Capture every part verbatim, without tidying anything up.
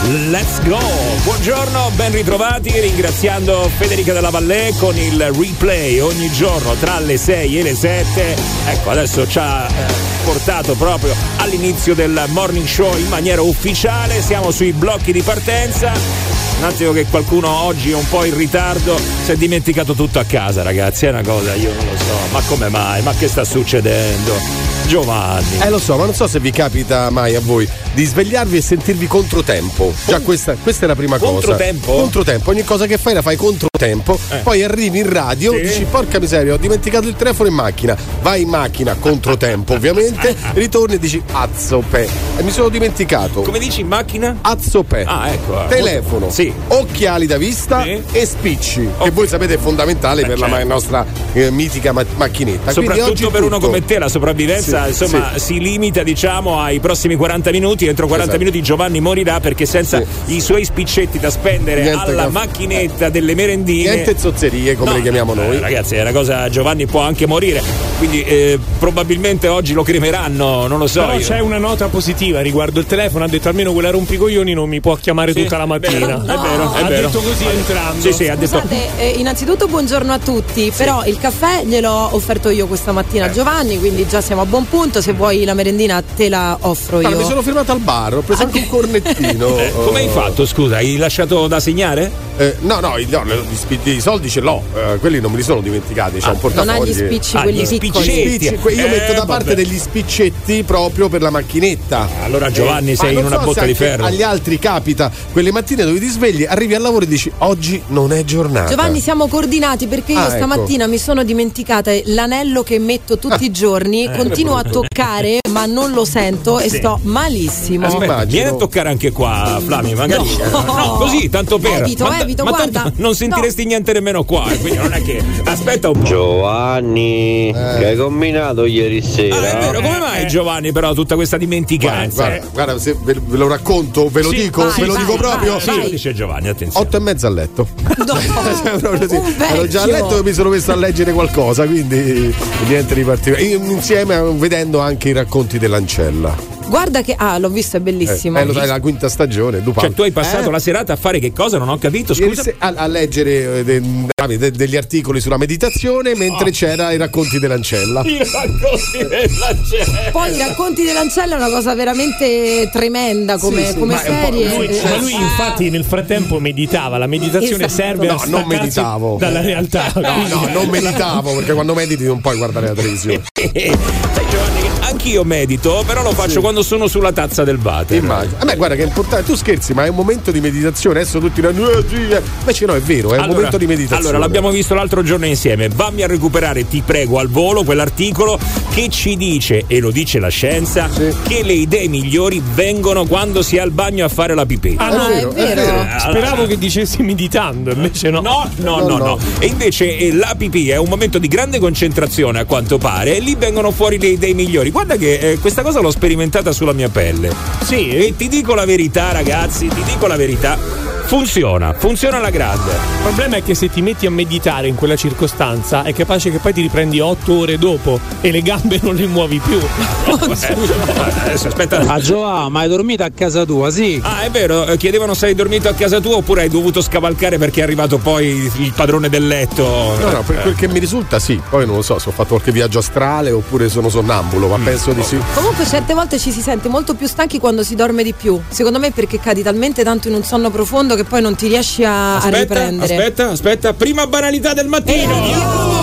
Let's go! Buongiorno, ben ritrovati, ringraziando Federica Della Vallée con il replay ogni giorno tra le sei e le sette. Ecco, adesso ci ha eh, portato proprio all'inizio del morning show in maniera ufficiale. Siamo sui blocchi di partenza. Un attimo che qualcuno oggi è un po' in ritardo, si è dimenticato tutto a casa, ragazzi, è una cosa, io non lo so, ma come mai? Ma che sta succedendo? Giovanni. Eh lo so, ma non so se vi capita mai a voi di svegliarvi e sentirvi controtempo. Già questa, questa è la prima cosa. Controtempo? Controtempo, ogni cosa che fai la fai controtempo, eh. Poi arrivi in radio, sì. Dici porca miseria, ho dimenticato il telefono in macchina. Vai in macchina, controtempo ovviamente, ritorni e dici azzope. E mi sono dimenticato. Come dici in macchina? Azzope. Ah, ecco. Telefono, sì. Occhiali da vista, sì. E spicci, okay. Che voi sapete è fondamentale, Beh, per certo. la nostra eh, mitica ma- macchinetta. Soprattutto oggi per tutto. Uno come te la sopravvivenza, sì. Insomma, sì. Si limita, diciamo, ai prossimi quaranta minuti. Entro quaranta esatto. minuti Giovanni morirà, perché senza sì. i suoi spiccetti da spendere niente alla caff- macchinetta eh. delle merendine, niente zozzerie come no, le chiamiamo noi, eh, ragazzi, è una cosa, Giovanni può anche morire, quindi eh, probabilmente oggi lo cremeranno, non lo so. Però io. C'è una nota positiva riguardo il telefono, ha detto almeno quella rompicoglioni non mi può chiamare sì. tutta la mattina. No. È vero, è ha vero. detto così entrando. Sì, sì, ha detto. Scusate, eh, innanzitutto buongiorno a tutti, sì. Però il caffè gliel'ho offerto io questa mattina a eh. Giovanni, quindi già siamo a buon punto. Se vuoi la merendina te la offro io. Allora, mi sono fermato al bar, ho preso anche un cornettino. Eh, come hai fatto, scusa? Hai lasciato da segnare? Eh, no, no, no, gli, spi- i soldi ce l'ho, eh, quelli non me li sono dimenticati. C'è ah, un portafoglio. Non ha gli spicci, ah, quelli gli piccoli. Spiccetti. Spicci, io eh, metto da vabbè. parte degli spiccetti proprio per la macchinetta. Allora Giovanni, eh, sei in una so botta di ferro. Agli altri capita quelle mattine dove ti svegli, arrivi al lavoro e dici oggi non è giornata. Giovanni, siamo coordinati perché io ah, stamattina ecco. mi sono dimenticata l'anello che metto tutti i giorni, eh, continuo a toccare ma non lo sento e sì. sto malissimo. Aspetta, vieni a toccare anche qua, Flami, magari. No, no così, tanto per. Evito, ma, evito, ma guarda. tanto non sentiresti no. niente nemmeno qua, quindi non è che. Aspetta un po'. Giovanni, eh. che hai combinato ieri sera? Ah, è vero, come mai Giovanni però tutta questa dimenticanza? Guarda, guarda, guarda se ve, ve lo racconto, ve lo sì, dico, vai, ve lo vai, dico vai, proprio. vai, sì, vai. lo dice Giovanni, attenzione. Otto e mezza a letto. No, sì. Ero già a letto e mi sono messo a leggere qualcosa, quindi niente di particolare. Insieme vedendo anche i racconti dell'Ancella. Guarda che ah, l'ho visto, è bellissimo. Eh, eh lo sai, la quinta stagione. Dupin. Cioè, tu hai passato eh? la serata a fare che cosa? Non ho capito, scusa. A, a leggere de, de, degli articoli sulla meditazione mentre oh. c'era i racconti dell'Ancella. I racconti dell'Ancella. Poi i racconti dell'Ancella è una cosa veramente tremenda come, sì, sì, come ma serie. Lui, eh, ma lui infatti nel frattempo meditava. La meditazione esatto. serve no, a non meditavo dalla realtà. No, no, non meditavo, perché quando mediti non puoi guardare la televisione. Sai Giovanni, anch'io medito, però lo faccio sì. quando sono sulla tazza del water. Immagino. A me guarda che è importante, tu scherzi, ma è un momento di meditazione. Adesso tutti diranno eh, sì, eh. Invece no, è vero, è allora, un momento di meditazione. Allora, l'abbiamo visto l'altro giorno insieme. Vammi a recuperare, ti prego, al volo quell'articolo che ci dice, e lo dice la scienza, sì. che le idee migliori vengono quando si è al bagno a fare la pipì. Ah, no, no, è vero, è vero. Speravo che dicessi meditando, invece no. No, no, no, no. no. no. E invece eh, la pipì è un momento di grande concentrazione, a quanto pare, e lì vengono fuori le idee migliori. Guarda che eh, questa cosa l'ho sperimentata sulla mia pelle. Sì, e ti dico la verità, ragazzi, ti dico la verità. Funziona, funziona alla grande. Il problema è che se ti metti a meditare in quella circostanza è capace che poi ti riprendi otto ore dopo e le gambe non le muovi più. Oh, scusa, adesso aspetta. Ah Giovanni, ma hai dormito a casa tua, sì? Ah, è vero, chiedevano se hai dormito a casa tua oppure hai dovuto scavalcare perché è arrivato poi il padrone del letto. No, no, per quel che mi risulta sì. Poi non lo so se ho fatto qualche viaggio astrale oppure sono sonnambulo, ma mm. penso di sì. Comunque certe volte ci si sente molto più stanchi quando si dorme di più. Secondo me perché cadi talmente tanto in un sonno profondo che poi non ti riesci a, aspetta, a riprendere. Aspetta, aspetta, prima banalità del mattino. E andiamo!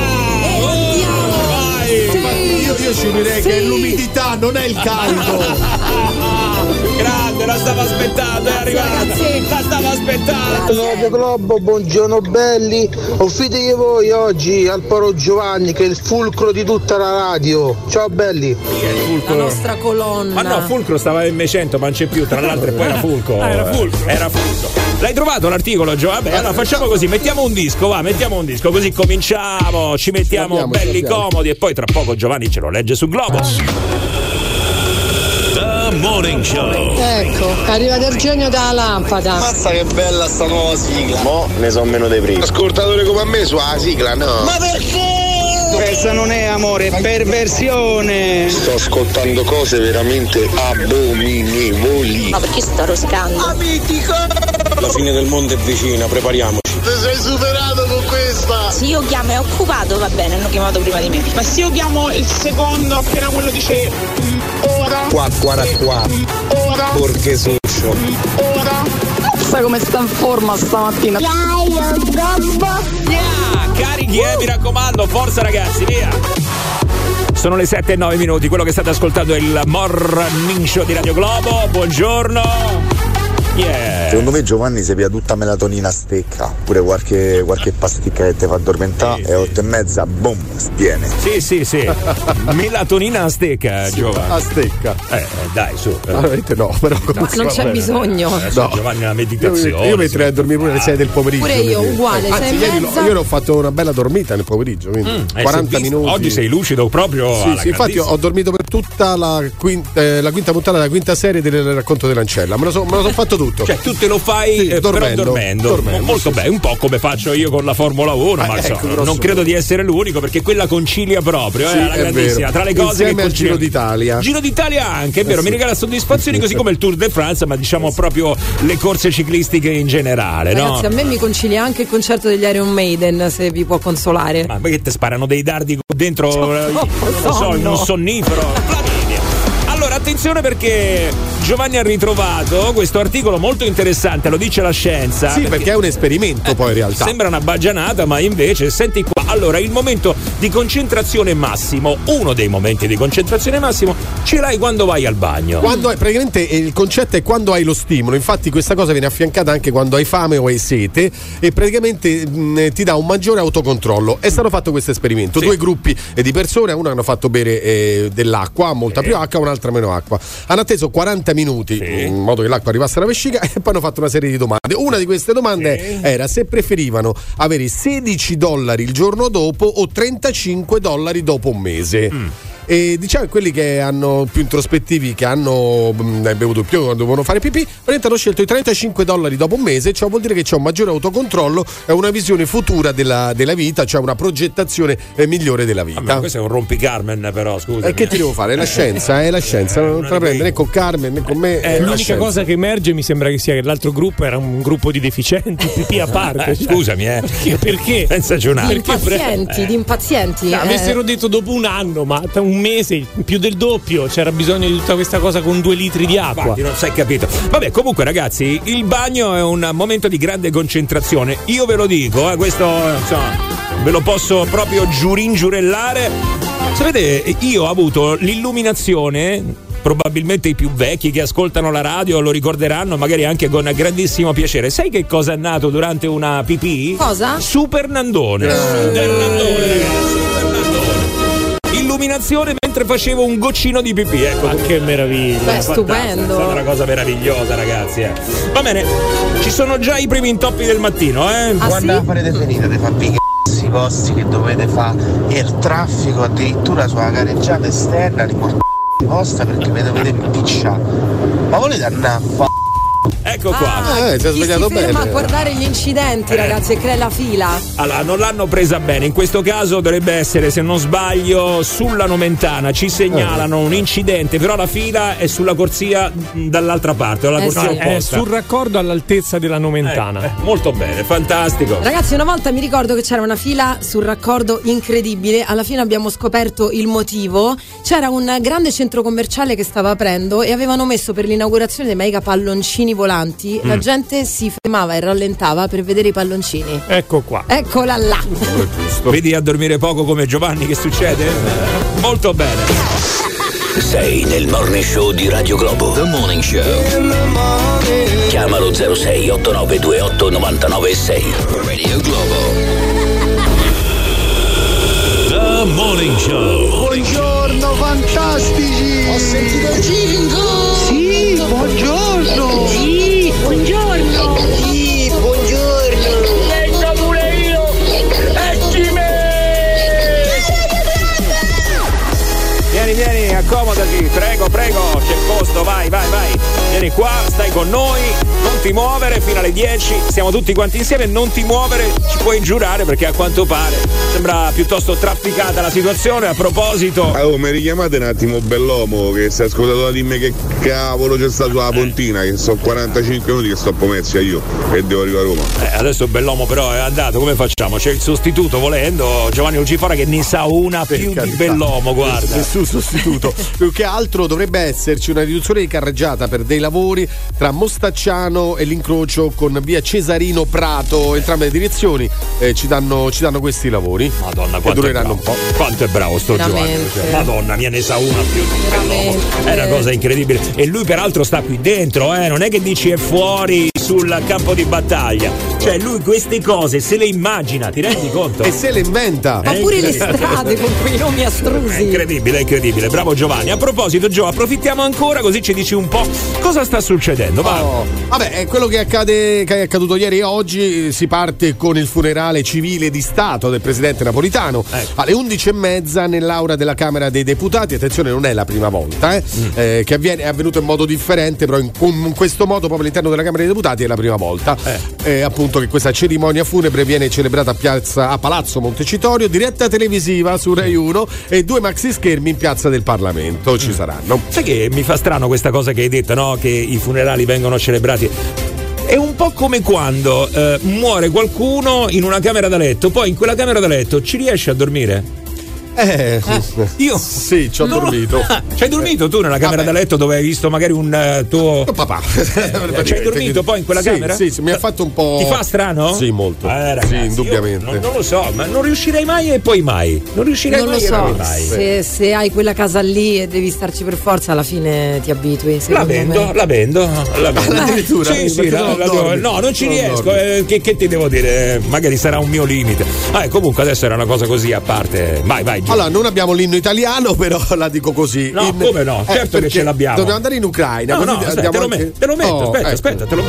E andiamo! Vai! Sì, io, io ci direi sì. che è l'umidità, non è il caldo. Grande, la stavo aspettando, è arrivata. La stavo aspettando. Radio Globo, buongiorno belli. Offritevi voi oggi al Poro Giovanni che è il fulcro di tutta la radio. Ciao belli. La nostra colonna. Ma no, Fulcro stava in M cento, ma non c'è più, tra l'altro, e poi era Fulcro. Ah, era Fulcro. Era Fulcro. L'hai trovato l'articolo, Gio? Vabbè, allora facciamo così, mettiamo un disco, va, mettiamo un disco, così cominciamo, ci mettiamo abbiamo, belli comodi e poi tra poco Giovanni ce lo legge su Globo. The Morning Show. Ecco, arriva del genio dalla lampada. Mazza che bella sta nuova sigla. Mo ne so meno dei primi. Ascoltatore come a me sulla sigla, no. Ma perché? Questa non è amore, è perversione. Sto ascoltando cose veramente abominevoli. Ma perché sto rosicando? Amitico! La fine del mondo è vicina, prepariamoci. Ti sei superato con questa! Se io chiamo è occupato, va bene, hanno chiamato prima di me. Ma se io chiamo il secondo, appena quello dice ora. Qua, qua, qua. Ora. Perché succio. Ora. Sai come sta in forma stamattina? Yeah, carichi, eh, mi raccomando, forza ragazzi, via. Sono le sette e nove minuti, quello che state ascoltando è il Morning Show di Radio Globo. Buongiorno. Yeah. Secondo me Giovanni si pia tutta melatonina a stecca, pure qualche, qualche pasticca che ti fa addormentare, sì, e otto e mezza, boom, spiene. Sì, sì, sì. Melatonina a stecca, sì, Giovanni. A stecca. Eh, dai, su. Veramente no, però. Ma non c'è bisogno. No. Giovanni, la meditazione. Io, io metterei a dormire pure alle sei del pomeriggio. Pure io, quindi. uguale. Anzi, ieri lo, io ho fatto una bella dormita nel pomeriggio, quindi mm, quaranta minuti. Oggi sei lucido proprio. Sì, sì, infatti ho dormito per tutta la quinta, eh, la quinta puntata, la quinta serie del racconto dell'ancella. Me lo so, me lo so fatto tutto. Cioè, tu te lo fai sì, eh, dormendo, però dormendo, dormendo molto sì, bene, un po' come faccio io con la Formula uno, eh, ma ecco, so, non credo di essere l'unico, perché quella concilia proprio, sì, eh, la grandissima, tra le cose insieme che al Giro d'Italia. Giro d'Italia anche, è vero, eh, mi regala soddisfazioni, così come il Tour de France, ma diciamo proprio le corse cliclistiche in generale. Ragazzi, no? A me mi concilia anche il concerto degli Iron Maiden, se vi può consolare. Ma perché te sparano dei dardi dentro, eh, non lo so, in un sonnifero. Allora, attenzione, perché Giovanni ha ritrovato questo articolo molto interessante, lo dice la scienza. Sì, perché, perché è un esperimento, eh, poi in realtà. Sembra una baggianata, ma invece, senti qua. Allora, il momento di concentrazione massimo, uno dei momenti di concentrazione massimo, ce l'hai quando vai al bagno. Quando hai, praticamente il concetto è quando hai lo stimolo. Infatti questa cosa viene affiancata anche quando hai fame o hai sete, e praticamente mh, ti dà un maggiore autocontrollo. È stato fatto questo esperimento, sì. Due gruppi di persone, uno hanno fatto bere eh, dell'acqua, molta sì. più acqua, un'altra meno acqua. Hanno atteso quaranta minuti sì. in modo che l'acqua arrivasse alla vescica, e poi hanno fatto una serie di domande. Una di queste domande sì. era se preferivano avere sedici dollari il giorno dopo o trentacinque dollari dopo un mese. Mm. E diciamo quelli che hanno più introspettivi, che hanno mh, bevuto più quando devono fare pipì, praticamente hanno scelto i trentacinque dollari dopo un mese. Ciò vuol dire che c'è un maggiore autocontrollo e una visione futura della, della vita, cioè una progettazione eh, migliore della vita. Ma questo è un rompicarmen, però scusa. E che ti devo fare? È la scienza, è la scienza, non te la prende né con Carmen né con me. Eh, l'unica cosa che emerge mi sembra che sia che l'altro gruppo era un gruppo di deficienti, pipì a parte. Eh, scusami, eh. Perché? Perché? Senza aggiornare. Di impazienti, di impazienti. No, avessero detto dopo un anno, ma un mese più del doppio, c'era bisogno di tutta questa cosa con due litri di acqua. Infatti non si è capito. Vabbè, comunque ragazzi, il bagno è un momento di grande concentrazione. Io ve lo dico, eh, questo insomma, ve lo posso proprio giuringiurellare. Sapete, io ho avuto l'illuminazione, probabilmente i più vecchi che ascoltano la radio lo ricorderanno, magari anche con grandissimo piacere. Sai che cosa è nato durante una pipì? Cosa? Super Nandone. Super Nandone, ragazzi. Illuminazione mentre facevo un goccino di pipì, ecco. Ma che meraviglia. Beh, stupendo. È stata una cosa meravigliosa, ragazzi, eh. Va bene, ci sono già i primi intoppi del mattino, eh. Ah, quando sì? farete finire di fare i posti che dovete fare e il traffico addirittura sulla gareggiata esterna, riportate vostra perché vi dovete impicciare. Ma volete andare a fa***? Ecco qua. Ah, eh, si è svegliato si ferma bene. a guardare gli incidenti, eh. ragazzi, e crea la fila. Allora, non l'hanno presa bene. In questo caso dovrebbe essere, se non sbaglio, sulla Nomentana. Ci segnalano eh. un incidente, però la fila è sulla corsia dall'altra parte, la eh corsia sì. opposta. È sul raccordo all'altezza della Nomentana. Eh, eh, molto bene, fantastico. Ragazzi, una volta mi ricordo che c'era una fila sul raccordo incredibile. Alla fine abbiamo scoperto il motivo. C'era un grande centro commerciale che stava aprendo e avevano messo per l'inaugurazione dei mega palloncini volanti. La mm. gente si fermava e rallentava per vedere i palloncini. Ecco qua. Eccola là. Vedi a dormire poco come Giovanni che succede? Molto bene. Sei nel Morning Show di Radio Globo. The Morning Show. Chiamalo zero sei otto nove due otto nove nove sei. Radio Globo. The Morning Show. Buongiorno fantastici. Ho sentito il jingle. Sì, buongiorno. Sì, buongiorno. Sì, buongiorno. Venga pure io. Ecci me. Vieni, vieni, accomodati, prego, prego, c'è posto, vai, vai, vai. vieni qua, stai con noi, non ti muovere fino alle dieci, siamo tutti quanti insieme, non ti muovere, ci puoi giurare perché a quanto pare sembra piuttosto trafficata la situazione. A proposito, oh, mi richiamate un attimo Bellomo che si è ascoltato da dimmi che cavolo c'è sta sulla pontina, che sono quarantacinque minuti che sto a Pomezia io e devo arrivare a Roma. Eh, adesso Bellomo però è andato, come facciamo? C'è il sostituto volendo, Giovanni Lucifora, che ne sa una per più carità. Di Bellomo, guarda. Nessun sostituto. Più che altro dovrebbe esserci una riduzione di carreggiata per dei lavori tra Mostacciano e l'incrocio con via Cesarino Prato, entrambe le direzioni eh, ci danno ci danno questi lavori. Madonna, quanto dureranno un po'. Quanto è bravo sto Giovanni. Cioè, Madonna mia, ne sa una più di Bellomo. È una cosa incredibile. E lui peraltro sta qui dentro, eh, non è che dici è fuori sul campo di battaglia. Cioè lui queste cose se le immagina, ti rendi conto? E se le inventa. Ma pure le strade con quei nomi astrusi. È incredibile, è incredibile. Bravo Giovanni. A proposito, Gio, approfittiamo ancora così ci dici un po' cosa sta succedendo. Va. Oh, vabbè, è quello che accade, che è accaduto ieri e oggi. Si parte con il funerale civile di Stato del presidente Napolitano ecco. alle undici e mezza nell'aula della Camera dei Deputati. Attenzione, non è la prima volta eh, mm. eh, che avviene, è avvenuto in modo differente, però in, in questo modo proprio all'interno della Camera dei Deputati è la prima volta eh. Eh, appunto che questa cerimonia funebre viene celebrata a, piazza, a Palazzo Montecitorio, diretta televisiva su Rai uno e due maxi schermi in piazza del Parlamento ci saranno. Sai che mi fa strano questa cosa che hai detto, no? Che i funerali vengono celebrati. È un po' come quando eh, muore qualcuno in una camera da letto, poi in quella camera da letto ci riesci a dormire? Eh, eh, io sì, ci ho no. dormito. Ci hai dormito tu nella camera Vabbè. da letto dove hai visto magari un uh, tuo no, papà. Eh, ci hai dormito poi in quella sì, camera? Sì, sì, mi ha fatto un po'. Ti fa strano? Sì, molto. Eh, ragazzi, sì, indubbiamente. Non, non lo so, ma non riuscirei mai e poi mai. Non riuscirei non mai lo so. e mai. Se, se hai quella casa lì e devi starci per forza, alla fine ti abitui. La vendo, me. la vendo, la vendo. Addirittura. Sì, sì, la, la, la, no, non ci non riesco. Eh, che, che ti devo dire? Magari sarà un mio limite. Ah, comunque adesso era una cosa così a parte. Vai, vai. Gio. Allora, non abbiamo l'inno italiano, però la dico così. No, in, come no? Certo eh, che ce l'abbiamo. Dobbiamo andare in Ucraina. No, così no, aspetta, te, lo anche... met- te lo metto, oh, aspetta, ecco. aspetta, te lo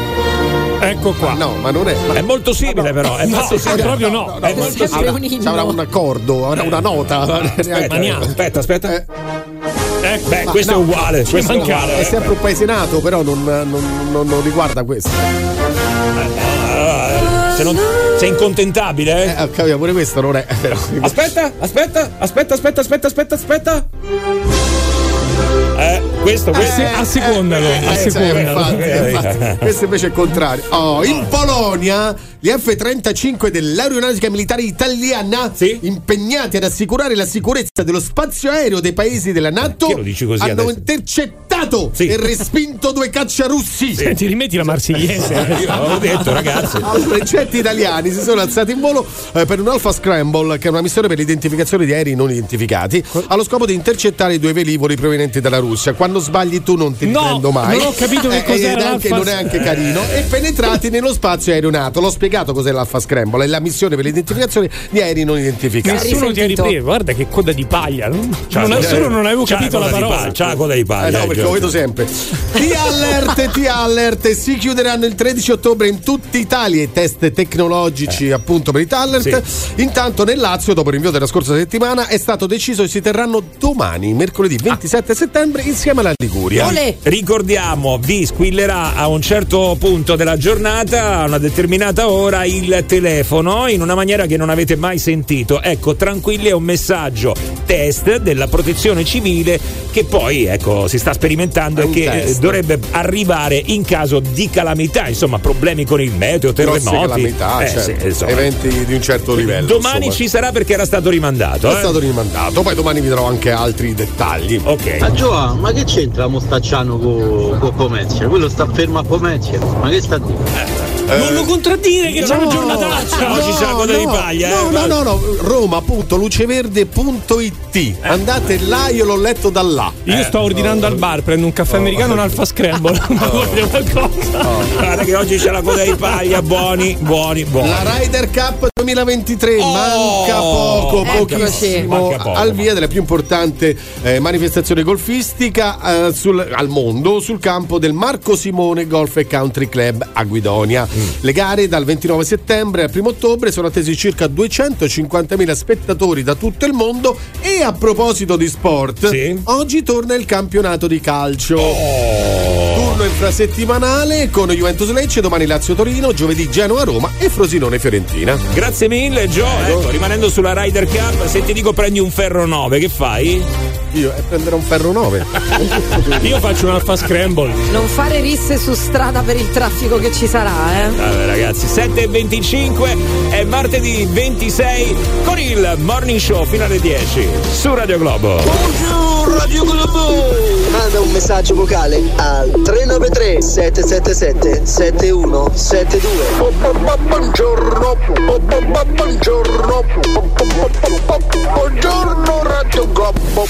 Ecco qua. Ma no, ma non è. Ma... È molto simile, però. È no, molto simile. proprio no. no, no è no, molto avrà, simile. avrà un accordo, avrà una nota. Aspetta, aspetta, aspetta. Eh. Eh, beh, ma questo no, è uguale. Questo è, uguale è sempre un paesenato, però non, non, non, non riguarda questo. Eh, se non. Sei incontentabile, eh? Eh, capito, pure questo non è. Però. Aspetta, aspetta, aspetta, aspetta, aspetta, aspetta, aspetta. Eh, questo, questo. Eh, a secondalo, eh, a eh, secondalo. Infatti, eh, infatti. Questo invece è il contrario. Oh, in Polonia gli F trentacinque dell'aeronautica militare italiana sì? impegnati ad assicurare la sicurezza dello spazio aereo dei paesi della NATO eh, lo dici così hanno adesso? intercettato sì. e respinto due cacciarussi. Sì. Ti rimetti la marsigliese. Io avevo detto, ragazzi. Altri jet italiani si sono alzati in volo eh, per un Alpha Scramble, che è una missione per l'identificazione di aerei non identificati, allo scopo di intercettare i due velivoli provenienti dalla Russia. Quando sbagli tu non ti no, riprendo mai. Non ho capito che eh, cos'era anche, non è anche carino. E penetrati nello spazio aereo NATO. L'ho spiegato cos'è l'Alpha Scramble, è la missione per l'identificazione di aerei non identificati. Nessuno ti ha ripreso, guarda che coda di paglia. Non, non, solo non avevo capito la parola. C'ha la coda di paglia. Eh no, perché lo vedo sempre. T-Alert, T-Alert si chiuderanno il tredici ottobre in tutta Italia i test tecnologici eh. appunto per i T-Alert. Sì. Intanto nel Lazio, dopo l'invio della scorsa settimana, è stato deciso che si terranno domani, mercoledì ventisette ah. settembre, insieme alla Liguria. Olè. Ricordiamo, vi squillerà a un certo punto della giornata, a una determinata ora, il telefono in una maniera che non avete mai sentito. Ecco, tranquilli, è un messaggio test della protezione civile che poi, ecco, si sta sperimentando e che test. dovrebbe arrivare in caso di calamità, insomma, problemi con il meteo, terremoti, calamità, eh, certo. sì, eventi di un certo livello. Domani insomma. ci sarà perché era stato rimandato. È eh? stato rimandato, poi domani vi darò anche altri dettagli. Ok. Ma Gioa, ma che c'entra Mostacciano con co Pomezia? Quello sta fermo a Pomezia, ma che sta a dire? Eh, non lo contraddire che no, c'è una giornataccia. No, oggi c'è la coda no, di paglia. No, eh, no, no, no, Roma punto luceverde punto it. Eh. Andate là, io l'ho letto da là. Io eh. sto ordinando oh. al bar, prendo un caffè oh. americano e un Alpha Scramble. Ma voglio qualcosa. Oh. Guarda che oggi c'è la coda di paglia, buoni, buoni, buoni. La Ryder Cup duemilaventitré oh. manca poco, pochissimo manca poco, al via della più importante eh, manifestazione golfistica eh, sul, al mondo sul campo del Marco Simone Golf e Country Club a Guidonia. Mm. Le gare dal ventinove settembre al primo ottobre sono attesi circa duecentocinquantamila spettatori da tutto il mondo. E a proposito di sport, sì. oggi torna il campionato di calcio. Oh. Turno infrasettimanale con Juventus Lecce, domani Lazio Torino, giovedì Genoa Roma e Frosinone Fiorentina. Grazie mille Gio, ecco, rimanendo sulla Ryder Cup, se ti dico prendi un ferro nove, che fai? Io eh, prenderò un ferro nove. Io faccio un alfa scramble. Non fare risse su strada per il traffico che ci sarà, eh. Vabbè ragazzi, sette e venticinque è martedì ventisei con il Morning Show fino alle dieci su Radio Globo. Buongiorno Radio Globo. Manda un messaggio vocale al tre nove tre sette sette sette sette uno sette due. Buongiorno, buongiorno, buongiorno Radio Globo.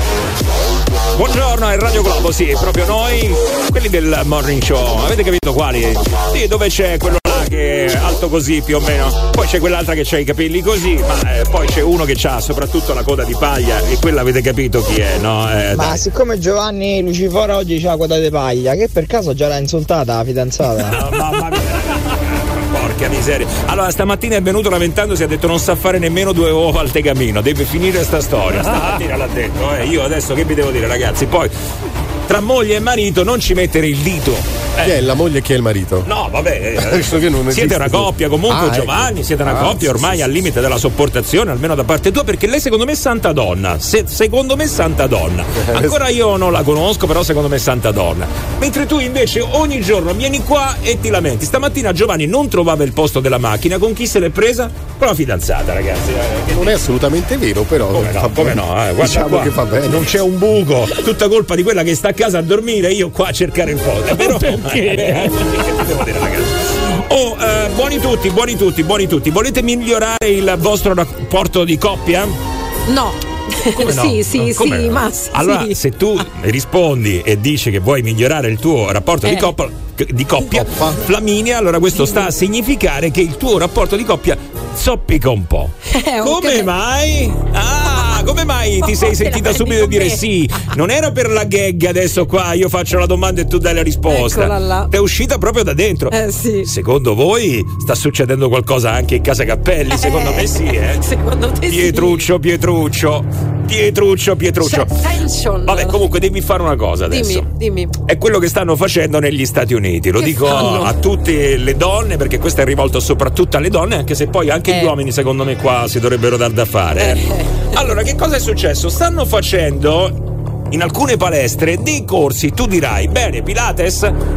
Buongiorno, è Radio Globo, sì, proprio noi, quelli del Morning Show. Avete capito quali? Sì, dove c'è quello là che è alto così più o meno, poi c'è quell'altra che ha i capelli così, ma eh, poi c'è uno che ha soprattutto la coda di paglia e quella avete capito chi è, no? Eh, ma dai. siccome Giovanni Lucifora oggi c'ha la coda di paglia, che per caso già l'ha insultata la fidanzata? No, mamma mia. Porca miseria. Allora stamattina è venuto lamentandosi, ha detto non sa fare nemmeno due uova al tegamino, deve finire sta storia. Stamattina l'ha detto, eh. Io adesso che vi devo dire ragazzi, poi tra moglie e marito non ci mettere il dito. Eh. Chi è la moglie e chi è il marito? No, vabbè, Adesso che non siete una più. coppia comunque, Ah, Giovanni, ecco. siete una Ah, coppia sì, ormai sì, al limite della sopportazione, almeno da parte tua, perché lei secondo me è santa donna. Se, secondo me è santa donna. Ancora io non la conosco, però secondo me è santa donna. Mentre tu invece ogni giorno vieni qua e ti lamenti. Stamattina Giovanni non trovava il posto della macchina, con chi se l'è presa? Con la fidanzata, ragazzi. Eh, che non è assolutamente vero, però. Come no, come no, eh, guarda diciamo qua, che fa bene. non c'è un buco, tutta colpa di quella che sta a casa a dormire, io qua a cercare il posto. È vero? Perché? Eh, che ti devo dire, ragazzi? Oh, eh, buoni tutti, buoni tutti, buoni tutti. Volete migliorare il vostro rapporto di coppia? No. Come no? Sì, sì, No, come sì, no? ma sì. Allora, se tu rispondi e dici che vuoi migliorare il tuo rapporto Eh. di, coppia, di coppia, Flaminia, allora questo sta a significare che il tuo rapporto di coppia zoppica un po'. Eh, ho Come capito. mai? Ah, come mai ti sei sentita subito dire sì? Non era per la gag adesso qua, io faccio la domanda e tu dai la risposta. Eccola là. È uscita proprio da dentro. Eh sì. Secondo voi sta succedendo qualcosa anche in casa Cappelli? Secondo me sì, eh. Secondo te sì. Pietruccio, Pietruccio. Pietruccio, Pietruccio. C'è tension. Vabbè, comunque devi fare una cosa adesso. Dimmi, dimmi. È quello che stanno facendo negli Stati Uniti. Lo Che dico fanno? a tutte le donne, perché questo è rivolto soprattutto alle donne, anche se poi anche Eh. gli uomini, secondo me, qua si dovrebbero dar da fare. Eh. Allora, che cosa è successo? Stanno facendo in alcune palestre dei corsi, tu dirai, bene, Pilates?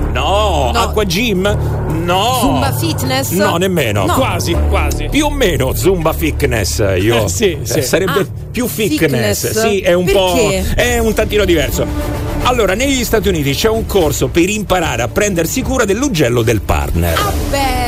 No. No. Acqua gym? No. Zumba fitness? No, nemmeno. No. Quasi, quasi. Più o meno Zumba fitness, io. Eh, sì, sì. Sarebbe Ah, più fitness. fitness. Sì, è un Perché? po'. È un tantino diverso. Allora, negli Stati Uniti c'è un corso per imparare a prendersi cura dell'ugello del partner. Ah,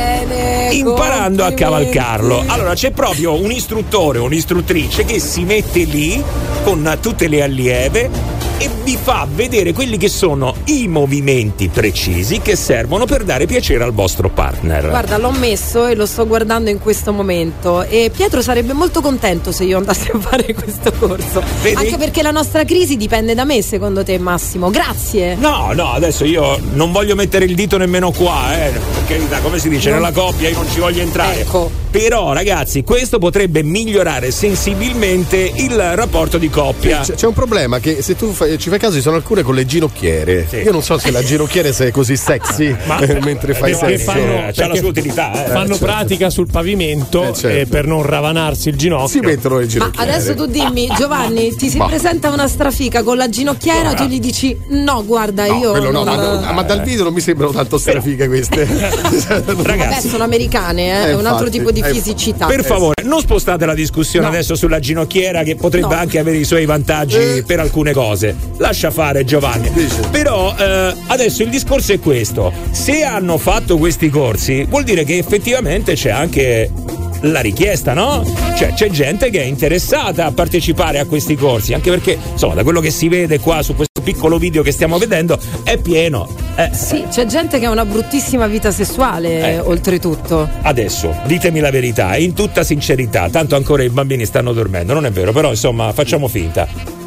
bene. Imparando a complimenti. cavalcarlo. Allora c'è proprio un istruttore o un'istruttrice che si mette lì con tutte le allieve e vi fa vedere quelli che sono i movimenti precisi che servono per dare piacere al vostro partner. Guarda, l'ho messo e lo sto guardando in questo momento e Pietro sarebbe molto contento se io andassi a fare questo corso. Vedi? Anche perché la nostra crisi dipende da me, secondo te, Massimo. Grazie. No, no, adesso io non voglio mettere il dito nemmeno qua, eh. Per carità, come si dice, No. nella coppia io non ci voglio entrare. Ecco. Però, ragazzi, questo potrebbe migliorare sensibilmente il rapporto di coppia. C'è, c'è un problema che se tu fai, ci fai caso ci sono alcune con le ginocchiere. Sì. Io non so se la ginocchiere sia così sexy Ma- eh, mentre fai perché sesso. fanno- Eh, c'ha la sua utilità, eh. Fanno certo. pratica sul pavimento Eh, certo. eh, per non ravanarsi il ginocchio. Si mettono le Ma ginocchiere. adesso tu dimmi, Giovanni, ti si Ma- presenta una strafica con la ginocchiera, tu gli dici no, guarda, No, io quello no, non- ma, no, ma dal video non mi sembrano tanto strafighe queste. Vabbè, Ragazzi, sono americane, eh, Eh, è un altro infatti, tipo di eh, fisicità. per favore, non spostate la discussione No. adesso sulla ginocchiera, che potrebbe No. anche avere i suoi vantaggi Eh. per alcune cose. Lascia fare, Giovanni. Dice. Però eh, adesso il discorso è questo: se hanno fatto questi corsi, vuol dire che effettivamente c'è anche la richiesta, no? Cioè c'è gente che è interessata a partecipare a questi corsi, anche perché insomma da quello che si vede qua su questo piccolo video che stiamo vedendo è pieno. Eh, Sì, c'è gente che ha una bruttissima vita sessuale, Eh. oltretutto. Adesso ditemi la verità, in tutta sincerità, tanto ancora i bambini stanno dormendo, non è vero, però insomma facciamo finta.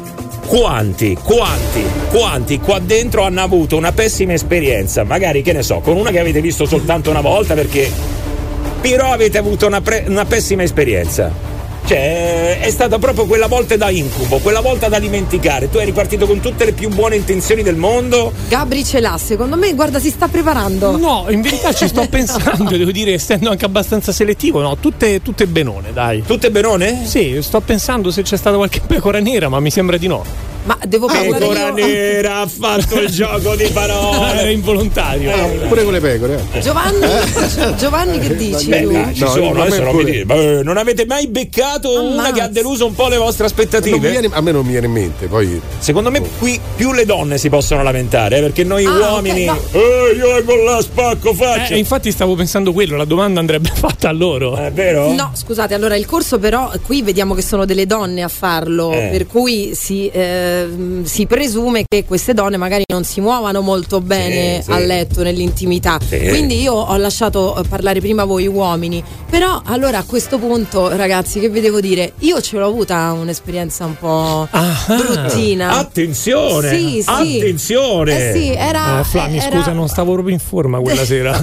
Quanti, quanti, quanti qua dentro hanno avuto una pessima esperienza, magari che ne so, con una che avete visto soltanto una volta perché però avete avuto una, pre- una pessima esperienza. Cioè, è stata proprio quella volta da incubo, quella volta da dimenticare. Tu eri partito con tutte le più buone intenzioni del mondo. Gabri ce l'ha, secondo me, guarda, si sta preparando. No, in verità ci sto pensando, devo dire, essendo anche abbastanza selettivo, no, tutte, tutte benone, dai. Tutte benone? Sì, sto pensando se c'è stata qualche pecora nera, ma mi sembra di no. Ma devo parlare Pecora io. nera ha fatto il gioco di parole. Era involontario. Eh, pure con le pecore. Eh. Giovanni, Giovanni che dici? Beh, tu? dai, ci No, sono, a me adesso non mi pure. dite. Beh, non avete mai beccato Ammazza. una che ha deluso un po' le vostre Non mi aspettative? viene- a me non mi viene in mente, poi. Secondo me qui più le donne si possono lamentare, eh, perché noi Ah, uomini. ok, Eh, io con la spacco faccia. Eh, infatti stavo pensando quello, la domanda andrebbe fatta a loro. È vero? No, scusate, allora il corso però qui vediamo che sono delle donne a farlo, Eh. per cui si, eh, si presume che queste donne magari non si muovano molto bene Sì, sì. a letto, nell'intimità. Sì. Quindi io ho lasciato eh, parlare prima voi uomini, però allora a questo punto, ragazzi, che vi devo dire? Io ce l'ho avuta un'esperienza un po' bruttina. Attenzione! Sì, sì. Attenzione! Eh sì, era Eh, Flami, era- scusa, non stavo proprio in forma quella sera.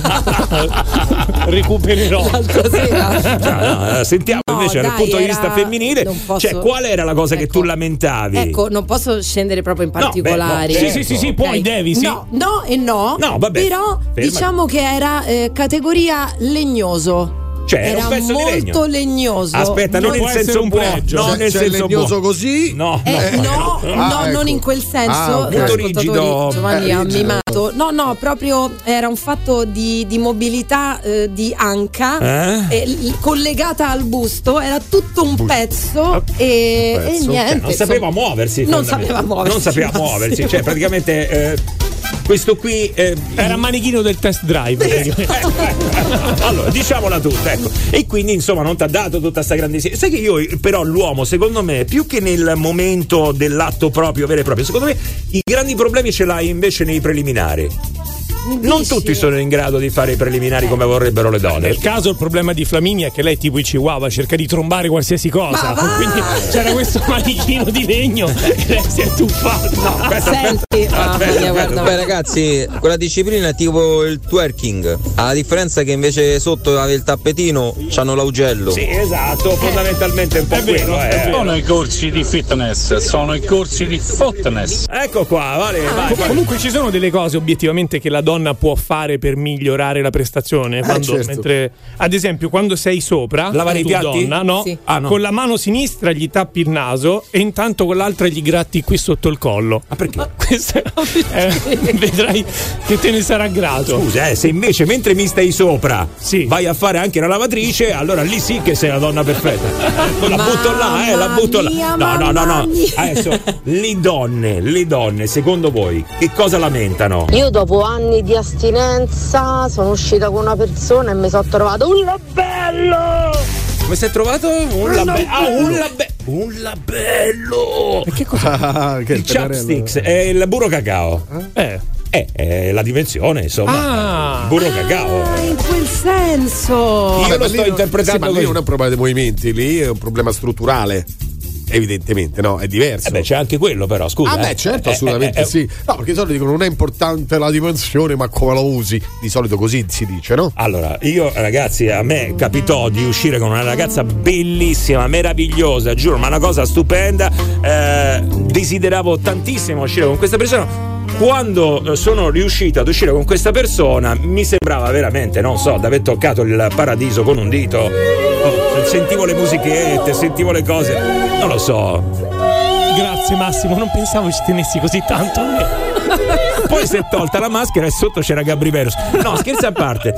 Recupererò. l'altra sera. Ah, no, sentiamo No, invece dal dai, punto di era- vista femminile, non posso- cioè qual era la cosa che Ecco. tu lamentavi? Ecco, non posso scendere proprio in particolari. beh, no, Sì, sì, sì, sì, Ok. puoi, devi, sì. No, no e no. No, vabbè, Però ferma. diciamo che era eh, categoria legnoso. Cioè, era era un pezzo di legno. molto legnoso. Aspetta, non Non in può essere senso un buono, pregio. no, C'è- nel c'è senso legnoso buono. così? No, Eh, no. no, Ah, no, ecco. non in quel senso, Ah, ok. eh, Molto ascoltatori, rigido. Giovanni Eh, ha rigido. mimato. No, no, proprio era un fatto di, di mobilità eh, di anca Eh? eh, l- collegata al busto, era tutto un pezzo e, Un pezzo. e niente. Cioè, non sapeva insomma. muoversi. Non fondamentalmente. sapeva muoversi, Non sapeva Massimo. muoversi. Cioè, praticamente eh, questo qui. eh, Era manichino del test drive. praticamente. allora, diciamola tutta, ecco. E quindi, insomma, non ti ha dato tutta sta grandissima. Sai che io, però, l'uomo, secondo me, più che nel momento dell'atto proprio, vero e proprio, secondo me i grandi problemi ce l'hai invece nei preliminari. Non Dici? tutti sono in grado di fare i preliminari come vorrebbero le donne. Nel caso il problema di Flaminia è che lei tipo i chihuahua cerca di trombare qualsiasi cosa. Ma va! Quindi c'era questo manichino di legno e lei si è tuffata. No, aspetta, Senti, aspetta, mamma aspetta, mia, guarda. Beh ragazzi, quella disciplina è tipo il twerking. La differenza è che invece sotto avere il tappetino c'hanno l'augello. Sì, esatto, fondamentalmente è un po' È vero, quello, è eh. vero. Sono i corsi di fitness, sono i corsi di fitness. Ecco qua, vale, vai, Com- vai. Comunque ci sono delle cose obiettivamente che la donna può fare per migliorare la prestazione. Quando, certo. mentre, ad esempio, quando sei sopra, Lavare i tu piatti? donna, no, Sì. Ah, no. con la mano sinistra gli tappi il naso e intanto con l'altra gli gratti qui sotto il collo. Ah, perché? Questo è- eh, vedrai che te ne sarà grato. Scusa, eh, se invece mentre mi stai sopra Sì. vai a fare anche la lavatrice, allora lì sì che sei la donna perfetta. La butto là, eh, la Mamma butto là. mia, No, no, no, mamma no. mia. Adesso, le donne, le donne, secondo voi, che cosa lamentano? Io dopo anni di astinenza sono uscita con una persona e mi sono trovato un labello! Come si è trovato? Un labello. Ah, un labello. Un labello. E che cosa? Ah, che Il chopsticks è il burro cacao. Eh. Eh, è la dimensione, insomma. Ah. Il burro cacao. Ah, in quel senso. Io Vabbè, lo ma lì sto non- interpretando sì, ma lì così. non è un problema dei movimenti, lì è un problema strutturale. Evidentemente, no? È diverso. Eh beh, c'è anche quello, però, scusa. Ah, beh, eh. certo, Eh, assolutamente eh, eh, sì. No, perché di solito dicono non è importante la dimensione, ma come lo usi. Di solito così si dice, no? Allora, io ragazzi, a me capitò di uscire con una ragazza bellissima, meravigliosa, giuro, ma una cosa stupenda. Eh, desideravo tantissimo uscire con questa persona. Quando sono riuscito ad uscire con questa persona, mi sembrava veramente, non so, di aver toccato il paradiso con un dito. Oh, sentivo le musichette, sentivo le cose, non lo so. Grazie Massimo, non pensavo ci tenessi così tanto a me. Poi si è tolta la maschera e sotto c'era Gabri Veros. No, scherzi a parte.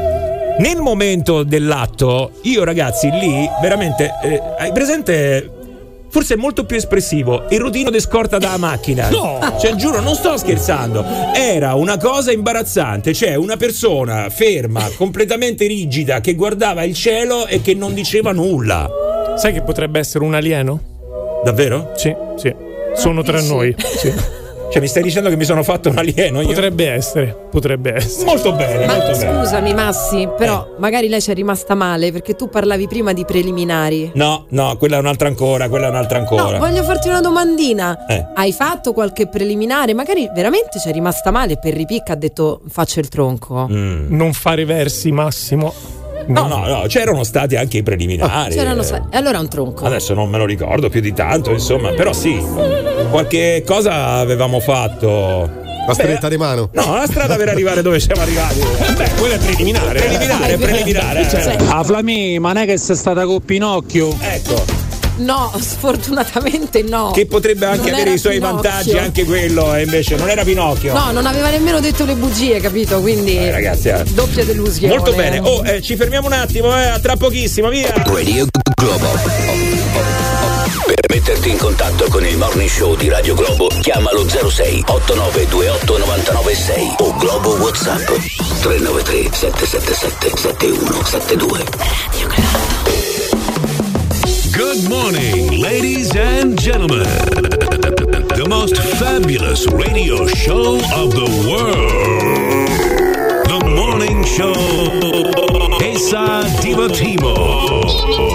Nel momento dell'atto, io ragazzi lì veramente eh, hai presente? Forse è molto più espressivo il rodino di scorta dalla macchina. No! Cioè, giuro, non sto scherzando. Era una cosa imbarazzante. Cioè, una persona ferma, completamente rigida, che guardava il cielo e che non diceva nulla. Sai che potrebbe essere un alieno? Davvero? Sì, sì. Sono tra noi. Sì. Cioè, mi stai dicendo che mi sono fatto un alieno? Io? Potrebbe essere, potrebbe essere. Molto bene, Ma molto bene. scusami Massi, però magari lei ci è rimasta male perché tu parlavi prima di preliminari. No, no, quella è un'altra ancora, quella è un'altra ancora. No, voglio farti una domandina. Eh. Hai fatto qualche preliminare? Magari veramente ci è rimasta male e per ripicca ha detto faccio il tronco. Mm. Non fare versi, Massimo. No, no, no, c'erano stati anche i preliminari. C'erano sta- e allora un tronco. Adesso non me lo ricordo più di tanto, insomma, però sì, qualche cosa avevamo fatto. La stretta di mano? No, la strada per arrivare dove siamo arrivati. Beh, quello è preliminare. Preliminare, preliminare. Cioè, a Flamì, ma non è che sei stata con Pinocchio? Ecco. No, sfortunatamente no. Che potrebbe anche Non avere era i suoi Pinocchio. vantaggi, anche quello, e invece non era Pinocchio. No, non aveva nemmeno detto le bugie, capito? Quindi eh, ragazzi, eh. doppia delusione. Molto bene. Oh, eh, ci fermiamo un attimo, eh, a tra pochissimo, via. Radio Globo. Per metterti in contatto con il Morning Show di Radio Globo, chiamalo zero sei otto nove due otto nove nove sei o Globo WhatsApp tre nove tre sette sette sette sette uno sette due. Radio Globo. Good morning, ladies and gentlemen. The most fabulous radio show of the world. The Morning Show. Esa Divatimo.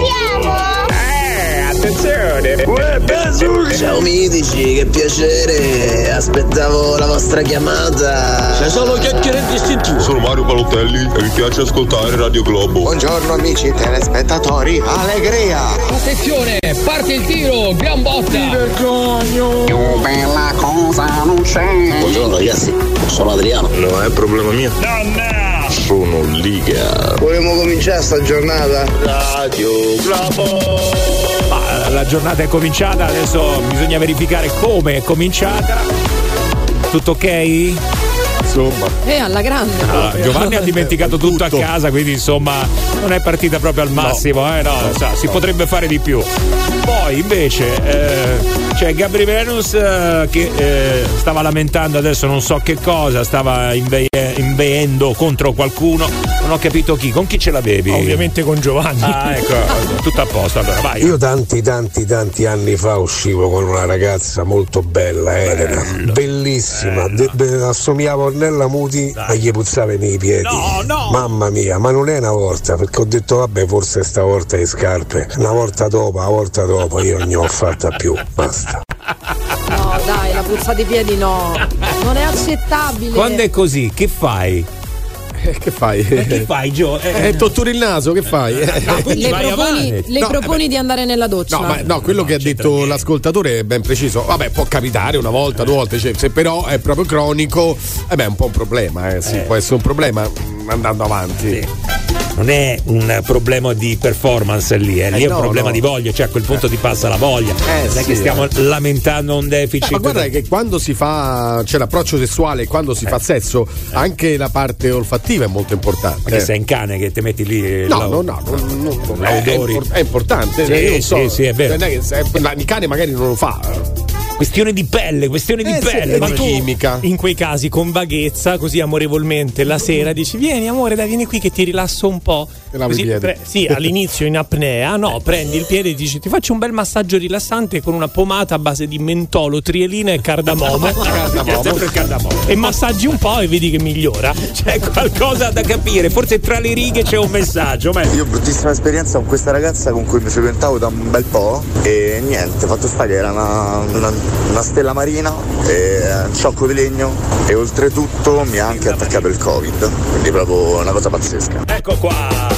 Attenzione! Ciao mitici, che piacere! Aspettavo la vostra chiamata. C'è solo chiacchiere distintivo. Sono Mario Palotelli e mi piace ascoltare Radio Globo. Buongiorno amici telespettatori, allegria! Attenzione, parte il tiro, gran botta! Vergogno! Più bella cosa non c'è! Buongiorno ragazzi, sono Adriano. Non è problema mio. Donna! Sono Liga. Vogliamo cominciare sta giornata? Radio Globo. Ma la giornata è cominciata, adesso bisogna verificare come è cominciata. Tutto ok? Insomma. E alla grande. Ah, Giovanni ha dimenticato tutto, Tutto. a casa, quindi insomma non è partita proprio al massimo, no. eh no, no, sa, si no. potrebbe fare di più. Poi invece eh, c'è Gabri Venus eh, che eh, stava lamentando adesso non so che cosa, stava inve- inveendo contro qualcuno, non ho capito chi, con chi ce l'avevi? Ovviamente con Giovanni. Ah, ecco, tutto a posto, allora vai. Io tanti tanti tanti anni fa uscivo con una ragazza molto bella, Elena, Bello. bellissima, de- de- assomigliava a Ornella Muti, ma gli puzzava nei piedi. No, no. Mamma mia, ma non è una volta, perché ho detto vabbè forse stavolta le scarpe, una volta dopo, una volta dopo io non ne ho fatta più, basta. No, dai, la puzza di piedi no. Non è accettabile. Quando è così, che fai? Eh, che fai? Ma che fai, Gio? Eh, Eh, totturi il naso, che fai? Eh. ah, quindi Le vai proponi, avanti. le No, proponi eh, di andare nella doccia? No, ma no, quello che ha detto l'ascoltatore è ben preciso. Vabbè, può capitare una volta, due volte, cioè, se però è proprio cronico, eh beh, è un po' un problema, eh, sì, Eh. può essere un problema mh, andando avanti. Sì. Non è un problema di performance lì, eh. lì Eh, è un no, problema no. di voglia, cioè a quel punto ti passa la voglia. Eh, non è sì, che stiamo eh. lamentando un deficit. Ma guarda che quando si fa, c'è l'approccio sessuale, quando si fa sesso, anche la parte olfattiva è molto importante. Ma che sei un cane che ti metti lì? No, la- no, no, no, no, no, è, è L'odori. impor- è importante. Sì, io non so, sì, sì, è vero. non è che se- il cane magari non lo fa. Questione di pelle, questione di Eh, sì, pelle. è ma una tu- chimica. In quei casi, con vaghezza, così amorevolmente, la sera dici: vieni, amore, dai, vieni qui che ti rilasso un po'. E lavi Così, i piedi. pre- sì, all'inizio in apnea, no, prendi il piede e dici: ti faccio un bel massaggio rilassante con una pomata a base di mentolo, trielina e cardamomo. È sempre il cardamomo. E massaggi un po' e vedi che migliora. C'è qualcosa da capire, forse tra le righe c'è un messaggio. Ma... Io ho bruttissima esperienza con questa ragazza con cui mi frequentavo da un bel po' e niente, fatto sta che era una, una, una stella marina e un ciocco di legno e oltretutto mi ha anche attaccato il Covid, quindi proprio una cosa pazzesca. Ecco qua.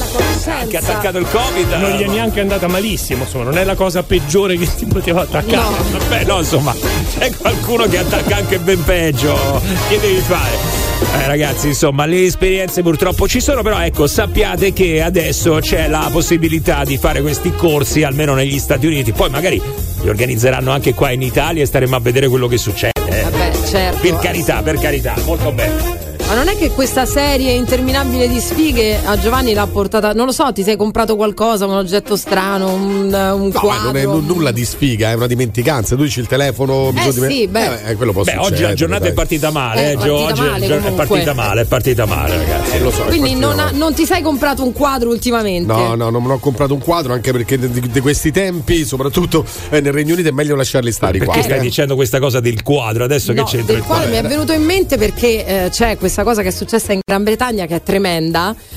Anche attaccato il Covid. Non gli è neanche andata malissimo, insomma, non è la cosa peggiore che ti poteva attaccare. No. Vabbè, no, insomma, c'è qualcuno che attacca anche ben peggio. Che devi fare? Eh, ragazzi, insomma, le esperienze purtroppo ci sono, però ecco, sappiate che adesso c'è la possibilità di fare questi corsi, almeno negli Stati Uniti. Poi magari li organizzeranno anche qua in Italia e staremo a vedere quello che succede. eh. Vabbè, certo. Per carità, per carità, molto bene. Ma non è che questa serie interminabile di sfighe a Giovanni l'ha portata, non lo so, ti sei comprato qualcosa, un oggetto strano, un, un No, quadro? non è n- nulla di sfiga, è una dimenticanza. Tu dici il telefono, Eh, bisogna sì, beh. eh, quello può Beh, succedere, oggi la giornata dai. è partita male, Eh, eh, è Gio, partita oggi male, è, è comunque. partita male, è partita male, ragazzi. Lo so, è Quindi partita non, ha- male. non ti sei comprato un quadro ultimamente? No, no, non me l'ho comprato un quadro anche perché di, di questi tempi, soprattutto eh, nel Regno Unito, è meglio lasciarli stare i Perché quadri. stai eh. dicendo questa cosa del quadro? Adesso No, che c'entra del il quale quadro? mi è venuto in mente perché eh, c'è questa cosa che è successa in Gran Bretagna che è tremenda,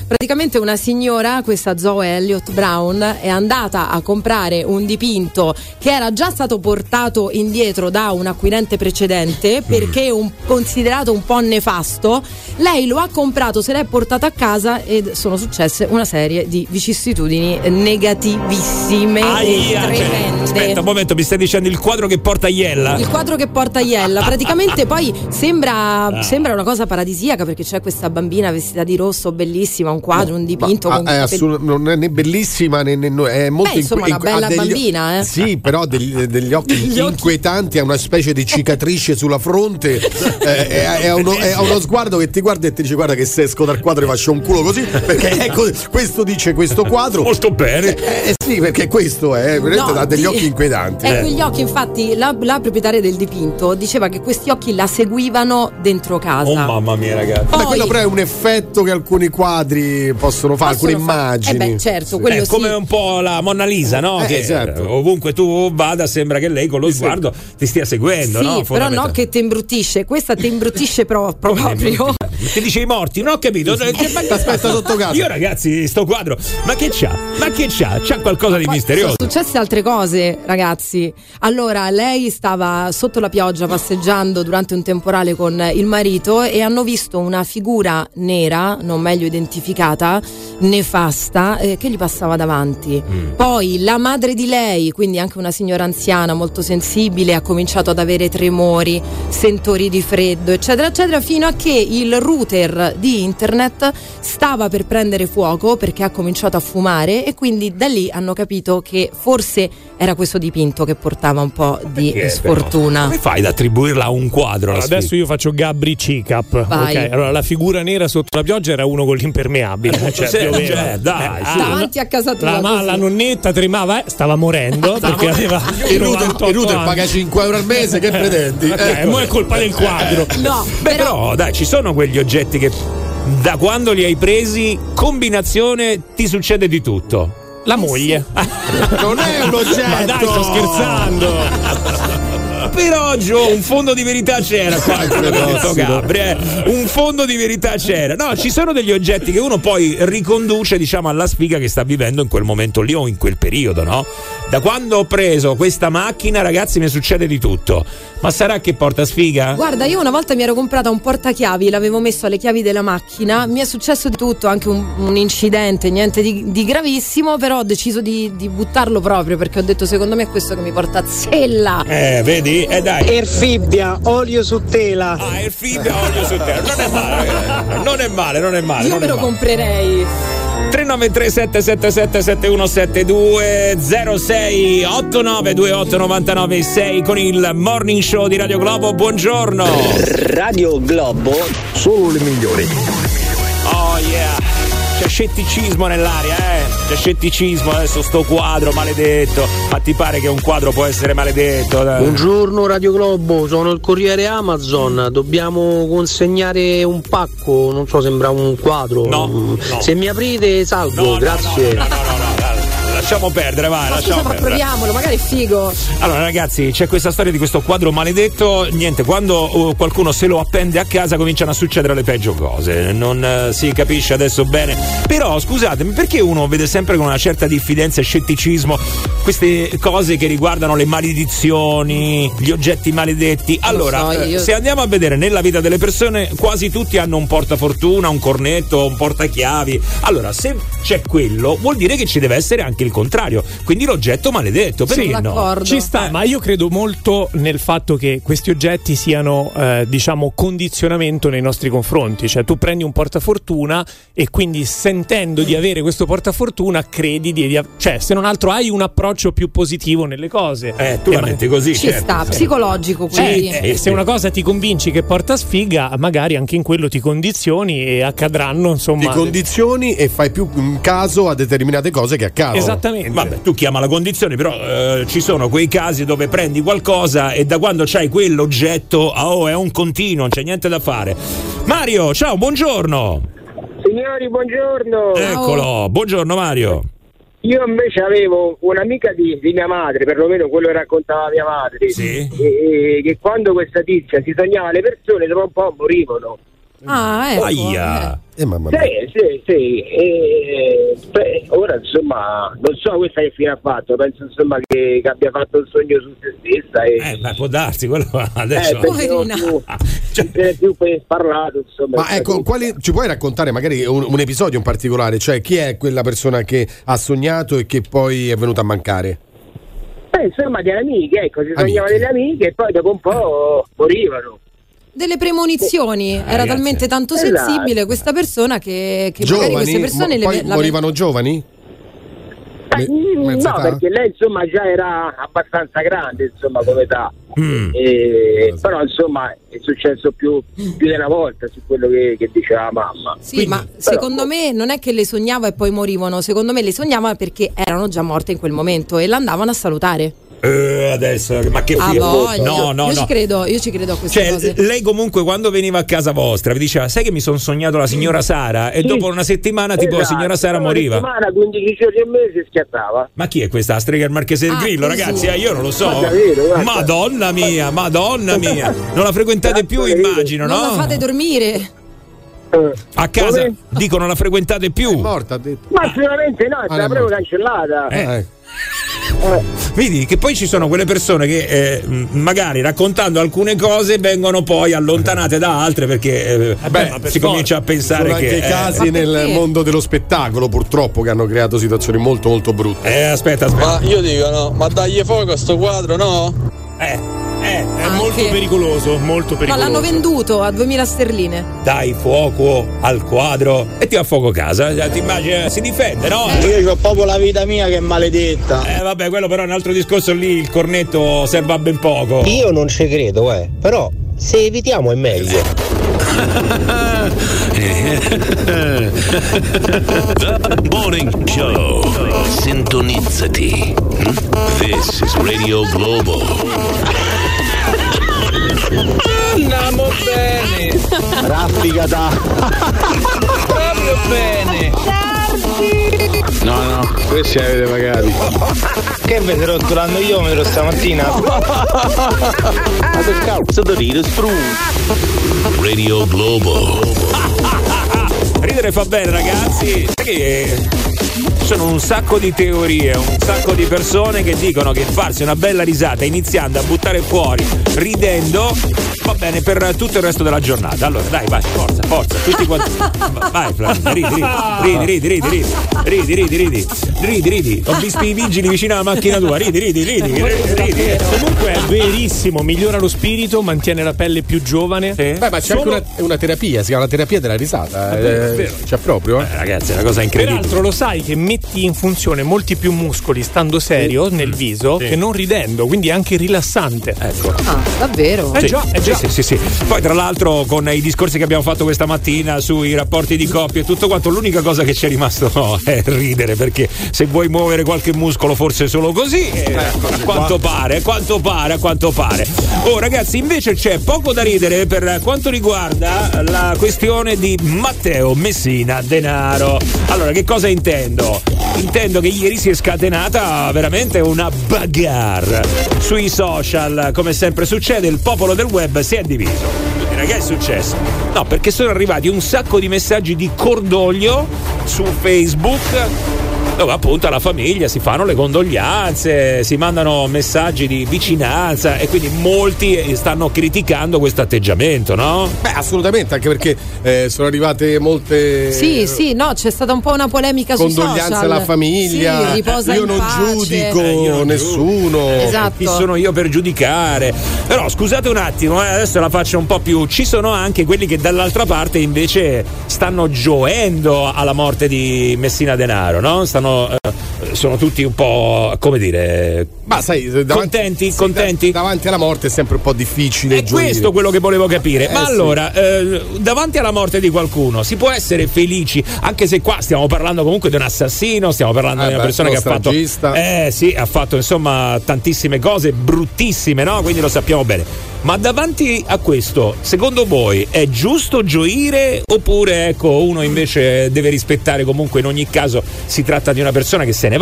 Praticamente una signora, questa Zoe Elliott Brown, è andata a comprare un dipinto che era già stato portato indietro da un acquirente precedente perché è un, considerato un po' nefasto. Lei lo ha comprato, se l'è portato a casa ed sono successe una serie di vicissitudini negativissime e tremende. Aspetta un momento, mi stai dicendo il quadro che porta Iella? Il quadro che porta Iella, praticamente poi sembra, Ah. sembra una cosa paradisiaca perché c'è questa bambina vestita di rosso, bellissima, un quadro, un dipinto. Ma, con... è assolut- non è né bellissima né, né no, è molto Beh, insomma, inqui- una bella ha degli- bambina, eh. Sì, però degli, degli occhi Gli occhi- inquietanti, ha una specie di cicatrice sulla fronte, eh, è, è uno, è uno sguardo che ti guarda e ti dice guarda che se esco dal quadro e faccio un culo così, perché ecco, questo dice questo quadro. Molto bene. Eh, eh, sì, perché questo è, veramente No, ha degli di- occhi inquietanti. E eh. quegli occhi, infatti, la, la proprietaria del dipinto diceva che questi occhi la seguivano dentro casa. Oh mamma mia, ragazzi. Vabbè, Poi- quello però è un effetto che alcuni quadri possono fare, Possono alcune fare- immagini. Eh beh, certo, quello È sì. come un po' la Monna Lisa, no? Eh, che esatto. ovunque tu vada sembra che lei con lo sguardo ti stia seguendo, Sì, no? però no che ti imbruttisce, questa ti imbruttisce pro- proprio. Ti dice i morti, non ho capito. Aspetta sotto casa. Io ragazzi, sto quadro, ma che c'ha? Ma che c'ha? C'ha qualcosa di Poi misterioso. Sono successe altre cose, ragazzi. Allora, lei stava sotto la pioggia passeggiando durante un temporale con il marito e hanno visto una figura nera, non meglio identificata, nefasta, eh, che gli passava davanti. Mm. Poi la madre di lei, quindi anche una signora anziana molto sensibile, ha cominciato ad avere tremori, sentori di freddo, eccetera, eccetera, fino a che il router di internet stava per prendere fuoco perché ha cominciato a fumare e quindi da lì hanno capito che forse era questo dipinto che portava un po' di Perché, sfortuna. Come fai ad attribuirla a un quadro? la Allora, adesso io faccio Gabri C-Cap. Vai. Ok, allora la figura nera sotto la pioggia era uno con l'impermeabile. Cioè, Sì, più o meno. cioè, dai, Eh, sì. Davanti a casa tua. La, ma, così. la nonnetta tremava, eh, stava morendo perché aveva Il router, novantotto il router anni. paga cinque euro al mese, che pretendi? Ok, Ecco. mo è colpa del quadro. No, Beh, però, dai, ci sono quegli oggetti che da quando li hai presi, combinazione, ti succede di tutto. La moglie. Non è un oggetto. Ma dai, sto scherzando. Però Gio, un fondo di verità c'era qua, quello che ha detto Gabri, eh. Un fondo di verità c'era. No, ci sono degli oggetti che uno poi riconduce, diciamo, alla sfiga che sta vivendo in quel momento lì o in quel periodo, no? Da quando ho preso questa macchina, ragazzi, mi succede di tutto. Ma sarà che porta sfiga? Guarda, io una volta mi ero comprata un portachiavi, l'avevo messo alle chiavi della macchina, mi è successo di tutto, anche un, un incidente, niente di, di gravissimo, però ho deciso di, di buttarlo proprio perché ho detto secondo me è questo che mi porta a zella. Eh, vedi? Eh dai. Erfibbia, olio su tela. Ah, il fibbia olio su terra. Non è male, ragazzi. Non è male, non è male. Io non me è lo male. comprerei. tre nove tre sette sette sette sette uno sette due zero sei otto nove due otto nove nove sei con il Morning Show di Radio Globo. Buongiorno. Radio Globo, solo le migliori. Oh yeah. C'è scetticismo nell'aria, eh. C'è scetticismo adesso sto quadro maledetto. Ma ti pare che un quadro può essere maledetto? Dai. Buongiorno Radio Globo, sono il corriere Amazon, dobbiamo consegnare un pacco, non so, sembra un quadro. No, no. Se mi aprite salgo, No, no, grazie. No, no, no, no, no. Lasciamo perdere, vai, Ma lasciamo scusa, ma perdere. proviamolo, magari è figo. Allora ragazzi, c'è questa storia di questo quadro maledetto. Niente, quando uh, qualcuno se lo appende a casa cominciano a succedere le peggio cose. Non uh, si capisce adesso bene. Però scusatemi, perché uno vede sempre con una certa diffidenza e scetticismo queste cose che riguardano le maledizioni, gli oggetti maledetti? Allora, so, io- eh, se andiamo a vedere nella vita delle persone, quasi tutti hanno un portafortuna, un cornetto, un portachiavi. Allora, se c'è quello, vuol dire che ci deve essere anche il contrario, quindi l'oggetto maledetto. Perché Sono no? d'accordo. Ci sta, ma io credo molto nel fatto che questi oggetti siano, eh, diciamo, condizionamento nei nostri confronti. Cioè, tu prendi un portafortuna e quindi sentendo di avere questo portafortuna credi di, di cioè, se non altro hai un approccio più positivo nelle cose. Eh, tu E la ma- metti così, Ci certo, sta, sì. psicologico Cioè, quindi. Eh, e se una cosa ti convinci che porta sfiga, magari anche in quello ti condizioni e accadranno, insomma. Ti condizioni e fai più un caso a determinate cose che accadono. Esattamente. Vabbè, tu chiama la condizione, però eh, ci sono quei casi dove prendi qualcosa e da quando c'hai quell'oggetto, oh, è un continuo, non c'è niente da fare. Mario, ciao, buongiorno. Signori, buongiorno. Eccolo, buongiorno Mario. Io invece avevo un'amica di, di mia madre, perlomeno quello che raccontava mia madre, Sì. e, e, che quando questa tizia si sognava le persone dopo un po' morivano. Ah, ecco. Aia. Eh, mamma mia. Sì, sì, sì. E, beh, ora insomma, non so questa che fine ha fatto, penso insomma che, che abbia fatto il sogno su se stessa. E... Eh, ma può darsi, quello adesso. Eh, perché non più, cioè... non è più parlato, insomma. Ma ecco, quali, ci puoi raccontare magari un, un episodio in particolare? Cioè, chi è quella persona che ha sognato e che poi è venuta a mancare? Eh, insomma, delle amiche, ecco, si sognava delle amiche e poi dopo un po' morivano. Delle premonizioni, era ragazzi. talmente tanto Esatto. sensibile questa persona che, che Giovani? magari queste persone Mo- poi le, la- morivano giovani? Eh, mm, no, età? perché lei insomma già era abbastanza grande insomma come età. Mm. E, però insomma è successo più, più di una volta su quello che, che diceva la mamma. Sì, ma secondo me non è che le sognava e poi morivano, secondo me le sognava perché erano già morte in quel momento e l'andavano a salutare. Eh, adesso, ma che Ah, figo. voglia. No, no, io no. ci credo, io ci credo a queste Cioè, cose. lei comunque quando veniva a casa vostra vi diceva: sai che mi sono sognato la signora Sara? E Sì. dopo una settimana tipo la Esatto, signora Sara una moriva. settimana, quindici giorni e mese schiattava. Ma chi è questa? La strega del Marchese del Ah, Grillo, così. ragazzi? Eh, io non lo so. Ma davvero, guarda. Madonna mia, madonna mia. Non la frequentate più, immagino, Non la no? fate dormire. A casa Come? dico non la frequentate più. È morta, ha detto. Ma sicuramente no, è Ah, stata è proprio morta. cancellata. Eh. Vedi che poi ci sono quelle persone che eh, m- magari raccontando alcune cose vengono poi allontanate da altre perché eh, Beh, ma si comincia a pensare sono che anche eh, casi nel mondo dello spettacolo purtroppo che hanno creato situazioni molto molto brutte. Eh, aspetta, aspetta. Ma io dico no, ma dagli fuoco a sto quadro, no? Eh, eh, è molto pericoloso, molto No, pericoloso. l'hanno venduto a duemila sterline. Dai fuoco al quadro e ti va a fuoco casa. Eh, Ti immagini, si difende, no? Io ho proprio la vita mia che è maledetta. Eh vabbè, quello però è un altro discorso, lì il cornetto serve a ben poco. Io non ci credo, eh. Però se evitiamo è meglio. The Morning Show. Sintonizzati. This is Radio Globo. Andiamo bene. Raffigata. Proprio bene. No, no, questi li avete pagati. Che avete rotto l'annoiometro stamattina? Ma che cazzo da ride, spru. Radio Globo. Ridere fa bene, ragazzi. Sai che ci sono un sacco di teorie, un sacco di persone che dicono che farsi una bella risata iniziando a buttare fuori ridendo va bene per tutto il resto della giornata. Allora dai, vai, forza, forza, tutti quanti. Vai, Flavio, ridi, ridi, ridi, ridi, ridi, ridi, ridi, ridi, ridi, ridi. Ho visto i vigili vicino alla macchina tua, ridi, ridi, ridi, ridi. Comunque è verissimo, migliora lo spirito, mantiene la pelle più giovane. Beh, ma c'è Solo- anche una, una terapia, si chiama la terapia della risata. È eh, vero, è vero. C'è proprio, eh. Ragazzi, è una cosa incredibile. Peraltro lo sai che metti in funzione molti più muscoli stando serio nel viso Sì. che non ridendo, quindi è anche rilassante. Ecco. Ah, davvero? Eh Sì, già, eh già. Sì, sì, sì, sì. Poi tra l'altro con i discorsi che abbiamo fatto questa mattina sui rapporti di coppia e tutto quanto, l'unica cosa che ci è rimasto no, è ridere, perché se vuoi muovere qualche muscolo forse solo così, eh, a quanto pare, a quanto pare, a quanto pare. Oh ragazzi, invece c'è poco da ridere per quanto riguarda la questione di Matteo Messina Denaro. Allora, che cosa intendo? Intendo che ieri si è scatenata veramente una bagarre sui social, come sempre succede, il popolo del web si è diviso. Quindi, che è successo? No, perché sono arrivati un sacco di messaggi di cordoglio su Facebook, dove appunto alla famiglia si fanno le condoglianze, si mandano messaggi di vicinanza e quindi molti stanno criticando questo atteggiamento, no? Beh, assolutamente, anche perché eh, sono arrivate molte Sì, sì, no, c'è stata un po' una polemica sui social. condoglianze alla famiglia. Sì, riposa io in non pace. giudico Eh, io non nessuno. Esatto. Chi sono io per giudicare? Però scusate un attimo, eh, adesso la faccio un po' più. Ci sono anche quelli che dall'altra parte invece stanno gioendo alla morte di Messina Denaro, no? Stanno eh, sono tutti un po', come dire, ma sai, davanti, contenti, sì, contenti? Da, davanti alla morte è sempre un po' difficile È gioire. questo quello che volevo capire. Eh, Ma sì. allora, eh, davanti alla morte di qualcuno si può essere felici, anche se qua stiamo parlando comunque di un assassino, stiamo parlando Eh di una beh, persona che ha uno fatto stragista. Eh sì, ha fatto insomma tantissime cose bruttissime, no? Quindi lo sappiamo bene. Ma davanti a questo, secondo voi è giusto gioire oppure ecco uno invece deve rispettare comunque in ogni caso si tratta di una persona che se ne va?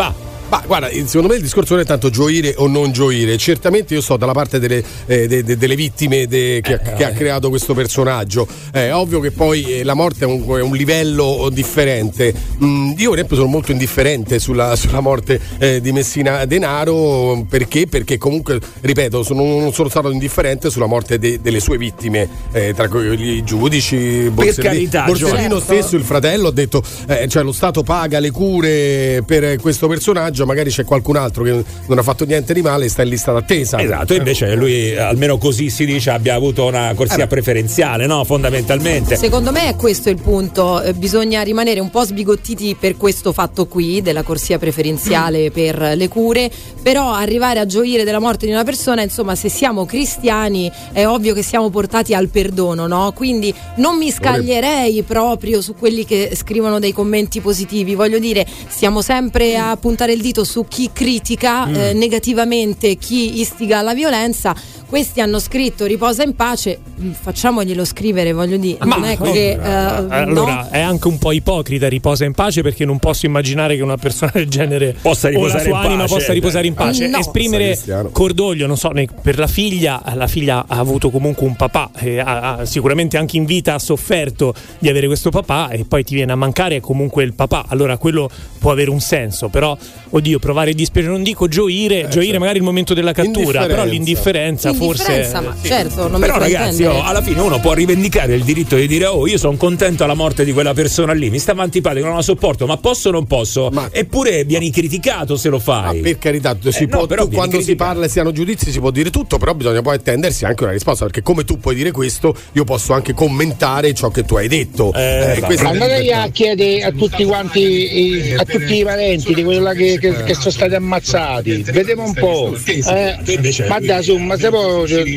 Ma guarda, secondo me il discorso non è tanto gioire o non gioire. Certamente io sto dalla parte delle, eh, de, de, delle vittime de, che, eh, che ha creato questo personaggio. È ovvio che poi eh, la morte è un, è un livello differente. Mm, io per esempio sono molto indifferente sulla, sulla morte eh, di Messina Denaro. Perché? Perché comunque, ripeto, sono, non sono stato indifferente sulla morte de, delle sue vittime, eh, tra cui i giudici, Borsellino, carità, Borsellino stesso, il fratello ha detto eh, cioè lo Stato paga le cure per questo personaggio, magari c'è qualcun altro che non ha fatto niente di male e sta in lista d'attesa. Esatto, invece lui, almeno così si dice, abbia avuto una corsia eh preferenziale, no? Fondamentalmente. Secondo me è questo il punto, eh, bisogna rimanere un po' sbigottiti per questo fatto qui della corsia preferenziale mm. per le cure, però arrivare a gioire della morte di una persona, insomma, se siamo cristiani è ovvio che siamo portati al perdono, no? Quindi non mi scaglierei proprio su quelli che scrivono dei commenti positivi, voglio dire, stiamo sempre a puntare il dito su chi critica mm. eh, negativamente chi istiga alla violenza. Questi hanno scritto riposa in pace, facciamoglielo scrivere, voglio dire, ma non è che eh, allora no? È anche un po' ipocrita riposa in pace, perché non posso immaginare che una persona del genere possa riposare o la sua in anima pace, possa riposare in pace. No. Esprimere cordoglio, non so, per la figlia, la figlia ha avuto comunque un papà, eh, ha, ha, sicuramente anche in vita ha sofferto di avere questo papà, e poi ti viene a mancare comunque il papà, allora quello può avere un senso, però oddio, provare dispiacere, non dico gioire, eh, gioire certo. magari il momento della cattura, però l'indifferenza, l'indifferenza forse ma sì. certo, non però mi ragazzi, oh, alla fine uno può rivendicare il diritto di dire oh, io sono contento alla morte di quella persona lì, mi stava antipatico, non la sopporto, ma posso o non posso? Ma... eppure vieni criticato se lo fai. Ma per carità, si eh, può, no, però tu, quando si parla e si hanno giudizi si può dire tutto, però bisogna poi attendersi anche una risposta, perché come tu puoi dire questo, io posso anche commentare ciò che tu hai detto. Eh, eh, andate a chiedere a tutti quanti, a tutti i parenti di quella che, che, che sono stati ammazzati, vediamo un po'. Eh, ma da su, ma se poi cioè,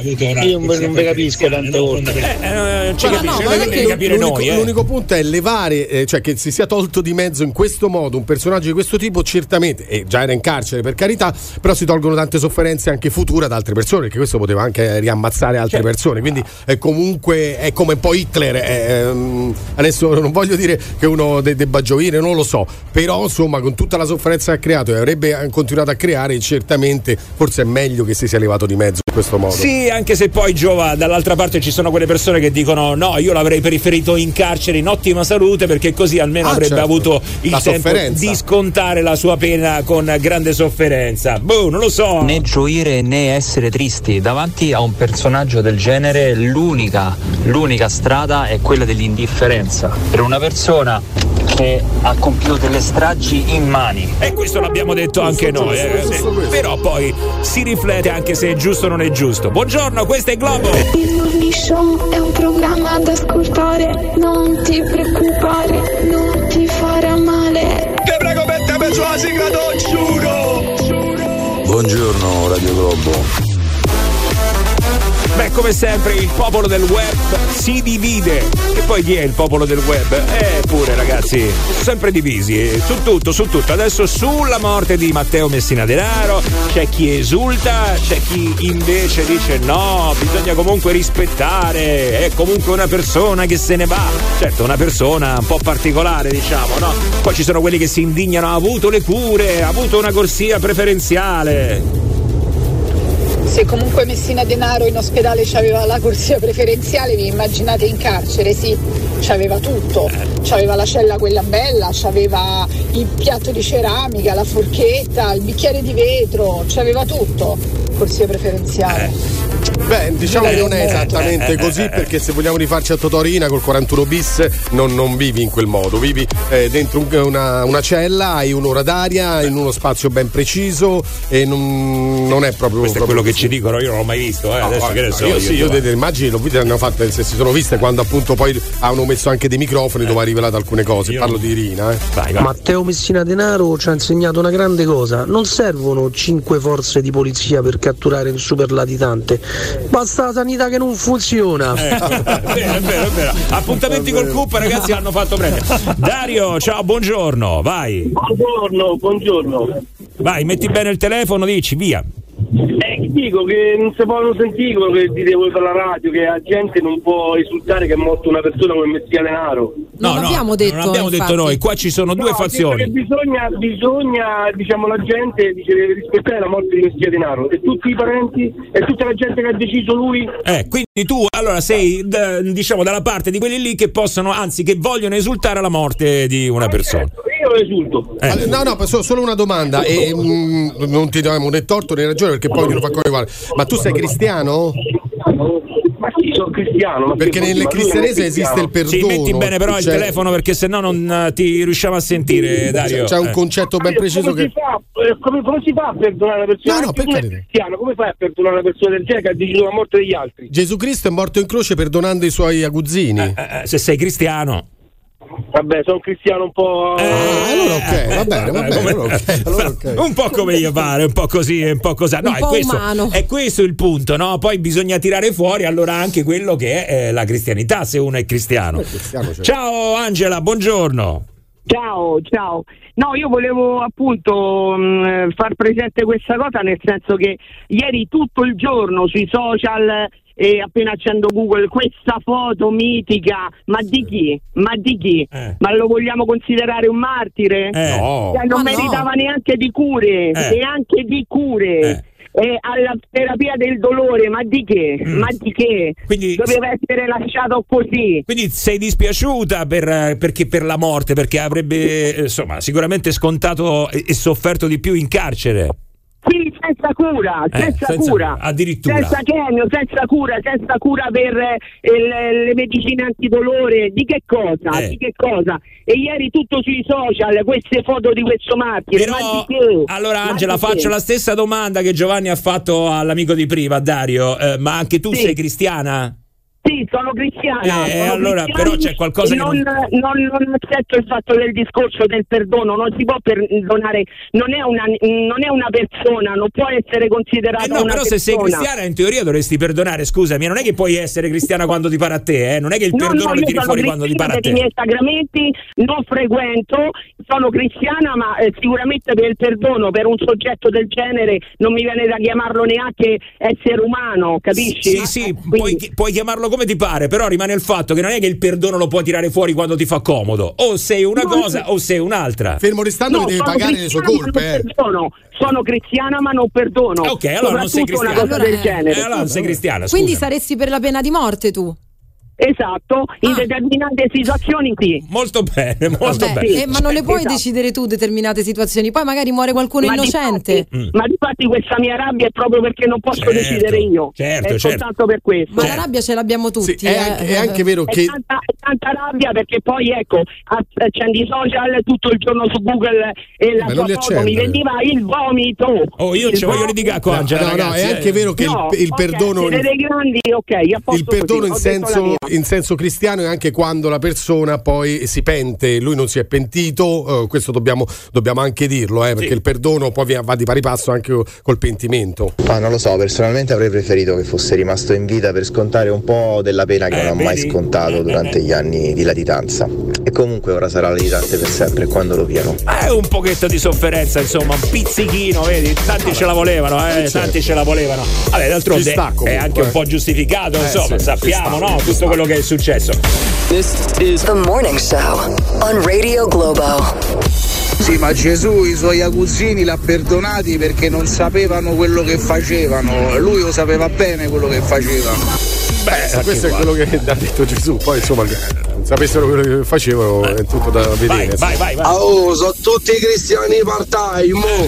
io non vi capisco tante volte. Eh, eh, ci ma capisce, no, non è capire l'unico, noi, eh. l'unico punto è levare, eh, cioè che si sia tolto di mezzo in questo modo un personaggio di questo tipo, certamente, e già era in carcere per carità, però si tolgono tante sofferenze anche future ad altre persone, perché questo poteva anche riammazzare altre certo. persone, quindi è comunque è come un po' Hitler, è, um, adesso non voglio dire che uno de- debba gioire, non lo so, però insomma con tutta la sofferenza che ha creato e avrebbe continuato a creare, certamente forse è meglio che si sia levato di mezzo in questo modo. Sì, anche se poi Giova, dall'altra parte ci sono quelle persone che dicono no, io l'avrei preferito in carcere in ottima salute, perché così almeno ah, avrebbe certo. avuto il la tempo di scontare la sua pena con grande sofferenza. Boh, non lo so. Né gioire né essere tristi davanti a un personaggio del genere, l'unica l'unica strada è quella dell'indifferenza per una persona che ha compiuto delle stragi immani. E questo l'abbiamo detto anche noi, eh. Però poi si riflette anche se è giusto o non è giusto. Buongiorno, questo è Globo. Il Morning Show è un programma da ascoltare, non ti preoccupare, non ti farà male. Ti prego, mettimi sulla sigla, lo giuro, giuro. Buongiorno Radio Globo. Beh, come sempre il popolo del web si divide. E poi chi è il popolo del web? Eh, pure ragazzi, sono sempre divisi, eh, su tutto, su tutto. Adesso sulla morte di Matteo Messina Denaro c'è chi esulta, c'è chi invece dice no, bisogna comunque rispettare, è comunque una persona che se ne va. Certo, una persona un po' particolare, diciamo, no? Poi ci sono quelli che si indignano, ha avuto le cure, ha avuto una corsia preferenziale. Se comunque Messina Denaro in ospedale c'aveva la corsia preferenziale, vi immaginate in carcere? Sì, c'aveva tutto, c'aveva la cella quella bella, c'aveva il piatto di ceramica, la forchetta, il bicchiere di vetro, c'aveva tutto, corsia preferenziale. Beh, diciamo che non è esattamente così, perché se vogliamo rifarci a Totorina col quarantuno bis non, non vivi in quel modo, vivi eh, dentro un, una, una cella, hai un'ora d'aria in uno spazio ben preciso e non, non è proprio. Questo proprio è quello così. Che ci dicono, io non l'ho mai visto, eh. No, Adesso guarda, che ne so. Io, Io, sì, io delle immagini l'ho viste, ne ho fatte, se si sono viste quando appunto poi hanno messo anche dei microfoni eh. dove ha rivelato alcune cose. Io Parlo non... di Irina, eh. Vai, vai. Matteo Messina Denaro ci ha insegnato una grande cosa: non servono cinque forze di polizia per catturare un super latitante, basta la sanità che non funziona. Eh, è vero, è vero, è vero. Appuntamenti col C U P, ragazzi, hanno fatto bene. Dario, ciao, buongiorno, vai. Buongiorno, buongiorno. Vai, metti bene il telefono, dici, via. Eh, dico che non si può sentire quello che dite voi per la radio, che la gente non può risultare che è morto una persona come Messina Denaro. non no, l'abbiamo no, detto. Non abbiamo infatti. detto noi, qua ci sono due No, fazioni. Bisogna, bisogna, diciamo, la gente dice, deve rispettare la morte di Messina Denaro e tutti i parenti e tutta la gente che ha deciso lui. Eh, quindi tu allora sei d- diciamo dalla parte di quelli lì che possono, anzi che vogliono esultare alla morte di una persona. Io esulto. Eh. Allora, no, no, so- solo una domanda e mh, non ti diamo né torto né ragione perché poi ognuno fa come vuole. Ma tu sei cristiano? Ma sì, sono cristiano. Ma perché nel cristianesimo esiste il perdono. Sì, metti bene però il cioè, telefono perché sennò non uh, ti riusciamo a sentire, Dario. C'è un eh. concetto ben preciso come che si fa, eh, come, come si fa a perdonare una persona? No, no, per tu sei carità. cristiano, come fai a perdonare una persona del genere che ha deciso la morte degli altri? Gesù Cristo è morto in croce perdonando i suoi aguzzini. Eh, eh, se sei cristiano. Vabbè, sono cristiano un po'. Eh, allora ok, va bene, va bene. come- Allora okay, allora ok. Un po' come io pare, un po' così, un po' così. No, Un è po' questo, umano. è questo il punto, no? Poi bisogna tirare fuori allora anche quello che è eh, la cristianità, se uno è cristiano. È cristiano, certo. Ciao Angela, buongiorno. Ciao, ciao. No, io volevo appunto mh, far presente questa cosa, nel senso che ieri tutto il giorno sui social e appena accendo Google questa foto mitica, ma di chi? Ma di chi? Eh. Ma lo vogliamo considerare un martire? Eh. No. Cioè, non Ma no. meritava neanche di cure, Eh. neanche di cure. Eh. E alla terapia del dolore, ma di che? Mm. Ma di che? Quindi- Doveva essere lasciato così. Quindi sei dispiaciuta per, eh, perché per la morte, perché avrebbe eh, insomma sicuramente scontato e, e sofferto di più in carcere. Sì, senza cura, Eh, senza, senza- cura, addirittura. senza chemio, senza cura, senza cura per eh, le, le medicine antidolore, di che cosa? Eh. Di che cosa? E ieri tutto sui social, queste foto di questo martire, ma Però, di che? allora Ma Angela, di che? faccio la stessa domanda che Giovanni ha fatto all'amico di prima, a Dario, eh, ma anche tu Sì. sei cristiana? Sì, sono cristiana. Eh, sono allora, cristiana però c'è qualcosa e che non, non- non, non accetto il fatto del discorso del perdono, non si può perdonare, non è una, non è una persona, non può essere considerata Eh no, una però persona. se sei cristiana in teoria dovresti perdonare, scusami, non è che puoi essere cristiana quando ti pare a te, eh? Non è che il No, perdono no, lo io tiri sono fuori quando ti pare a cristiana per i te. miei sacramenti, non frequento, sono cristiana, ma eh, sicuramente per il perdono per un soggetto del genere non mi viene da chiamarlo neanche essere umano, capisci? Sì, sì, Quindi- puoi, puoi chiamarlo come ti pare, però rimane il fatto che non è che il perdono lo puoi tirare fuori quando ti fa comodo. O sei una No, cosa no. o sei un'altra. Fermo restando No, che devi sono pagare le sue cristiana, ma colpe. non Eh. perdono. Sono cristiana ma non perdono. Ok, allora non sei Soprattutto una cristiana. cosa Allora, del eh, genere. Eh, allora non sei cristiana, scusa. Quindi saresti per la pena di morte tu? Esatto, in Ah. determinate situazioni sì. Molto bene, molto Vabbè, bene. eh, ma non le puoi Esatto. decidere tu determinate situazioni, poi magari muore qualcuno Ma innocente. difatti- Ma difatti questa mia rabbia è proprio perché non posso Certo, decidere io. certo, è certo. soltanto per questo. Ma la rabbia ce l'abbiamo tutti. Sì, è, eh. anche, è anche vero È che tanta, è tanta rabbia perché poi ecco accendi i social tutto il giorno su Google e la Ma tua non li foto mi accendere. veniva il vomito. Oh, io non Il ci voglio vomito. litigare con no, Angela, no, no, ragazzi, è eh. anche vero che No, il, il ok, perdono siete dei grandi, ok, a posto il perdono così, in ho detto la senso, mia. in senso cristiano è anche quando la persona poi si pente, lui non si è pentito, eh, questo dobbiamo, dobbiamo anche dirlo, eh, perché Sì. il perdono poi va di pari passo anche col pentimento. Ma non lo so, personalmente avrei preferito che fosse rimasto in vita per scontare un po' della pena che Eh, non ha mai vedi? scontato durante gli anni di latitanza. E comunque ora sarà latitante per sempre quando lo pieno. È un pochetto di sofferenza, insomma, un pizzichino, vedi? Tanti ce la volevano, eh, certo. tanti ce la volevano. Vabbè, d'altronde Ci sta comunque, è anche eh. un po' giustificato, Eh, insomma, sì, sappiamo, ci sta, no? ci Tutto sta. quello che è successo. The Morning Show on Radio Globo. Sì, ma Gesù i suoi aguzzini l'ha perdonati perché non sapevano quello che facevano. Lui lo sapeva bene quello che faceva. Beh, questo è quello che ha detto Gesù, poi insomma non sapessero quello che facevano, è tutto da vedere. Vai, vai, vai, vai. Oh, sono tutti cristiani part-time.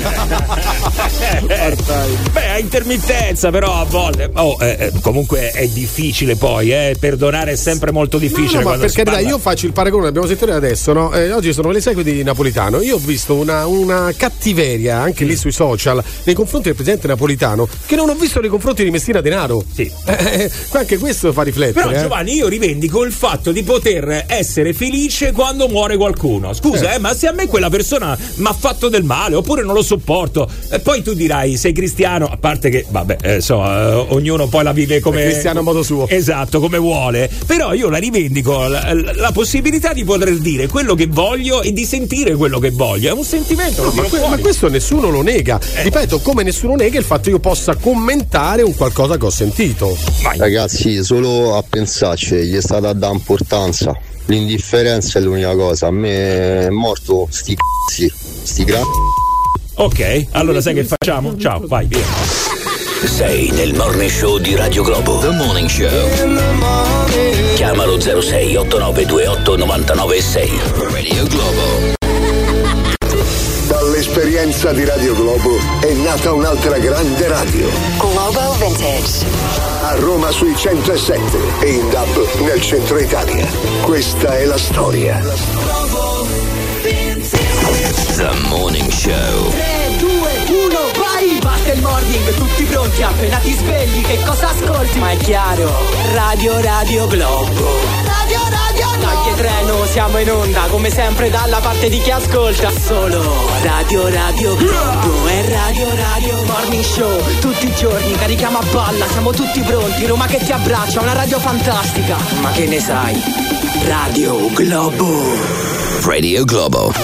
Beh, a intermittenza, però a volte. Oh, eh, eh, comunque è difficile poi, eh. Perdonare è sempre molto difficile. No, no, ma quando per si carità, parla- io faccio il paragone, l'abbiamo sentito adesso, no? Eh, oggi sono le sei di Napolitano. Io ho visto una, una cattiveria anche lì sui social nei confronti del presidente Napolitano che non ho visto nei confronti di Messina Denaro. Sì. Eh, anche questo fa riflettere. Però eh. Giovanni, io rivendico il fatto di poter essere felice quando muore qualcuno. Scusa, Eh. eh, ma se a me quella persona mi ha fatto del male oppure non lo sopporto, e poi tu dirai sei cristiano, a parte che vabbè, eh, so, eh, ognuno poi la vive come È cristiano a modo suo. Esatto, come vuole. Però io la rivendico la, la- la possibilità di poter dire quello che voglio e di sentire quello che voglio. È un sentimento, lo No, ma, tiro que- ma fuori. questo nessuno lo nega. Eh. Ripeto, come nessuno nega il fatto che io possa commentare un qualcosa che ho sentito. Ragazzi, solo a pensarci, gli è stata da importanza. l'indifferenza è l'unica cosa. A me è morto sti c***i, sti gra... Ok, allora sai che facciamo? Ciao, vai, via. Sei nel Morning Show di Radio Globo. The Morning Show. Chiamalo zero sei otto nove due otto nove nove sei. Radio Globo. Dall'esperienza di Radio Globo è nata un'altra grande radio. Globo Vintage. A Roma sui centosette e in D A B nel centro Italia. Questa è la storia. The Morning Show. tre, due, uno, vai! Batte il morning, tutti pronti, appena ti svegli, che cosa ascolti? Ma è chiaro, Radio Radio Globo. Radio Radio Globo. Dai treno, siamo in onda, come sempre dalla parte di chi ascolta. Solo Radio Radio Globo e Radio Radio Morning Show. Tutti i giorni carichiamo a palla, siamo tutti pronti, Roma che ti abbraccia, una radio fantastica. Ma che ne sai? Radio Globo. Radio Globo.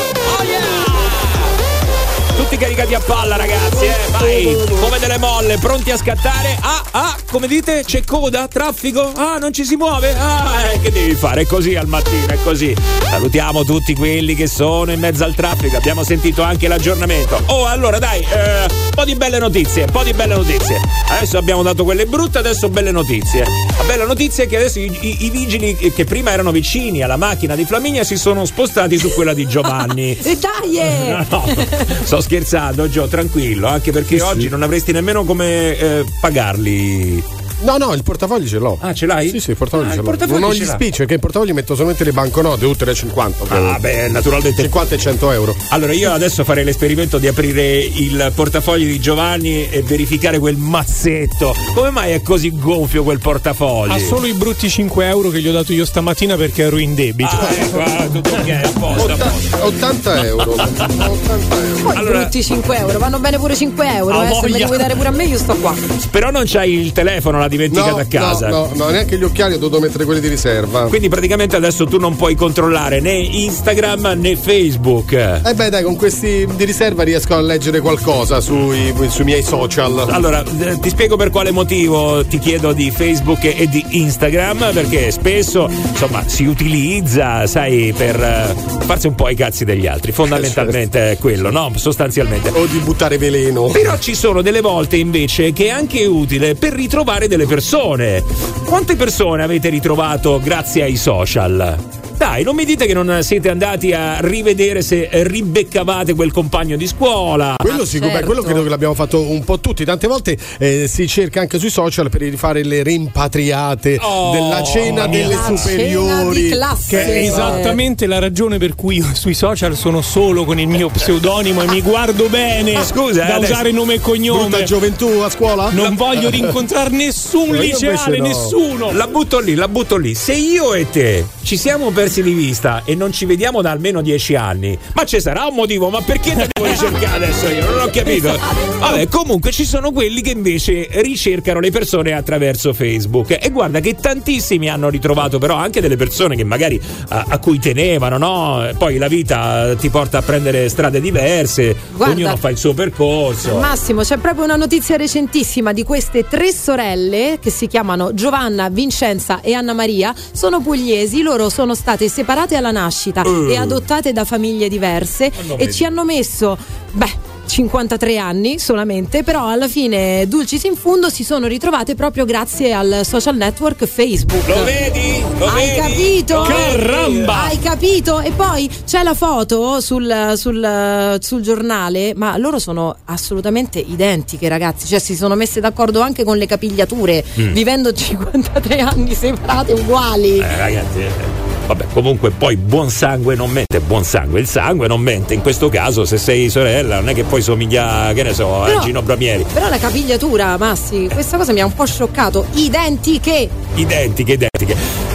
Tutti caricati a palla, ragazzi, eh, vai, come delle molle, pronti a scattare. Ah, ah, come dite, c'è coda, traffico, ah, non ci si muove, ah, eh, che devi fare? È così al mattino, è così. Salutiamo tutti quelli che sono in mezzo al traffico, abbiamo sentito anche l'aggiornamento. Oh, allora dai, eh, un po' di belle notizie, un po' di belle notizie. Adesso abbiamo dato quelle brutte, adesso belle notizie. La bella notizia è che adesso i, i, i vigili che prima erano vicini alla macchina di Flaminia si sono spostati su quella di Giovanni. E dai! Eh. No, no, sto scherzando, Gio, tranquillo, anche perché sì, oggi sì. non avresti nemmeno come eh, pagarli. No, no, il portafogli ce l'ho. Ah, ce l'hai? Sì, sì, il portafogli ah, ce il l'ho. portafogli non ho ce gli l'ha. spicci, perché il portafogli metto solamente le banconote, tutte le cinquanta. Ah, beh, naturalmente. cinquanta e cento euro. Allora, io adesso farei l'esperimento di aprire il portafogli di Giovanni e verificare quel mazzetto. Come mai è così gonfio quel portafogli? Ha solo i brutti cinque euro che gli ho dato io stamattina perché ero in debito. Ah, ecco, ah, tutto ok, a posto, a posto. ottanta euro. ottanta euro. Poi allora, brutti cinque euro, vanno bene pure cinque euro, eh. Se me li vuoi dare pure a me, io sto qua. Però non c'hai il telefono, l'ha dimenticato no, a casa. No, no, no, neanche gli occhiali, ho dovuto mettere quelli di riserva. Quindi praticamente adesso tu non puoi controllare né Instagram né Facebook. Eh beh, dai, con questi di riserva riesco a leggere qualcosa sui, sui miei social. Allora, ti spiego per quale motivo ti chiedo di Facebook e di Instagram, perché spesso, insomma, si utilizza, sai, per farsi un po' i cazzi degli altri. Fondamentalmente certo. È quello, no? Sostanzialmente. O di buttare veleno. Però ci sono delle volte invece che è anche utile per ritrovare delle persone. Quante persone avete ritrovato grazie ai social? Dai, non mi dite che non siete andati a rivedere se ribeccavate quel compagno di scuola. Quello sicuro, certo. Quello credo che l'abbiamo fatto un po' tutti. Tante volte eh, si cerca anche sui social per rifare le rimpatriate oh, della cena delle la superiori. Cena di classe. Che è esattamente la ragione per cui io sui social sono solo con il mio pseudonimo e mi guardo bene. Ma scusa, da eh, usare nome e cognome. Brutta gioventù a scuola? Non voglio rincontrare nessun liceale, no. Nessuno. La butto lì, la butto lì. Se io e te ci siamo persi di vista e non ci vediamo da almeno dieci anni, ma ci sarà un motivo? Ma perché te devo ricercare adesso? Io non ho capito. Vabbè, comunque ci sono quelli che invece ricercano le persone attraverso Facebook e guarda che tantissimi hanno ritrovato però anche delle persone che magari a, a cui tenevano, no? Poi la vita ti porta a prendere strade diverse, guarda, ognuno fa il suo percorso. Massimo, c'è proprio una notizia recentissima di queste tre sorelle che si chiamano Giovanna, Vincenza e Anna Maria, sono pugliesi, loro sono state separate alla nascita uh. e adottate da famiglie diverse e vedi. Ci hanno messo, beh, cinquantatré anni solamente, però alla fine dulcis in fundo si sono ritrovate proprio grazie al social network Facebook. Lo vedi? Lo Hai vedi? capito? Caramba! Hai capito? E poi c'è la foto sul, sul, sul giornale, ma loro sono assolutamente identiche, ragazzi, cioè si sono messe d'accordo anche con le capigliature, mm. vivendo cinquantatré anni separate uguali. Eh, ragazzi, eh. Vabbè, comunque poi buon sangue non mente, buon sangue, il sangue non mente. In questo caso, se sei sorella, non è che poi somiglia, che ne so, però, a Gino Bramieri. Però la capigliatura, Massi, questa cosa mi ha un po' scioccato. Identiche! Identiche, identiche.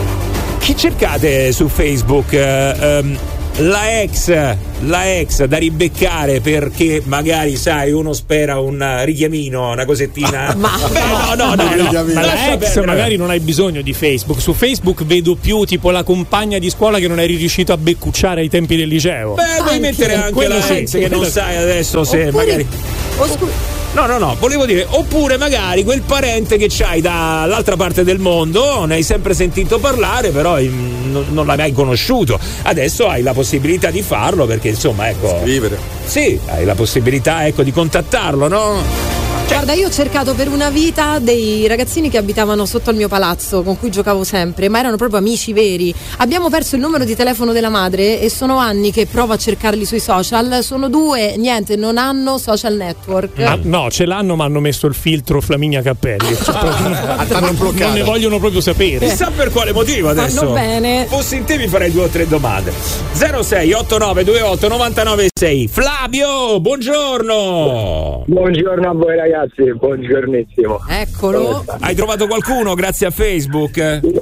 Che cercate su Facebook? Um, la ex, la ex da ribeccare perché magari sai uno spera un richiamino, una cosettina. Ma Beh, no, no, no, no, no. Ma la ex perdere. Magari non hai bisogno di Facebook. Su Facebook vedo più tipo la compagna di scuola che non eri riuscito a beccucciare ai tempi del liceo. Beh, puoi mettere anche la ex sì, che non sai adesso se oppure, magari. Oh, scu- No, no, no, volevo dire, oppure magari quel parente che c'hai dall'altra parte del mondo, ne hai sempre sentito parlare, però non, non l'hai mai conosciuto. Adesso hai la possibilità di farlo perché, insomma, ecco. Scrivere. Sì, hai la possibilità, ecco, di contattarlo, no? Guarda, io ho cercato per una vita dei ragazzini che abitavano sotto al mio palazzo, con cui giocavo sempre, ma erano proprio amici veri. Abbiamo perso il numero di telefono della madre e sono anni che provo a cercarli sui social. Sono due, niente, non hanno social network. Ah, no, ce l'hanno, ma hanno messo il filtro Flaminia Cappelli. Cioè, ah, non, non ne vogliono proprio sapere. Chissà per quale motivo adesso. Vanno bene. Fossi in te mi farei due o tre domande. zero sei otto nove due otto nove nove sei. Flavio, buongiorno. Buongiorno a voi ragazzi. Buongiornissimo. Eccolo. Hai trovato qualcuno grazie a Facebook?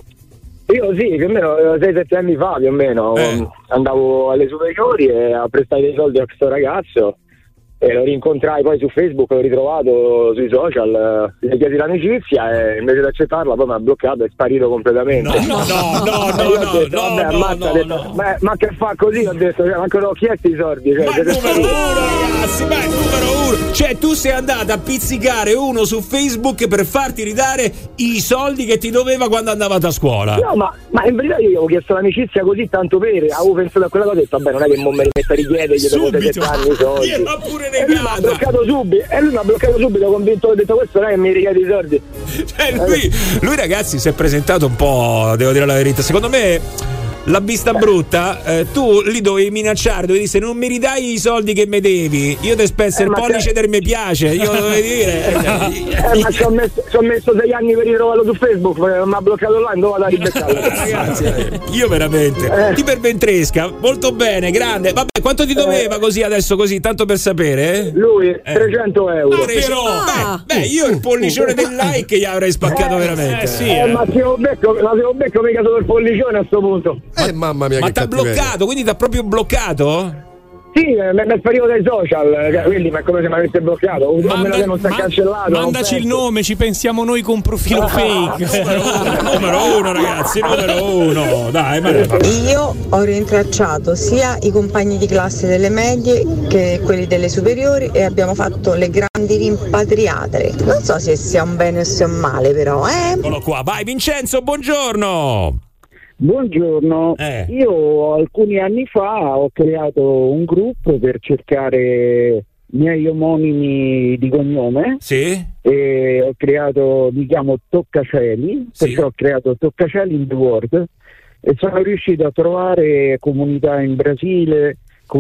Io sì, più o meno sei sette anni fa più o meno eh. andavo alle superiori e a prestare dei soldi a questo ragazzo e lo rincontrai poi su Facebook, l'ho ritrovato sui social, gli chiesi l'amicizia e invece di accettarla poi mi ha bloccato e è sparito completamente. No, no, no, no, no, no, detto, no, vabbè, no, ammazza, no, ho detto, no. Ma, ma che fa così? Ho detto, cioè, manco non ho chiesto i soldi. Cioè, ma è il numero uno, ragazzi, ma è il numero uno. Cioè, tu sei andato a pizzicare uno su Facebook per farti ridare i soldi che ti doveva quando andavate a scuola. No, ma, ma in verità io gli avevo chiesto l'amicizia così tanto per, avevo pensato a quella cosa e ho detto, vabbè, non è che mo me li metto a richiedere, gli devo sette anni i soldi. Io l'ho pure negata. Subito, e lui mi ha bloccato subito, convinto, ho detto questo non è che mi richiede i soldi. Cioè, lui, lui ragazzi si è presentato un po', devo dire la verità, secondo me la vista brutta, eh, tu li dovevi minacciare, dovevi dire se non mi ridai i soldi che mi devi io ti spezzo eh, il pollice del mi piace, io dovevo dire eh, ma ci ho messo, ci ho messo sei anni per ritrovarlo su Facebook, mi ha bloccato là e non vado a ribeccarlo. Ragazzi, eh, io veramente eh. ti perventresca molto bene, grande. Vabbè, quanto ti doveva eh. così adesso, così tanto per sapere? Eh? Lui eh. trecento euro. Ah, però, ah. beh, beh, io il pollicione del like gli avrei spaccato eh, veramente. Eh, sì, eh, eh. Ma se lo becco, ma se lo becco mica solo il pollicione a sto punto. Eh, mamma mia, ma che t'ha bloccato, quindi t'ha proprio bloccato? Sì, mi è sparito dai social, quindi ma è come se mi avesse bloccato. Manda, non sta ma, cancellato. Mandaci il nome, ci pensiamo noi con profilo fake. numero, uno, numero uno, ragazzi, numero uno. Dai, ma... Io ho rintracciato sia i compagni di classe delle medie che quelli delle superiori e abbiamo fatto le grandi rimpatriate. Non so se sia un bene o sia un male, però, eh. Eccolo qua, vai Vincenzo, buongiorno. Buongiorno, eh. Io alcuni anni fa ho creato un gruppo per cercare miei omonimi di cognome. Sì. E ho creato, mi chiamo Toccaceli, sì. Perché ho creato Toccaceli in the World e sono riuscito a trovare comunità in Brasile,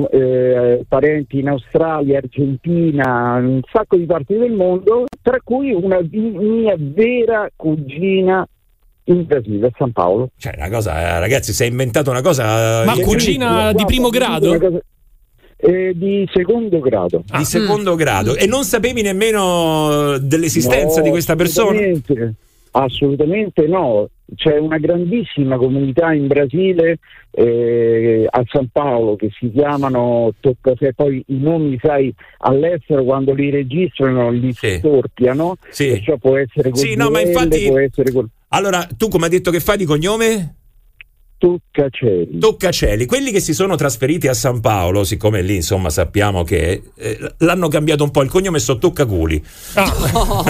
eh, parenti in Australia, Argentina, un sacco di parti del mondo, tra cui una mia vera cugina in Brasile, a San Paolo. Cioè, una cosa, ragazzi, si è inventato una cosa. Ma cugina di primo grado? Cosa, eh, di secondo grado. Ah, di secondo mm. grado. E non sapevi nemmeno dell'esistenza no, di questa persona? Assolutamente, assolutamente no. C'è una grandissima comunità in Brasile, eh, a San Paolo, che si chiamano Toccaceli, poi i nomi, sai, all'estero quando li registrano li sì. storpiano, sì. Perciò può essere sì, no, ma infatti... può essere col... Allora, tu come hai detto che fai di cognome? Toccaceli. Toccaceli, quelli che si sono trasferiti a San Paolo, siccome lì insomma sappiamo che eh, l'hanno cambiato un po', il cognome so Toccaculi. Oh.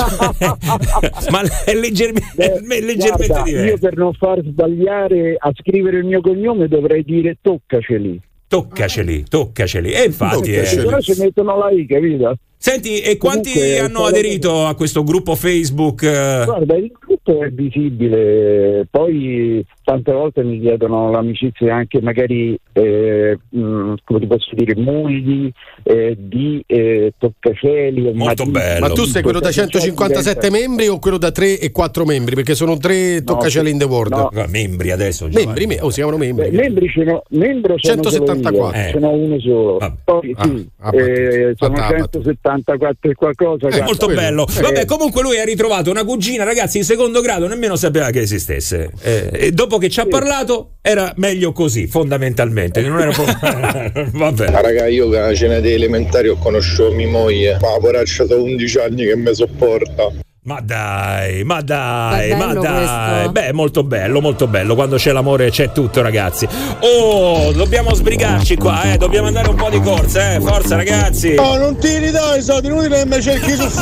Ma è leggermente, Beh, è leggermente guarda, diverso. Io per non far sbagliare a scrivere il mio cognome dovrei dire Toccaceli. Toccaceli, Toccaceli. E infatti Toccaceli. Eh. Però ci mettono la I, capito? Senti, e quanti Comunque, hanno aderito a questo gruppo Facebook? Guarda, il gruppo è visibile, poi tante volte mi chiedono l'amicizia anche magari, eh, mh, come ti posso dire, mogli eh, di eh, Toccaceli. Molto bello. Ma tu sei quello da centocinquantasette membri o quello da tre e quattro membri? Perché sono tre Toccaceli no, in the world. No. No, membri adesso. Membri, me- oh, si chiamano membri. Beh, membri sono, membro sono centosettantaquattro. Io, eh. Sono uno solo. Ah. Poi sì, ah, eh, sono ah, centosettantaquattro e qualcosa. È molto bello. Eh. Vabbè, comunque lui ha ritrovato una cugina, ragazzi, in secondo grado, nemmeno sapeva che esistesse. Eh, e dopo che ci ha parlato, era meglio così, fondamentalmente. Non era proprio... Vabbè. Ma raga, io che a cena dei elementari ho conosciuto mia moglie. Ma poraccia, sono undici anni che mi sopporta. Ma dai, ma dai, È ma bello dai. questo. Beh, molto bello, molto bello. Quando c'è l'amore c'è tutto, ragazzi. Oh, dobbiamo sbrigarci qua, eh. Dobbiamo andare un po' di corsa, eh. Forza, ragazzi. Oh, non ti ridai i soldi, inutile che mi cerchi su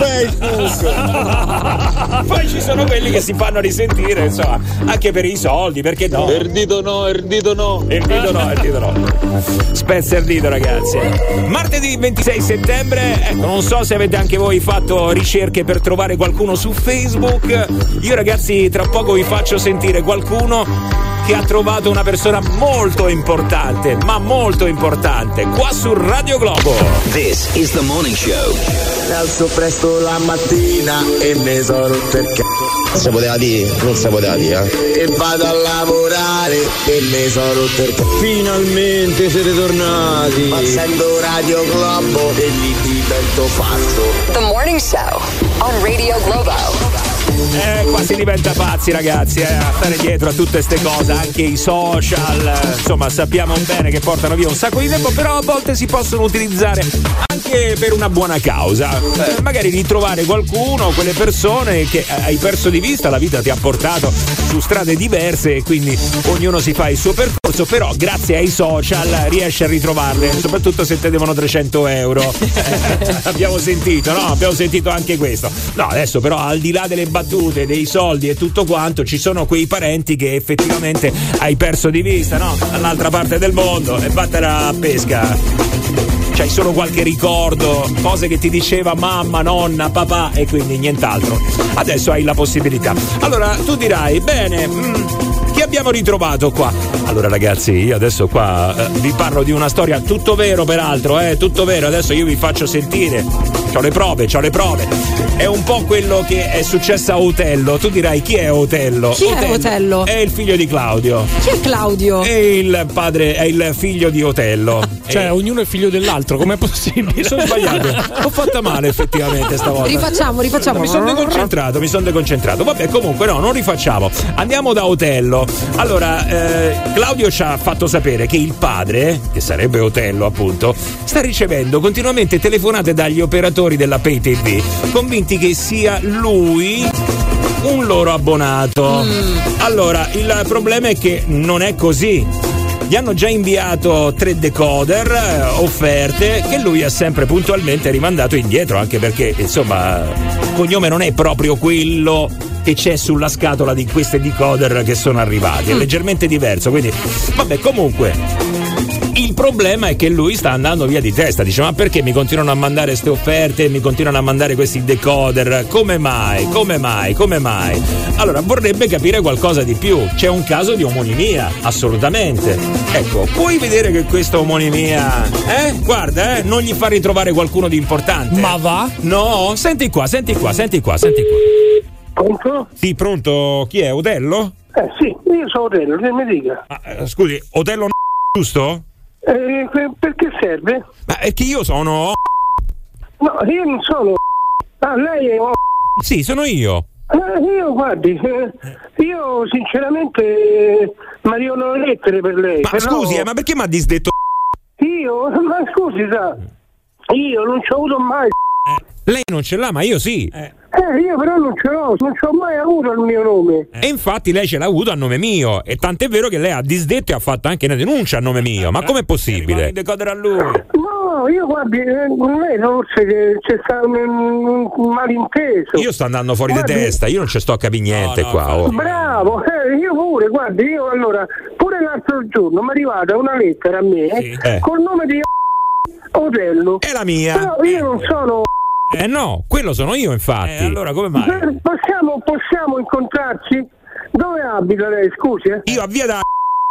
Facebook. Poi ci sono quelli che si fanno risentire, insomma, anche per i soldi, perché no? Erdito no, erdito no. Erdito no, erdito no. Spezza il dito, ragazzi. Martedì ventisei settembre, ecco, non so se avete anche voi fatto ricerche per trovare qualcuno su Facebook. Io, ragazzi, tra poco vi faccio sentire qualcuno che ha trovato una persona molto importante, ma molto importante, qua su Radio Globo. This is the morning show. Mi alzo presto la mattina e mi sono rotto il c***o. Si poteva dire, non si poteva dire, eh. E vado a lavorare e mi sono rotto il c***o. Finalmente siete tornati. Facendo Radio Globo e li divento pazzo. The Morning Show on Radio Globo. Eh, qua si diventa pazzi, ragazzi, eh, a stare dietro a tutte ste cose, anche i social, eh, insomma, sappiamo bene che portano via un sacco di tempo, però a volte si possono utilizzare anche per una buona causa. Eh, magari ritrovare qualcuno, quelle persone che hai perso di vista, la vita ti ha portato su strade diverse e quindi ognuno si fa il suo percorso, però grazie ai social riesci a ritrovarle, soprattutto se te devono trecento euro. Eh, abbiamo sentito, no? Abbiamo sentito anche questo. No, adesso però, al di là delle battute, dei soldi e tutto quanto, ci sono quei parenti che effettivamente hai perso di vista, no? Dall'altra parte del mondo, e vattene a pesca. C'hai solo qualche ricordo, cose che ti diceva mamma, nonna, papà e quindi nient'altro. Adesso hai la possibilità. Allora tu dirai, bene, mh, chi abbiamo ritrovato qua? Allora, ragazzi, io adesso qua eh, vi parlo di una storia, tutto vero peraltro, eh, tutto vero. Adesso io vi faccio sentire, c'ho le prove, c'ho le prove. È un po' quello che è successo a Otello. Tu dirai, chi è Otello? Chi è Otello? È il figlio di Claudio. Chi è Claudio? È il padre, è il figlio di Otello. Cioè, e... ognuno è figlio dell'altro, com'è possibile? Mi sono sbagliato. Ho fatta male effettivamente stavolta. Rifacciamo, rifacciamo. Mi sono deconcentrato, mi sono deconcentrato. Vabbè, comunque no, non rifacciamo. Andiamo da Otello. Allora, eh, Claudio ci ha fatto sapere che il padre, che sarebbe Otello appunto, sta ricevendo continuamente telefonate dagli operatori della Pay T V, convinti che sia lui un loro abbonato. Mm. Allora, il problema è che non è così. Gli hanno già inviato tre decoder, eh, offerte, che lui ha sempre puntualmente rimandato indietro, anche perché, insomma, il cognome non è proprio quello che c'è sulla scatola di queste decoder che sono arrivati, è leggermente diverso, quindi vabbè, comunque il problema è che lui sta andando via di testa, dice: ma perché mi continuano a mandare queste offerte, mi continuano a mandare questi decoder, come mai, come mai, come mai? Allora vorrebbe capire qualcosa di più, c'è un caso di omonimia, assolutamente. Ecco, puoi vedere che questa omonimia, eh, guarda, eh, non gli fa ritrovare qualcuno di importante. Ma va? No, senti qua, senti qua, senti qua, senti qua. Pronto? Sì, pronto, chi è, Otello? Eh sì, io sono Otello, che mi dica. Ah, eh, scusi, Otello giusto? Eh, perché serve? Ma è che io sono... No, io non sono... Ah, lei è... Sì, sono io. Eh, io, guardi, eh, io sinceramente eh, mi arrivano le lettere per lei. Ma però... scusi, eh, ma perché mi ha disdetto? Io? Ma scusi, sa, io non ci ho avuto mai... Eh, lei non ce l'ha, ma io sì. Eh. Eh, io però non ce l'ho, non ci ho mai avuto il mio nome. E infatti lei ce l'ha avuto a nome mio. E tant'è vero che lei ha disdetto e ha fatto anche una denuncia a nome mio. Ma com'è possibile? Decodere a lui. No, io guardi, eh, lei forse che c'è stato un, un malinteso. Io sto andando fuori di testa, io non ci sto a capire niente no, no, qua. Oh. Bravo, eh, io pure, guardi, io allora, pure l'altro giorno mi è arrivata una lettera a me sì. eh. col nome di Otello. È la mia. Però io non sono... Eh no, quello sono io infatti. Eh, allora come mai? Possiamo, possiamo incontrarci? Dove abita lei, scusi? Eh? Io a via da...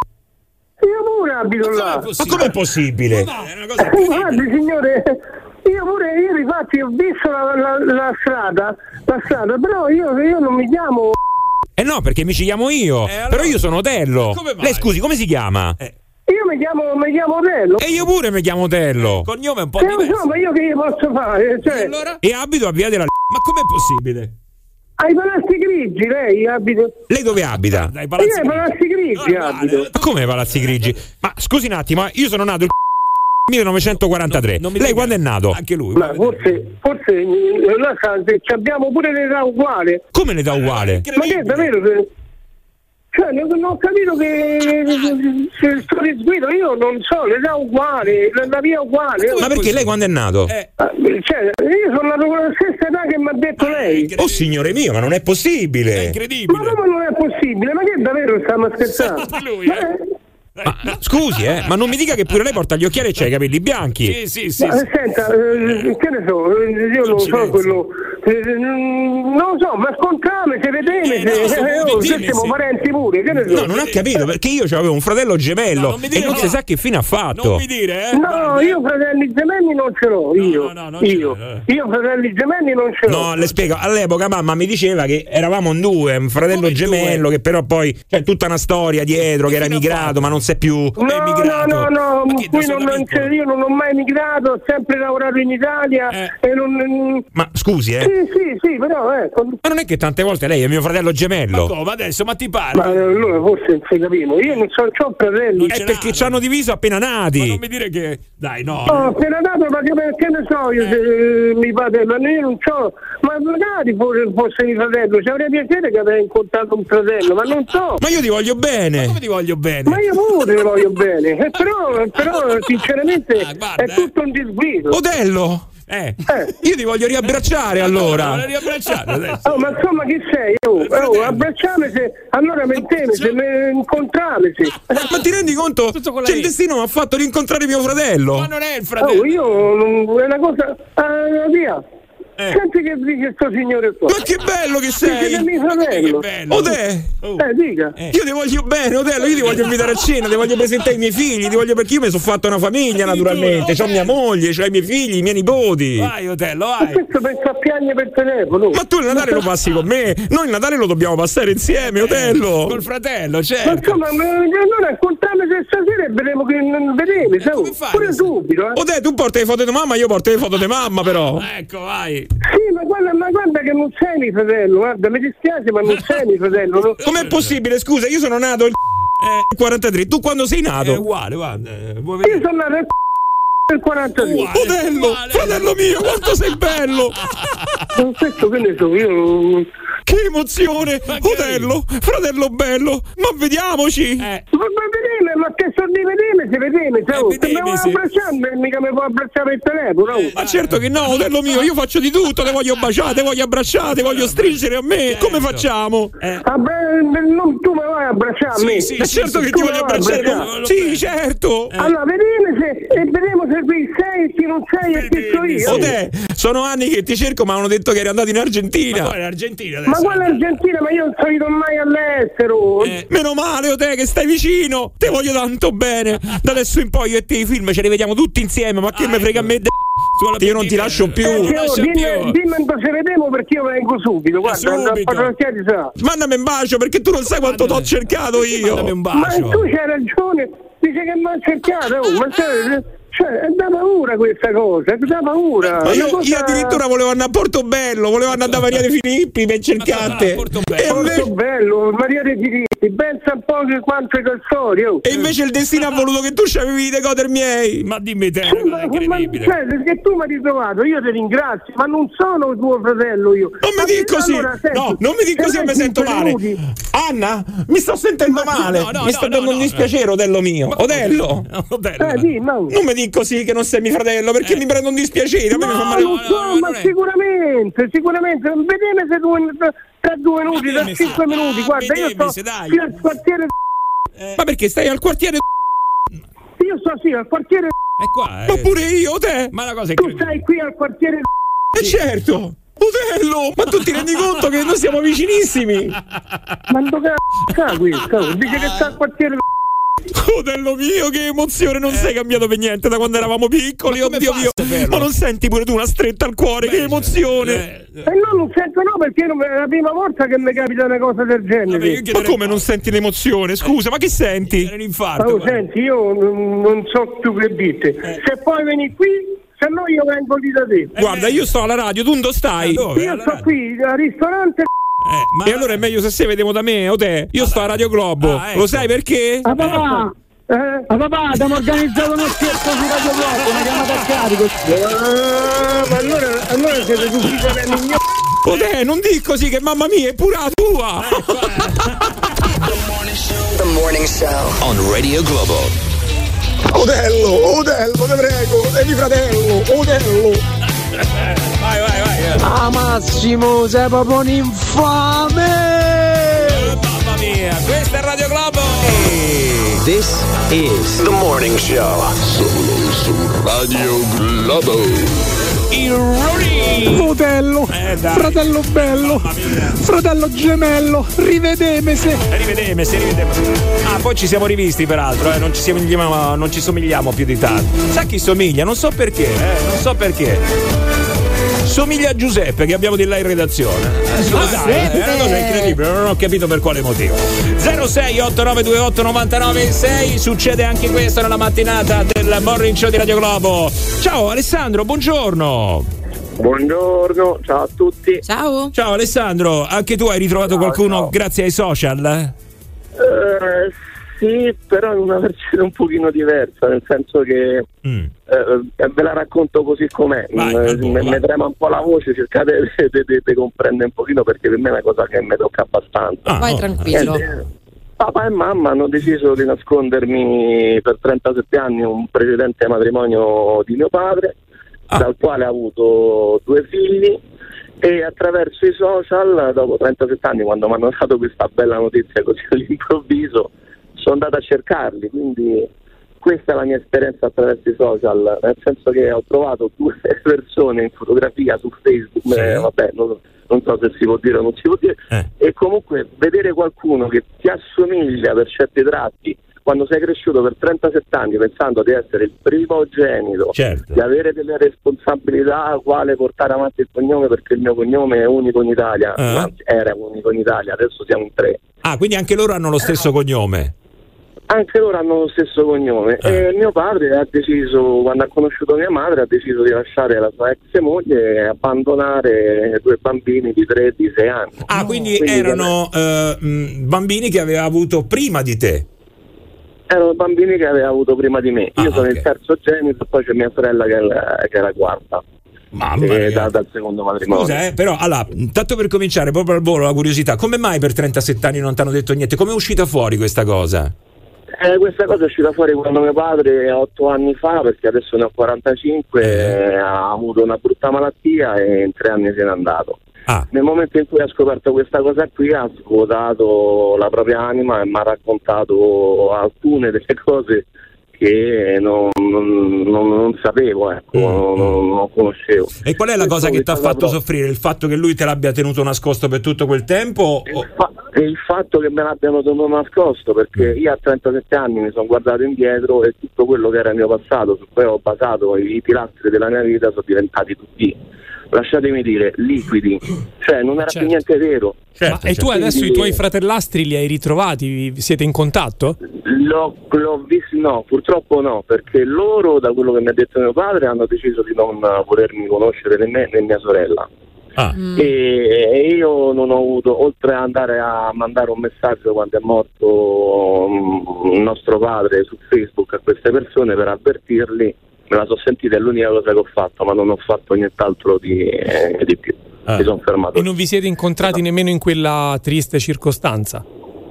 Io pure abito ma là. Ma com'è possibile? Ma è una cosa eh, guardi signore, io pure, io infatti ho visto la, la, la strada, la strada, però io, io non mi chiamo... Eh no, perché mi ci chiamo io, eh, allora... però io sono Otello. Lei scusi, come si chiama? Eh. Io mi chiamo, mi chiamo Otello. E io pure mi chiamo Otello. Cognome un po' eh, diverso. No, ma io che posso fare? Cioè... E, allora? E abito a via della... Ma com'è possibile? Ai Palazzi Grigi, lei abita. Lei dove abita? Dai Palazzi, io ai Palazzi Grigi no, abito. Ma come ai Palazzi Grigi? Ma scusi un attimo, io sono nato il millenovecentoquarantatré. Non, non Lei dica. quando è nato? Anche lui. Ma forse, forse là abbiamo pure l'età uguale. Come l'età uguale? Ma che è davvero? che- Cioè, non, non ho capito che se sto risguido, io non so, l'età uguale, la, la via uguale. Ma perché lei quando è nato? Eh, cioè, io sono nato con la stessa età che mi ha detto lei. Oh signore mio, ma non è possibile. Ma come non è possibile? Ma che davvero stiamo scherzando? Ma, scusi, eh, ma non mi dica che pure lei porta gli occhiali e c'ha i capelli bianchi. Sì, sì, Ma, senta, eh, che ne so, eh, io non so quello. eh, non lo so, ma scontrame, se vedeme, Eh, no, se, se- eh, oh, dimmi, se siamo sì. parenti pure, che ne so. No, non ha capito, perché io avevo un fratello gemello e non si sa che fine ha fatto. Non mi dire, eh. No, io fratelli gemelli non ce l'ho, io. io. Io fratelli gemelli non ce l'ho. No, le spiego, all'epoca mamma mi diceva che eravamo in due, un fratello gemello che però poi c'è tutta una storia dietro, che era emigrato ma non c'è più. No, no, no, no, qui non, non c'è, io non ho mai emigrato, ho sempre lavorato in Italia e non... Ma scusi, eh. Sì, sì, sì, però ecco. Ma non è che tante volte lei è mio fratello gemello. Ma come adesso? Ma ti pare? Ma allora forse non si capivo, io non so, c'ho fratelli. È perché ci hanno diviso appena nati. Ma non mi dire che. Dai, no. No, appena dato, ma che, che ne so io se eh, mi fate, ma io non so, ma magari fosse, fosse mio fratello, ci avrei piacere che avrei incontrato un fratello, ma non so. Ma io ti voglio bene. Ma come ti voglio bene? Ma io pure ti voglio bene, eh, però, però sinceramente guarda, è tutto un disguido. Otello! Eh. Io ti voglio riabbracciare allora. Voglio riabbracciare adesso. Oh, ma insomma chi sei? Oh, oh, abbracciami se allora mentemi, se mi incontrami se. Ma ti rendi conto? Cioè, il destino mi ha fatto rincontrare mio fratello. Ma non è il fratello. Oh, io non, è una cosa. Ah, via. Senti che dice sto signore qua. Ma che bello che sei! Dice che mio fratello. Odè! Eh, dica. Io ti voglio bene, Otello, io ti voglio invitare a cena, ti voglio presentare i miei figli, ti voglio perché io mi sono fatto una famiglia naturalmente, c'ho mia moglie, c'ho i miei figli, i miei nipoti. Vai, Otello, Ma vai. questo penso a piagne per telefono. Ma tu il Natale lo passi con me, noi il Natale lo dobbiamo passare insieme, Otello. Col fratello, Ma certo. insomma, ma- allora incontrarmi se stasera e vedremo che non vedete, sai? Pure subito, eh. Odè, tu porti le foto di mamma, io porto le foto di mamma però. Ecco, vai. Sì, ma guarda, ma guarda che non sei mio fratello, guarda, mi dispiace, ma non sei mio fratello. No? Com'è possibile? Scusa, io sono nato il quarantatré, tu quando sei È nato? uguale, guarda. eh, Vuoi Io vedere? sono nato nel quarantatré. Otello, fratello mio, quanto sei bello! Non questo che ne so, io. Che emozione! Otello, fratello bello, ma vediamoci! Eh. Ma, ma vedeme, ma che sono di vedeme, se vedeme, sai? Eh, Se vedeme, mi vuoi sì. abbracciare, mica mi può abbracciare il telefono. no? Ma certo che no, Otello mio, io faccio di tutto, te voglio baciare, te voglio abbracciare, te voglio stringere a me, come facciamo? Ah, beh, non tu mi vuoi abbracciare a me. Sì, Ma certo che tu ti mi voglio vuoi abbracciare, abbracciare. no? Sì, certo! Allora, vedeme se, e vedremo se qui sei e chi non sei e chi so io. Odè, sono anni che ti cerco, ma hanno detto che eri andato in Argentina. Ma poi in Argentina adesso. Ma quale Argentina? Ma io non sono ido mai all'estero. Eh. Meno male, Odè, che stai vicino. Te voglio tanto bene. Da adesso in poi io e te i film ce li vediamo tutti insieme. Ma che Ah, me frega a me? De... Scuola Io non ti perché- lascio più. Eh, Non che, oh, lascia dimmi, più. dimmi dove ci vediamo perché io vengo subito. Guarda, subito. non chiedi sa. Mandami un bacio perché tu non sai quanto t'ho cercato Mandami io. un Ma bacio. tu c'hai ragione, dice che mi ha cercato, oh, ma c'è, cioè, è da paura questa cosa, è da paura. Ma io, Una cosa- io addirittura volevo andare a Portobello, volevo andare da Maria De Filippi per cercate. Portobello. E invece, Molto bello, Maria De Filippi, pensa un po' che quanto è del storia. e invece il destino ha voluto che tu c'avevi i decoder miei. Ma dimmi te, Sì, una ma, cosa ma, incredibile. cioè, perché tu mi hai ritrovato, io ti ringrazio, ma non sono tuo fratello io. Non mi Ma dici così, allora, senti, no, non mi dici se così e vai mi sento cinque male. minuti- Anna, mi sto sentendo male, no, no, mi sta no, dando no, un no. dispiacere, Otello mio. Otello, Otello. Eh, di, ma... non mi dici così che non sei mio fratello, perché mi prendo un dispiacere, a me mi fa No, male. non so, no, ma non è- sicuramente, sicuramente. Vedeme se due, tra due minuti, tra vedeme se- cinque minuti. ah, Guarda, io vedeme sto se, dai. qui al quartiere. Ma perché stai al quartiere? Io sto sì al quartiere. È qua, Ma eh. pure io, te. Ma la cosa è Tu incredibile. stai qui al quartiere. E certo. Otello, ma tu ti rendi conto che noi siamo vicinissimi? Ma dove sta qui? Sta- Dice che sta al quartiere. Otello mio, che emozione, non sei cambiato per niente da quando eravamo piccoli, Ma come oddio fa a mio. saperlo? Ma non senti pure tu una stretta al cuore, che emozione. Eh, eh, E no, non sento no, perché non- è la prima volta che mi capita una cosa del vabbè, io genere. Ma chiederei- come non senti l'emozione? Scusa, ma che senti? Era un infarto. Oh, guarda. senti, io non, non so più che dite. Se poi vieni qui, se no io vengo lì da te. Guarda, io sto alla radio, tu dove stai? Dove? Io Alla sto radio. qui al ristorante. Eh, ma E allora è meglio se se vediamo da me o te. Io sto a Radio Globo. Ah, ecco. Lo sai perché? Ah, papà, Eh, ah, papà, abbiamo organizzato uno scherzo su Radio Globo, una chiamata a carico. Ah, ma allora, allora siete sufficienti mignoni. Odè, non di così che mamma mia è pure la tua. The Morning Show on Radio Globo. Odello, Odello, te prego, devi fratello, Odello. Vai, vai, vai. Ah, Massimo, sei proprio un infame. Mamma mia, questa è Radio Globo. This is The Morning Show. Solo su Radio Globo. Il Rory! Fratello, eh, fratello bello, fratello gemello, rivedemese. Rivedemese, rivedemese. Ah, poi ci siamo rivisti peraltro, eh, non ci somigliamo, non ci somigliamo più di tanto. Sa chi somiglia? Non so perché, eh, non so perché. Somiglia a Giuseppe che abbiamo di là in redazione. Eh, Giuseppe! dai, è una cosa incredibile, non ho capito per quale motivo. zero sei otto nove due otto nove nove sei, succede anche questo nella mattinata del Morning Show di Radio Globo. Ciao Alessandro, buongiorno. Buongiorno, ciao a tutti. Ciao. Ciao Alessandro, anche tu hai ritrovato ciao, qualcuno ciao. grazie ai social? Eh, sì, però in una versione un pochino diversa, nel senso che mm. eh, ve la racconto così com'è. Vai, mi, mi trema un po' la voce, cercate di comprendere un pochino perché per me è una cosa che mi tocca abbastanza. Ah, vai oh. tranquillo. Eh, papà e mamma hanno deciso di nascondermi per trentasette anni un precedente matrimonio di mio padre, ah. dal quale ha avuto due figli, e attraverso i social, dopo trentasette anni, quando mi hanno dato questa bella notizia così all'improvviso, sono andato a cercarli, quindi questa è la mia esperienza attraverso i social, nel senso che ho trovato due persone in fotografia su Facebook, sì. eh, vabbè, non, non so se si può dire o non si può dire, eh. e comunque vedere qualcuno che ti assomiglia per certi tratti, quando sei cresciuto per trentasette anni pensando di essere il primogenito, certo. di avere delle responsabilità, quale portare avanti il cognome, perché il mio cognome è unico in Italia, uh-huh. anzi era unico in Italia, adesso siamo in tre. Ah, quindi anche loro hanno lo stesso eh. cognome? Anche loro hanno lo stesso cognome eh. e mio padre ha deciso, quando ha conosciuto mia madre, ha deciso di lasciare la sua ex moglie e abbandonare due bambini di tre e di sei anni. Ah, quindi, quindi erano eh, bambini che aveva avuto prima di te? Erano bambini che aveva avuto prima di me. Io ah, sono okay. il terzo genito e poi c'è mia sorella che è la, che è la quarta. Mamma mia. Da, dal secondo matrimonio. Scusa, eh, però allora, tanto per cominciare, proprio al volo, la curiosità, come mai per trentasette anni non ti hanno detto niente? Come è uscita fuori questa cosa? Eh, questa cosa è uscita fuori quando mio padre, otto anni fa, perché adesso ne ho quarantacinque, eh. ha avuto una brutta malattia e in tre anni se n'è andato. Ah. Nel momento in cui ha scoperto questa cosa qui ha svuotato la propria anima e mi ha raccontato alcune delle cose che non, non, non, non sapevo, ecco, mm. non, non conoscevo. E qual è la cosa che ti ha fatto soffrire? Il fatto che lui te l'abbia tenuto nascosto per tutto quel tempo? Il, fa- il fatto che me l'abbiano tenuto nascosto, perché io a trentasette anni mi sono guardato indietro e tutto quello che era il mio passato, su cui ho basato i, i pilastri della mia vita, sono diventati tutti, lasciatemi dire, liquidi, cioè non era certo. più niente vero. Certo, Ma, e tu adesso quindi, i tuoi fratellastri li hai ritrovati? Siete in contatto? L'ho, l'ho visto, no, purtroppo no, perché loro, da quello che mi ha detto mio padre, hanno deciso di non volermi conoscere né me né mia sorella. Ah. E, e io non ho avuto, oltre ad andare a mandare un messaggio quando è morto um, il nostro padre su Facebook a queste persone per avvertirli, me la so sentita, è l'unica cosa che ho fatto, ma non ho fatto nient'altro di, eh, di più. Ah. Mi sono fermato. E non vi siete incontrati no. nemmeno in quella triste circostanza?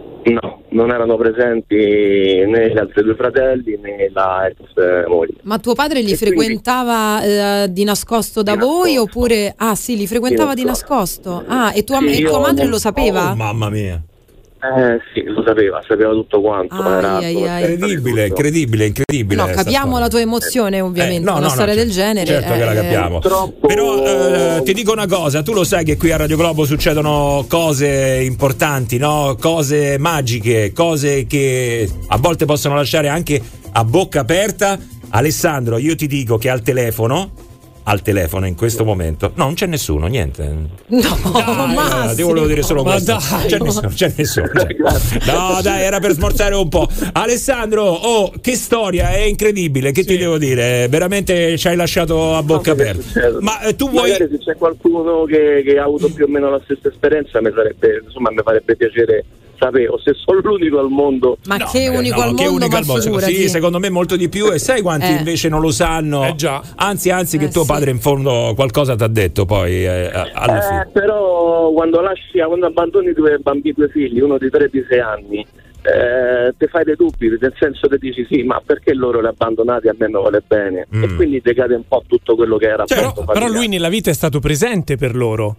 No, non erano presenti né gli altri due fratelli né la ex moglie. Ma tuo padre li e frequentava quindi... eh, di nascosto da di voi nascosto. Oppure... Ah sì, li frequentava di nascosto. di nascosto. Ah, e tua, sì, e tua madre non... lo sapeva? Oh, mamma mia. Eh sì, lo sapeva, sapeva tutto quanto. Ai, era ai, ai. Incredibile, incredibile, incredibile. No, capiamo la tua emozione, ovviamente. Eh, no, una no, storia no, del genere. Certo eh, che la capiamo. Troppo... Però eh, ti dico una cosa, tu lo sai che qui a Radio Globo succedono cose importanti, no? Cose magiche, cose che a volte possono lasciare anche a bocca aperta. Alessandro, io ti dico che al telefono al telefono in questo momento no, non c'è nessuno, niente. No, dai, ma ti volevo dire solo ma questo. Dai, c'è nessuno, c'è nessuno. No, dai, era per smorzare un po'. Alessandro, oh, che storia, è incredibile, che sì. ti devo dire, veramente ci hai lasciato a bocca no, aperta. Ma eh, tu vuoi magari se c'è qualcuno che, che ha avuto più o meno la stessa esperienza, mi sarebbe, insomma, mi farebbe piacere sapevo, se sono l'unico al mondo. Ma No, che eh, unico no, al che mondo, unico ma al mondo. figurati. Sì, secondo me molto di più. E sai quanti Eh. invece non lo sanno? Eh, già. Anzi, anzi, che Eh, tuo sì. padre in fondo qualcosa ti ha detto poi eh, alla Eh, fine. però quando lasci, quando abbandoni due bambini, due figli, uno di tre e di sei anni, eh, ti fai dei dubbi, nel senso che dici sì, ma perché loro li ha abbandonati, a me mi vuole bene, Mm. e quindi decade un po' tutto quello che era. Però, appunto però familiare. lui nella vita è stato presente per loro.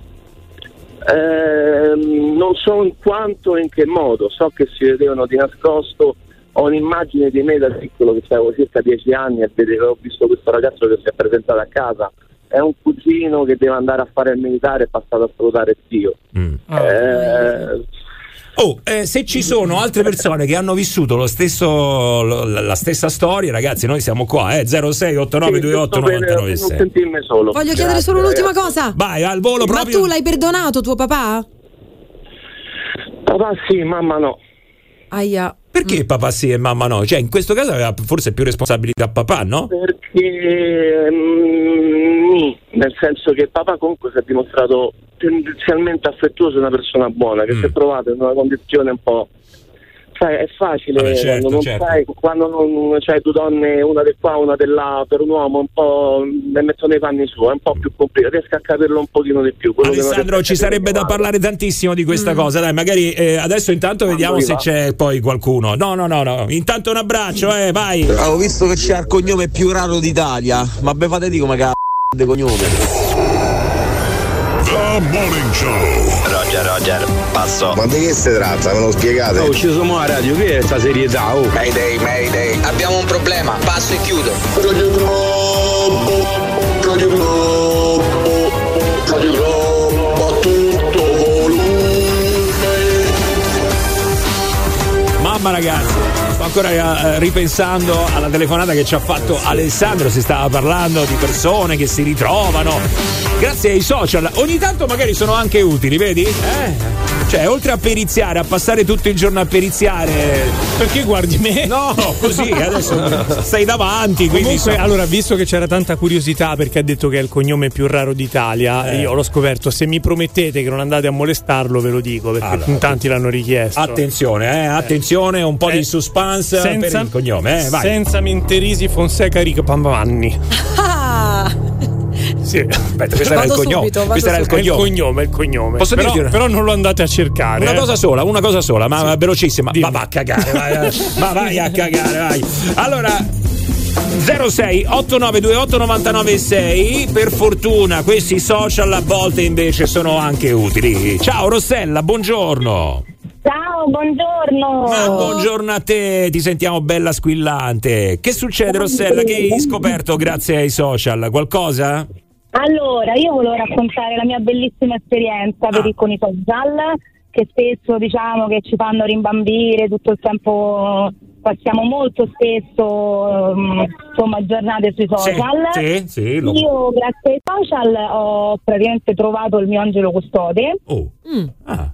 Ehm, non so in quanto e in che modo, so che si vedevano di nascosto. Ho un'immagine di me da piccolo, che avevo circa dieci anni, e vedevo, ho visto questo ragazzo che si è presentato a casa. È un cugino che deve andare a fare il militare, è passato a salutare zio. Mm. Eh, Oh, eh, se ci sono altre persone che hanno vissuto lo stesso, lo- la la stessa storia, ragazzi, noi siamo qua, eh, zero sei otto nove due otto nove nove non sei. sentirmi solo. Voglio Grazie, chiedere solo ragazzi. l'ultima cosa. Vai, al volo Ma proprio. tu l'hai perdonato tuo papà? Papà sì, mamma no. Aia. Perché papà sì e mamma no? Cioè, in questo caso aveva forse più responsabilità papà, no? Perché mm, nel senso che papà comunque si è dimostrato tendenzialmente affettuoso e una persona buona, che Mm. si è trovato in una condizione un po', sai, è facile. Vabbè, certo, quando non certo. sai, quando non c'hai due donne, una di qua, una di là, per un uomo un po' ne mettono i panni su, è un po' più complicato, riesco a capirlo un pochino di più. Quello che non Alessandro, riesco a ci sarebbe da capire, parlare tantissimo di questa Mm. cosa. Dai, magari eh, adesso intanto vediamo se va. c'è poi qualcuno. No, no, no, no. Intanto un abbraccio, eh, vai. Ho visto che c'è il cognome più raro d'Italia, ma be fate di come cazzo di cognome. The Morning Show. Roger, Roger, passo. Ma di che si tratta? Me lo spiegate? Oh, ci siamo a radio, che è sta serietà? Oh. Mayday, Mayday. Abbiamo un problema. Passo e chiudo. Radio Globo, Radio Globo, Radio Globo, a tutto volume. Mamma ragazzi, sto ancora eh, ripensando alla telefonata che ci ha fatto Alessandro. Si stava parlando di persone che si ritrovano grazie ai social. Ogni tanto magari sono anche utili, vedi? Eh? Cioè, oltre a periziare, a passare tutto il giorno a periziare. Perché guardi me? No, così adesso stai davanti. Quindi Comunque, so- allora, visto che c'era tanta curiosità perché ha detto che è il cognome più raro d'Italia, Eh. io l'ho scoperto. Se mi promettete che non andate a molestarlo, ve lo dico, perché Allora, in tanti l'hanno richiesto. attenzione, eh, attenzione, un po' Eh, di suspense per il cognome, eh, vai. Senza Menterisi Fonseca Ric Pampanni. Ah! Sì. Aspetta, questo era il Vado cognome. subito, vado Questo era il È il cognome. cognome, è il cognome. Posso però, dirti una- però non lo andate a cercare. Una eh. cosa sola, una cosa sola, ma Sì. velocissima. Dimmi. Ma va a cagare, vai, vai. Ma vai a cagare, vai. Allora, zero sei otto nove due otto nove nove sei. Per fortuna questi social a volte invece sono anche utili. Ciao Rossella, buongiorno. Ciao, buongiorno. Ma buongiorno a te, ti sentiamo bella squillante. Che succede Rossella? Che hai scoperto grazie ai social? Qualcosa? Allora, io volevo raccontare la mia bellissima esperienza per i- con i social, che spesso diciamo che ci fanno rimbambire tutto il tempo, passiamo molto spesso um, insomma giornate sui social. Sì, sì, lo- Io grazie ai social ho praticamente trovato il mio angelo custode. Oh. Mm. Ah.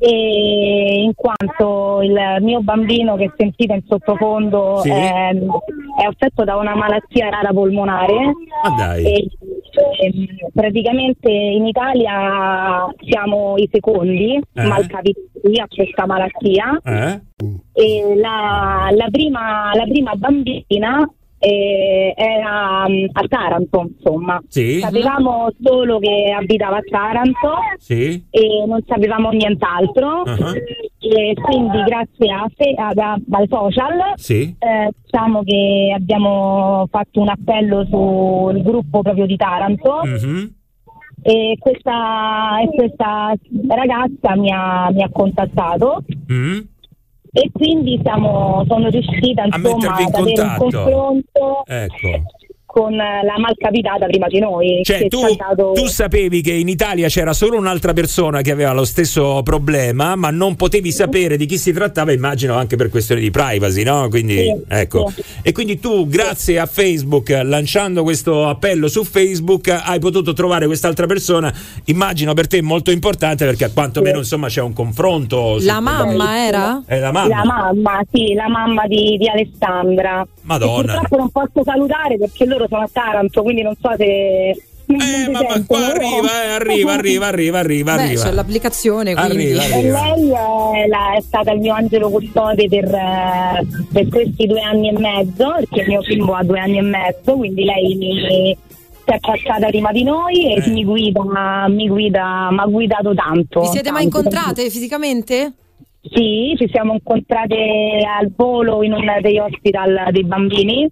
E in quanto il mio bambino, che sentite in sottofondo, Sì. è, è affetto da una malattia rara polmonare. Ma dai. E, ehm, praticamente in Italia siamo i secondi Eh. malcapitati a questa malattia. Eh? E la, la prima la prima bambina eh, era mm, a Taranto, insomma. Sì. Sapevamo solo che abitava a Taranto Sì. e non sapevamo nient'altro. Uh-huh. E quindi grazie a fe- ad, ai social Sì. eh, diciamo che abbiamo fatto un appello sul gruppo proprio di Taranto. Mhm. E questa, e questa ragazza mi ha, mi ha contattato Mm. e quindi siamo, sono riuscita A insomma mettervi in ad avere un contatto. confronto Ecco. con la malcapitata prima di noi. Cioè, che tu, ci ha dato- tu sapevi che in Italia c'era solo un'altra persona che aveva lo stesso problema, ma non potevi sapere di chi si trattava, immagino anche per questioni di privacy, no? Quindi, Sì, ecco. sì. E quindi tu, grazie a Facebook, lanciando questo appello su Facebook, hai potuto trovare quest'altra persona, immagino per te molto importante, perché a quanto meno, insomma, c'è un confronto. su- La mamma era? È la mamma. La mamma, sì, la mamma di, di Alessandra. Madonna. Che purtroppo non posso salutare perché loro sono a Taranto, quindi non so se Eh, ma, ma qua arriva, eh, arriva, arriva, arriva, arriva, Beh, arriva. c'è l'applicazione, quindi. Arriva, arriva. E lei è, la, è stata il mio angelo custode per, eh, per questi due anni e mezzo, perché il mio bimbo ha due anni e mezzo, quindi lei mi si è passata prima di noi e Eh. mi guida, mi guida, mi ha guidato tanto. Vi siete mai tanto. incontrate fisicamente? Sì, ci siamo incontrate al volo in un degli hospital dei bambini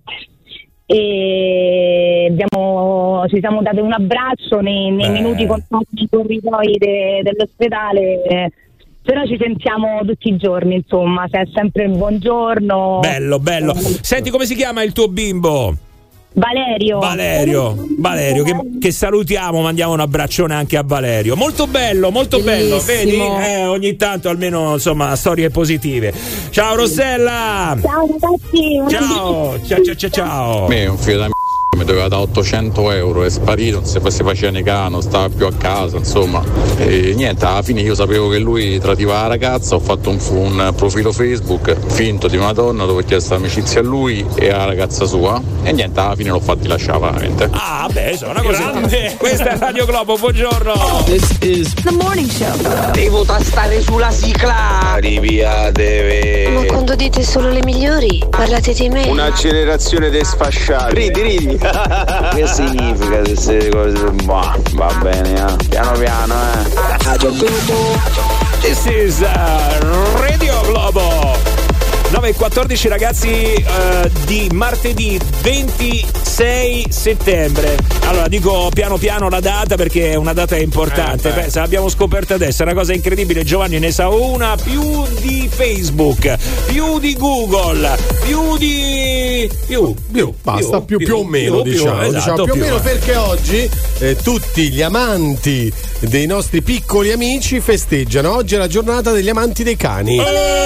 e abbiamo, ci siamo date un abbraccio nei, nei minuti contatti nei corridoi de, dell'ospedale, eh, però ci sentiamo tutti i giorni, insomma, c'è sempre il buongiorno. Bello, bello. Senti, come si chiama il tuo bimbo? Valerio. Valerio, Valerio che, che salutiamo, mandiamo un abbraccione anche a Valerio. Molto bello, molto bello, vedi? Eh, ogni tanto almeno insomma storie positive. Ciao Rossella. Ciao ragazzi. Ciao, ciao, ciao, ciao, ciao. Me un figlio da m***a mi doveva dare ottocento euro, è sparito, non si si faceva negare, non stava più a casa, insomma. E niente, alla fine io sapevo che lui tradiva la ragazza, ho fatto un, un profilo Facebook finto di una donna dove ho chiesto amicizia a lui e alla ragazza sua e niente, alla fine l'ho fatti lasciare veramente. Ah, beh, sono una cosa. Questa è Radio Globo, buongiorno. This is The Morning Show. Devo tastare sulla sigla. Via deve. Ma quando dite solo le migliori, parlate di me. Un'accelerazione de sfasciare. Ridi, ridi. Che significa queste cose? Bah, va bene, eh. Piano piano, eh. This is uh, Radio Globo. nove e quattordici ragazzi, uh, di martedì ventisei settembre. Allora dico piano piano la data perché è una data importante. Eh, beh. Beh, se l'abbiamo scoperta adesso è una cosa incredibile. Giovanni ne sa una più di Facebook, più di Google, più di più più basta più, più, più o meno più, diciamo, più, diciamo esatto, più o più, meno eh. perché oggi eh, tutti gli amanti dei nostri piccoli amici festeggiano. Oggi è la giornata degli amanti dei cani.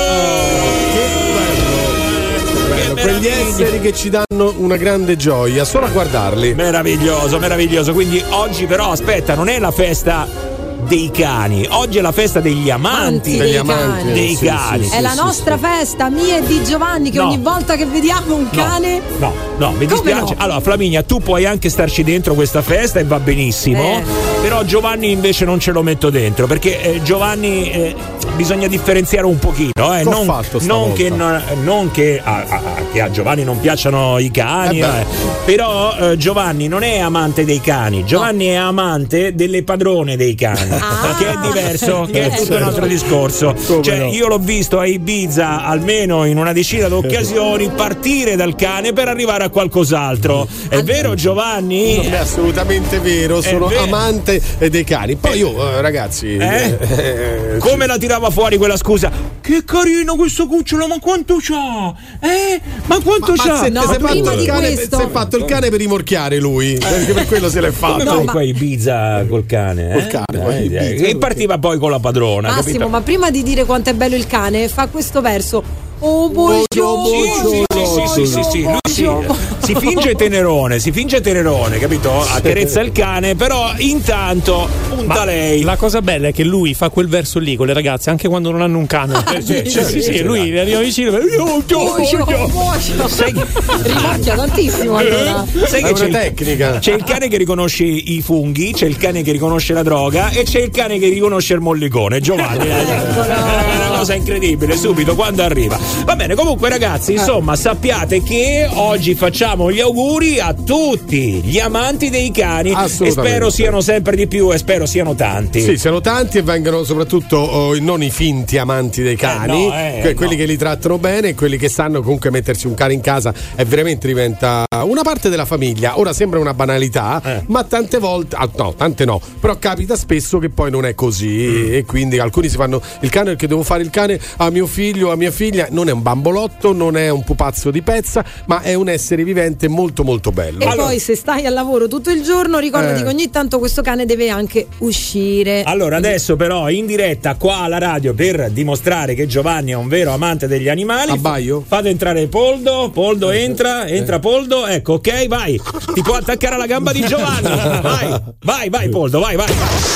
Quegli esseri che ci danno una grande gioia solo a guardarli. Meraviglioso, meraviglioso. Quindi oggi però aspetta, non è la festa dei cani, oggi è la festa degli amanti, Amanti dei cani. dei Sì, cani. sì, È la nostra festa, mia e di Giovanni, che No. ogni volta che vediamo un cane. No, no, mi Come dispiace. no? Allora, Flaminia, tu puoi anche starci dentro questa festa e va benissimo. Eh. Però Giovanni invece non ce lo metto dentro perché eh, Giovanni eh, bisogna differenziare un pochino. Eh. Che ho Non, fatto non stavolta? che, non, non che, a, a- che a Giovanni non piacciono i cani, Eh beh. eh. però eh, Giovanni non è amante dei cani, Giovanni è amante delle padrone dei cani, Ah. che è diverso, che è tutto un certo. altro discorso. Come Cioè, no? io l'ho visto a Ibiza almeno in una decina di occasioni partire dal cane per arrivare a qualcos'altro. È vero, Giovanni? Non è assolutamente vero, È sono vero. amante eh, dei cani. Poi io, eh, ragazzi, Eh? eh, Come la tirava fuori quella scusa? Che carino questo cucciolo, ma quanto c'ha? Eh? Ma quanto ma c'ha? se, No, si è fatto prima il di cane, questo- si è fatto il cane per rimorchiare lui, perché per quello se l'è Come fatto. vai No, ma- qua a Ibiza col cane? Eh? Col cane, Eh, vai a Ibiza, eh, perché? e partiva poi con la padrona. Massimo, capito? ma prima di dire quanto è bello il cane, fa questo verso. Oh, Bocio, buongiorno. bocio, Sì, sì, sì, sì, lui si, si finge tenerone, si finge tenerone, capito? Accarezza il cane, però intanto punta Ma lei. la cosa bella è che lui fa quel verso lì con le ragazze anche quando non hanno un cane. Eh, sì, sì, sì, sì, sì, lui sì, arriva vicino e io, Buocio, buocio. Rimorchia tantissimo allora. Sai È che una c'è il, tecnica. c'è il cane che riconosce i funghi, c'è il cane che riconosce la droga e c'è il cane che riconosce il mollicone. Giovanni, eh, è una cosa incredibile, subito quando arriva. Va bene, comunque ragazzi, insomma, sappiate che oggi facciamo gli auguri a tutti gli amanti dei cani e Assolutamente. spero siano sempre di più e spero siano tanti. Sì, siano tanti e vengano soprattutto oh, non i finti amanti dei cani, no, eh, que- quelli no. che li trattano bene e quelli che sanno comunque mettersi un cane in casa e veramente diventa una parte della famiglia. Ora sembra una banalità, Eh. ma tante volte, ah, no, tante no, però capita spesso che poi non è così Mm. e quindi alcuni si fanno il cane perché devo fare il cane a mio figlio, a mia figlia. Non è un bambolotto, non è un pupazzo di pezza, ma è un essere vivente molto molto bello. E poi se stai al lavoro tutto il giorno, ricordati Eh. che ogni tanto questo cane deve anche uscire. Allora adesso però in diretta qua alla radio per dimostrare che Giovanni è un vero amante degli animali. Abbaio? Fate entrare Poldo, Poldo entra, entra Poldo, ecco, ok, vai. Ti può attaccare alla gamba di Giovanni. Vai, vai, vai Poldo, vai, vai.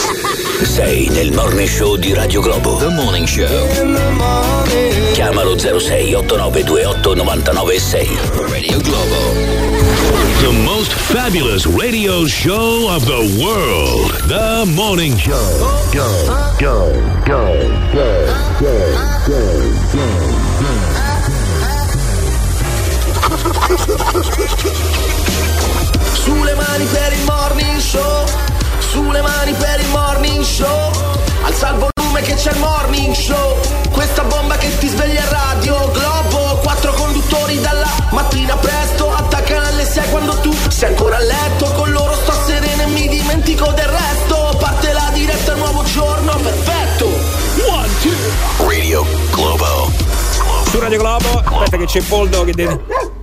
Sei nel Morning Show di Radio Globo. The Morning Show. Chiamalo zero sei otto nove due otto nove nove sei. Radio Globo. The most fabulous radio show of the world. The Morning Show. Go, go, go, go, go, go, Sulle mani per il morning show, sulle mani per il morning show, alza il volume che c'è il morning show, questa bomba che ti sveglia a Radio Globo, quattro conduttori dalla mattina presto, attaccano alle sei quando tu sei ancora a letto, con loro sto sereno e mi dimentico del resto, parte la diretta, nuovo giorno, perfetto. One, two. Radio Globo. Su Radio Globo, aspetta che c'è Poldo che deve...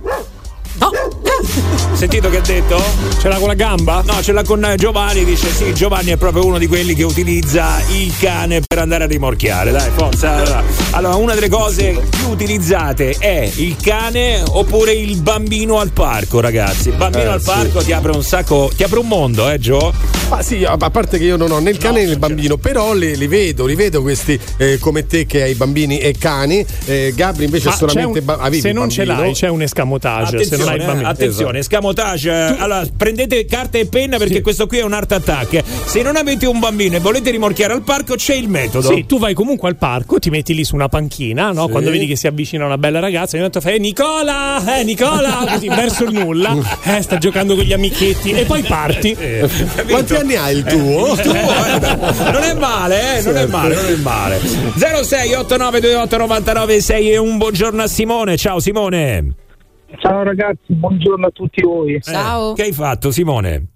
No. Sentito che ha detto? Ce l'ha con la gamba? No, ce l'ha con Giovanni, dice sì, Giovanni è proprio uno di quelli che utilizza il cane per andare a rimorchiare, dai, forza. Allora, una delle cose più utilizzate è il cane oppure il bambino al parco, ragazzi. Il bambino eh, al parco sì. ti apre un sacco, ti apre un mondo, eh Gio? Ma sì, a parte che io non ho né il cane no, né il bambino, però li, li vedo, li vedo questi eh, come te che hai bambini e cani. Eh, Gabri invece Ma è solamente un, ba- avevi se non bambino. ce l'hai c'è un escamotage. Attenzione, se non hai il bambino. attenzione, escamotage. Allora, prendete carta e penna perché sì. questo qui è un art attack. Se non avete un bambino e volete rimorchiare al parco, c'è il metodo. Sì, tu vai comunque al parco, ti metti lì su una panchina, no? Sì. Quando vedi che si avvicina una bella ragazza, ogni tanto fai Nicola, eh Nicola, così verso il nulla, eh, sta giocando con gli amichetti e poi parti. Eh, Quanti anni hai il tuo? Eh, tu, eh, non è male, eh, non è male, non è male. zero sei otto nove due otto nove nove sei e un buongiorno a Simone. Ciao Simone. Ciao ragazzi, buongiorno a tutti voi. Ciao. Eh, che hai fatto, Simone?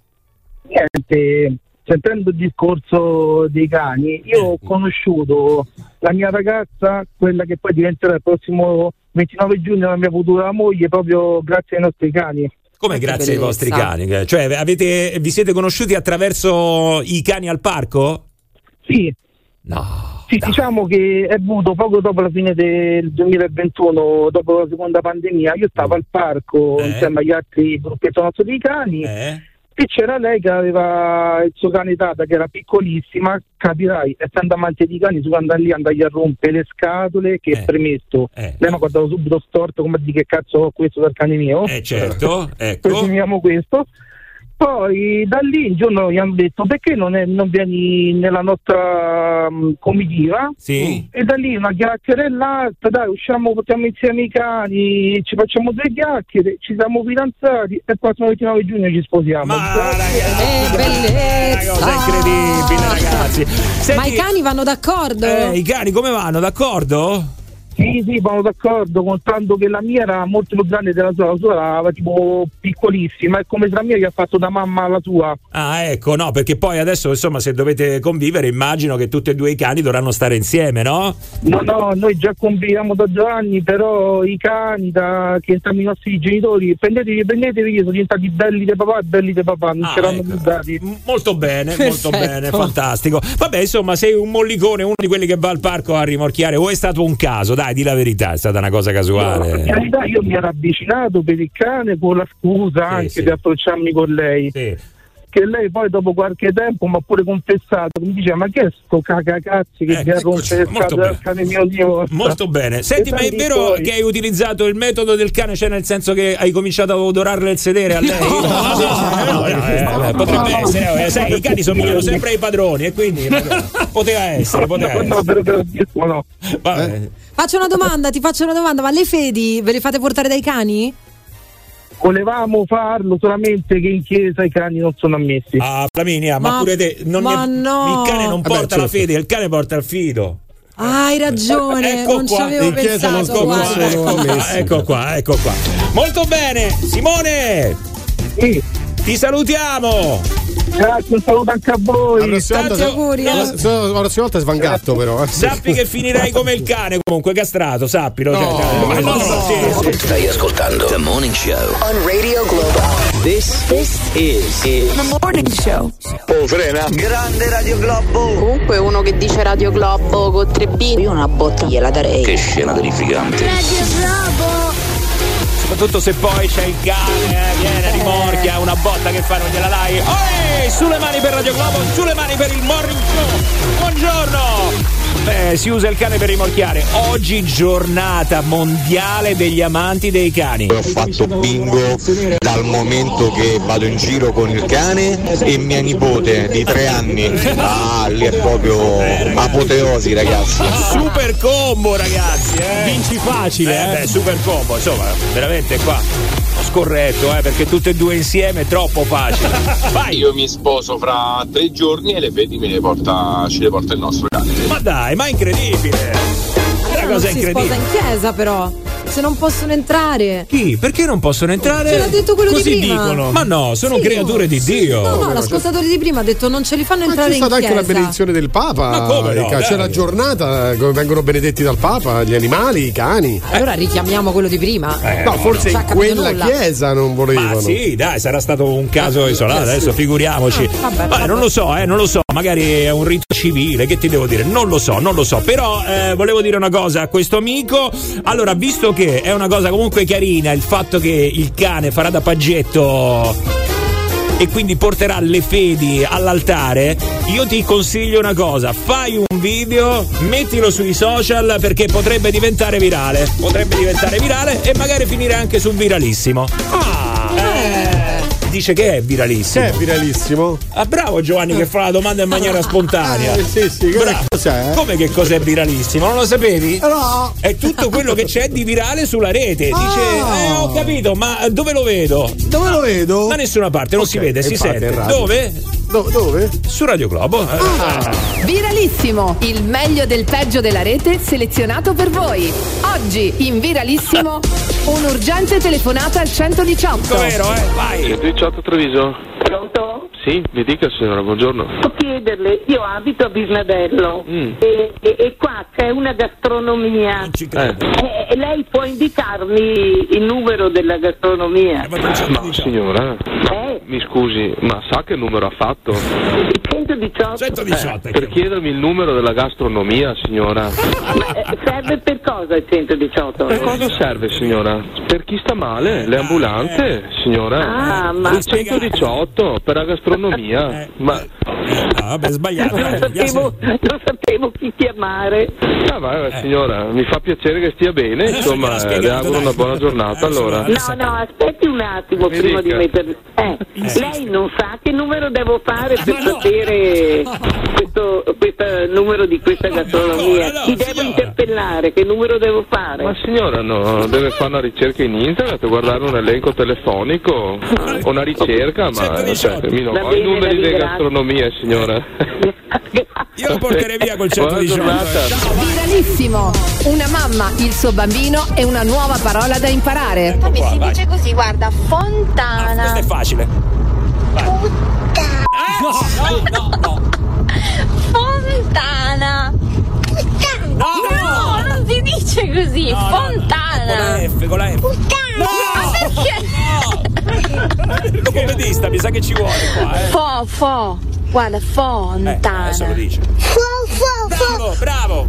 Niente, sentendo il discorso dei cani, io ho conosciuto la mia ragazza, quella che poi diventerà il prossimo ventinove giugno la mia futura moglie, proprio grazie ai nostri cani. Come grazie ai vostri cani? Cioè, avete, vi siete conosciuti attraverso i cani al parco? Sì. No. Sì, no. Diciamo che è venuto poco dopo la fine del duemilaventuno, dopo la seconda pandemia. Io stavo al parco eh. insieme agli altri gruppetti nostri di cani eh. e c'era lei che aveva il suo cane Tata che era piccolissima. Capirai, essendo amante di cani, su andare lì andagli a rompere le scatole, che eh. è premesso. Eh. Lei mi ha guardato subito storto come a dire che cazzo ho questo dal cane mio. Eh certo, ecco. Presumiamo questo. Poi da lì un giorno gli hanno detto perché non, è, non vieni nella nostra um, comitiva sì. E da lì una chiacchierellata, dai usciamo, portiamo insieme i cani, ci facciamo due chiacchiere, ci siamo fidanzati e il prossimo ventinove giugno ci sposiamo. Ma ragazzi, eh, bellezza, una cosa incredibile ragazzi. Senti, ma i cani vanno d'accordo? Eh, i cani come vanno, d'accordo? Sì, sì, vanno d'accordo, contando che la mia era molto più grande della sua, la sua era tipo piccolissima, è come se la mia gli ha fatto da mamma alla sua. Ah, ecco, no, perché poi adesso, insomma, se dovete convivere, immagino che tutti e due i cani dovranno stare insieme, no? No, no, noi già conviviamo da due anni, però i cani, da, che entrambi i nostri genitori, prendetevi, prendetevi, sono diventati belli di papà e belli di papà, non ah, c'erano ecco. più dati. Molto bene, Perfetto. molto bene, fantastico. Vabbè, insomma, sei un mollicone, uno di quelli che va al parco a rimorchiare, o è stato un caso, dai, di la verità, è stata una cosa casuale. No, in realtà io mi ero avvicinato per il cane con la scusa sì, anche sì. di approcciarmi con lei. Sì. Che lei poi dopo qualche tempo mi ha pure confessato, mi diceva ma che è sto cacacazzi che mi ha confessato il cane mio Dio. Molto bene. Senti, ma è vero poi... che hai utilizzato il metodo del cane, cioè nel senso che hai cominciato a odorarle il sedere a lei? No, no, no, no, eh, potrebbe no. essere, eh, sai, i cani somigliano sempre ai padroni e quindi poteva essere, poteva essere. No, però, però, no. Vabbè. Faccio una domanda, ti faccio una domanda, ma le fedi ve le fate portare dai cani? Volevamo farlo, solamente che in chiesa i cani non sono ammessi. Ah, Flaminia, ma, ma pure te non ma è, no. il cane non porta Vabbè, certo. la fede, il cane porta il fido. Ah, hai ragione, ecco non qua. ci avevo in pensato. Non ecco, qua, ecco, qua, ecco qua, ecco qua. Molto bene, Simone. Sì. Ti salutiamo. Grazie, un saluto anche a voi. Tanti auguri. La, la, la prossima volta è svangato, però. Sappi che finirai come il cane, comunque castrato, sappilo. No, cioè, no, no. Sì, sì. Stai ascoltando The Morning Show on Radio Globo. This, this is, is The Morning Show. Oh, frena. Grande Radio Globo. Comunque uno che dice Radio Globo con tre B, io una botta gliela darei. Che scena terrificante. Radio Globo. soprattutto se poi c'è il cane, eh, viene a rimorchia, una botta che fa, non gliela dai. Oi, sulle mani per Radio Globo, sulle mani per il Morning Show. Buongiorno. Beh, si usa il cane per rimorchiare. Oggi giornata mondiale degli amanti dei cani. Ho fatto bingo dal momento che vado in giro con il cane e mia nipote di tre anni. Ah, lì è proprio apoteosi, ragazzi. Super combo, ragazzi, eh. Vinci facile, eh. eh. Beh, super combo, insomma, veramente qua. Scorretto, eh, perché tutte e due insieme è troppo facile. Vai. Io mi sposo fra tre giorni e le vedi me le porta, ce le porta il nostro cane. Ma dai, ma è incredibile! È una cosa non si incredibile. sposa in chiesa, però. Se non possono entrare. Chi? Perché non possono entrare? Ce l'ha detto quello Così di prima. dicono. Ma no, sono Sì, creature di sì. Dio. No, no, l'ascoltatore di prima ha detto non ce li fanno Ma entrare c'è in stata anche chiesa. una benedizione del Papa. Ma come no, c'è dai. la giornata come vengono benedetti dal Papa gli animali, i cani. Allora richiamiamo quello di prima. Eh, no, forse no. in quella nulla. chiesa non volevano. Ma sì, dai, sarà stato un caso Ah, isolato, eh, adesso sì. figuriamoci. Ah, vabbè, Vabbè, vabbè. non lo so, eh, non lo so, magari è un rito civile, che ti devo dire? Non lo so, non lo so, però eh, volevo dire una cosa a questo amico. Allora, visto che è una cosa comunque carina il fatto che il cane farà da paggetto e quindi porterà le fedi all'altare, io ti consiglio una cosa: fai un video, mettilo sui social perché potrebbe diventare virale, potrebbe diventare virale e magari finire anche sul viralissimo. Ah, eh. Dice che è viralissimo. Che è viralissimo? Ah, bravo Giovanni che fa la domanda in maniera spontanea. Eh, sì, sì, che Bravo. cos'è? Come che cos'è viralissimo? Non lo sapevi? No. È tutto quello che c'è di virale sulla rete. Dice, Ah. eh, ho capito, ma dove lo vedo? Dove lo vedo? Da nessuna parte, non Ok, si vede, si infatti, sente. è radio. Dove? Do- dove? Su Radio Globo. Ah. Viralissimo, il meglio del peggio della rete selezionato per voi. Oggi in Viralissimo un'urgente telefonata al centodiciotto. Vero, eh? Vai. centodiciotto Treviso. Pronto? Sì, mi dica signora, buongiorno. Posso chiederle, io abito a Bisnadello Mm. e, e, e qua c'è una gastronomia. Eh. E, e lei può indicarmi il numero della gastronomia? Ma signora, Eh? mi scusi, ma sa che numero ha fatto? centodiciotto. centodiciotto. Eh, per chiedermi il numero della gastronomia, signora. Ma, eh, serve per cosa il centodiciotto? Per cosa serve, signora? Per chi sta male? Le ambulanze, signora? Ah, ma- Il centodiciotto per la gastronomia. Ma Ah, vabbè, sbagliato. Non eh. sapevo, non sapevo chi chiamare. ah, vai, vai, signora, mi fa piacere che stia bene, Adesso insomma, gliel'ha eh, le spiegato, auguro dai. una buona giornata allora. No, no, aspetti un attimo Mi prima dica. di mettermi. Eh, lei non sa che numero devo fare per sapere questo, questo numero di questa gastronomia? Ancora no, Chi devo signora. interpellare? Che numero devo fare? Ma signora, no, deve fare una ricerca in internet, guardare un elenco telefonico, una ricerca, ma cioè, mi non Va ho bene, i numeri la delle ringrazio. gastronomie, signora. Io lo porterei via col Buona centodiciotto. giornata. Viralissimo, una mamma, il suo bambino e una nuova parola da imparare. Ecco qua, Si vai. dice così, guarda, fontana. Questo è facile. No, no, no. Fontana. No, No, non si dice così, No, no, Con fontana. la F, con la F. Ma perché? Logopedista, mi sa che ci vuole qua, eh. Fo, fo. Guarda, Eh, fontana. adesso lo dice. Fo, fo, Bravo, bravo.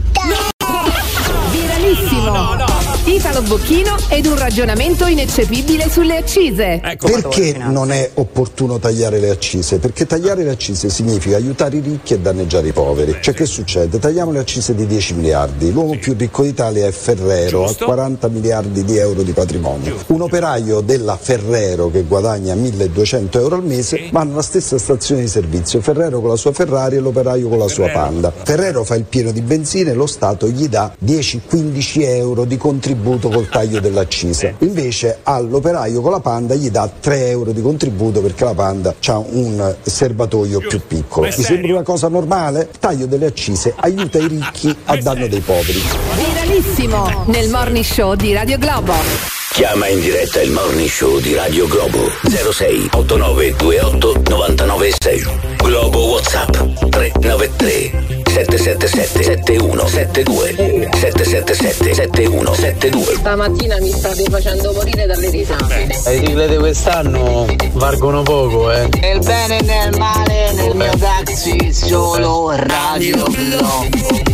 Viralissimo, No, no, no. Italo Bocchino ed un ragionamento ineccepibile sulle accise. Ecco, Perché non è opportuno tagliare le accise? Perché tagliare le accise significa aiutare i ricchi e danneggiare i poveri. Cioè che succede? Tagliamo le accise di dieci miliardi. L'uomo più ricco d'Italia è Ferrero, Giusto. ha quaranta miliardi di euro di patrimonio. Un operaio della Ferrero che guadagna milleduecento euro al mese va nella stessa stazione di servizio. Ferrero con la sua Ferrari e l'operaio con la sua Panda. Ferrero fa il pieno di benzina e lo Stato gli dà dieci quindici euro di contributo col taglio dell'accisa. Invece all'operaio con la Panda gli dà tre euro di contributo perché la Panda ha un serbatoio più piccolo. Ma è Vi sembra serio? una cosa normale? Il taglio delle accise aiuta i ricchi a danno dei poveri. Viralissimo, nel morning show di Radio Globo. Chiama in diretta il Morning Show di Radio Globo zero sei otto nove due otto nove nove sei. Globo WhatsApp tre nove tre sette sette sette sette uno sette due sette sette sette sette uno sette due. Stamattina mi state facendo morire dalle risate. Le sigle di quest'anno valgono poco, eh. Nel bene e nel male, nel mio taxi, solo Radio Globo.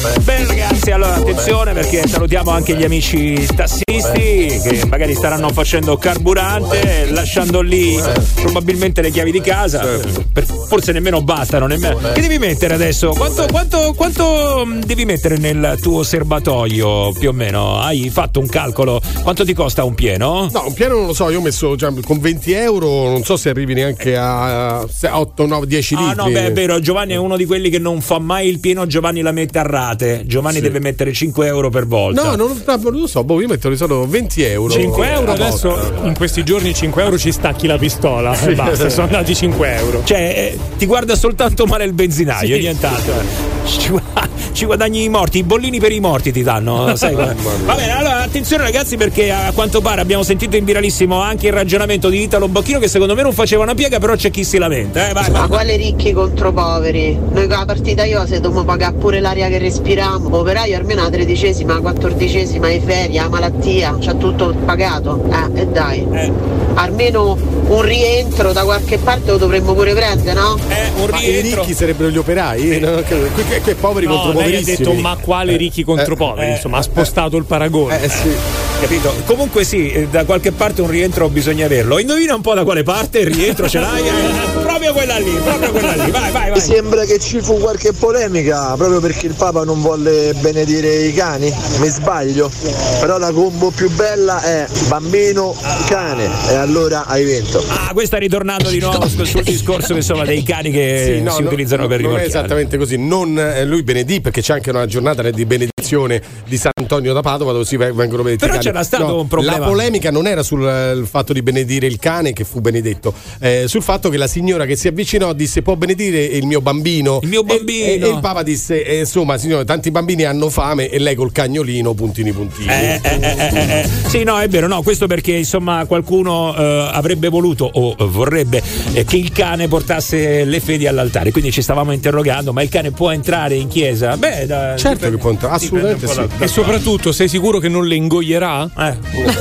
Bene ragazzi, allora attenzione perché salutiamo anche gli amici tassisti che magari staranno facendo carburante, lasciando lì probabilmente le chiavi di casa, per, forse nemmeno bastano, nemmeno. Che devi mettere adesso? Quanto, quanto, quanto devi mettere nel tuo serbatoio più o meno? Hai fatto un calcolo? Quanto ti costa un pieno? No, un pieno non lo so, io ho messo cioè, con venti euro, non so se arrivi neanche a otto, nove, dieci litri. Ah no, beh è vero, Giovanni è uno di quelli che non fa mai il pieno, Giovanni la mette a rate. Giovanni sì. deve mettere cinque euro per volta. No, non, non lo so, boh, io metto di solito venti euro. cinque euro adesso, volta. In questi giorni cinque euro ci stacchi la pistola sì. e basta, sono andati cinque euro. Cioè, eh, ti guarda soltanto male il benzinaio, sì. nient'altro. Ci, ci guadagni i morti, i bollini per i morti ti danno, sai? Va bene, allora attenzione ragazzi perché a quanto pare abbiamo sentito in viralissimo anche il ragionamento di Italo Bocchino che secondo me non faceva una piega, però c'è chi si lamenta. Eh, vai, Ma vai. quale ricchi contro poveri? Noi con la partita io se dobbiamo pagare pure l'aria che respiriamo, operaio almeno la tredicesima, la quattordicesima, le ferie, la malattia, c'ha tutto pagato. Eh, e dai. Eh. Almeno un rientro da qualche parte lo dovremmo pure prendere, no? Eh, un ma rientro. i ricchi sarebbero gli operai? Eh. No, che, che, che poveri no, contro lei poverissimi. ha detto ma quale ricchi contro eh, poveri? Eh, insomma, ha spostato il paragone. Eh sì. Capito? Comunque sì, da qualche parte un rientro bisogna averlo. Indovina un po' da quale parte il rientro ce l'hai? Eh? Proprio quella lì, proprio quella lì. Vai, vai, vai. Mi sembra che ci fu qualche polemica proprio perché il Papa non volle benedire i cani. Mi sbaglio? Però la combo più bella è bambino cane e allora hai vinto. Ah, questa ritornando di nuovo sul discorso insomma dei cani che sì, no, si no, utilizzano per non rimorchiare. Non è esattamente così. Non eh, lui benedì perché c'è anche una giornata di benedizione di Sant'Antonio da Padova dove si vengono benedetti. Però c'era stato no, un problema. La polemica non era sul uh, fatto di benedire il cane che fu benedetto, eh, sul fatto che la signora che si avvicinò disse può benedire il mio bambino. Il mio bambino. E, e, e il Papa disse eh, insomma signore tanti bambini hanno fame e lei col cagnolino puntini puntini. Eh, eh, eh, eh, eh. Sì, no, è vero, no, questo perché insomma qualcuno eh, avrebbe voluto o vorrebbe eh, che il cane portasse le fedi all'altare, quindi ci stavamo interrogando, ma il cane può entrare in chiesa? Beh, da, certo dipende, che può entrare, assolutamente sì. Da, da e soprattutto sei sicuro che non le ingoierà? Eh.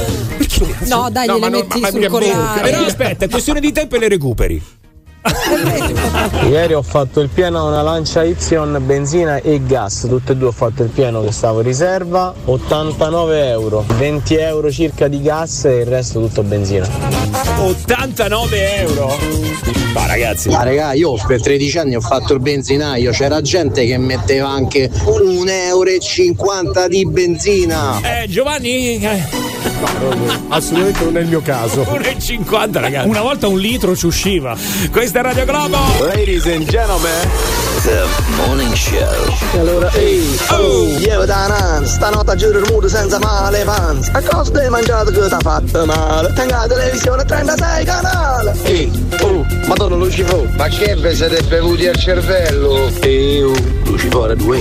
No, dai, no, gliele ma metti non, sul ma collare. Però aspetta, è questione di tempo e le recuperi. Ieri ho fatto il pieno a una Lancia Y benzina e gas, tutte e due ho fatto il pieno che stavo in riserva, ottantanove euro, venti euro circa di gas e il resto tutto benzina. ottantanove euro? Ma ragazzi, ma raga, io per tredici anni ho fatto il benzinaio, c'era gente che metteva anche un euro e cinquanta di benzina. Eh Giovanni eh. No, assolutamente non è il mio caso. uno e cinquanta ragazzi. Una volta un litro ci usciva. Questa è Radio Globo. Ladies and gentlemen, The Morning Show. e allora ehi, oh, io da nan, stanotte a giro il mondo senza male fans. A cosa hai mangiato che ti ha fatto male? Tengo la televisione trentasei canale. Ehi, oh, madonna Lucifo, ma che vi siete bevuti al cervello? Ehi, oh, Lucifora due.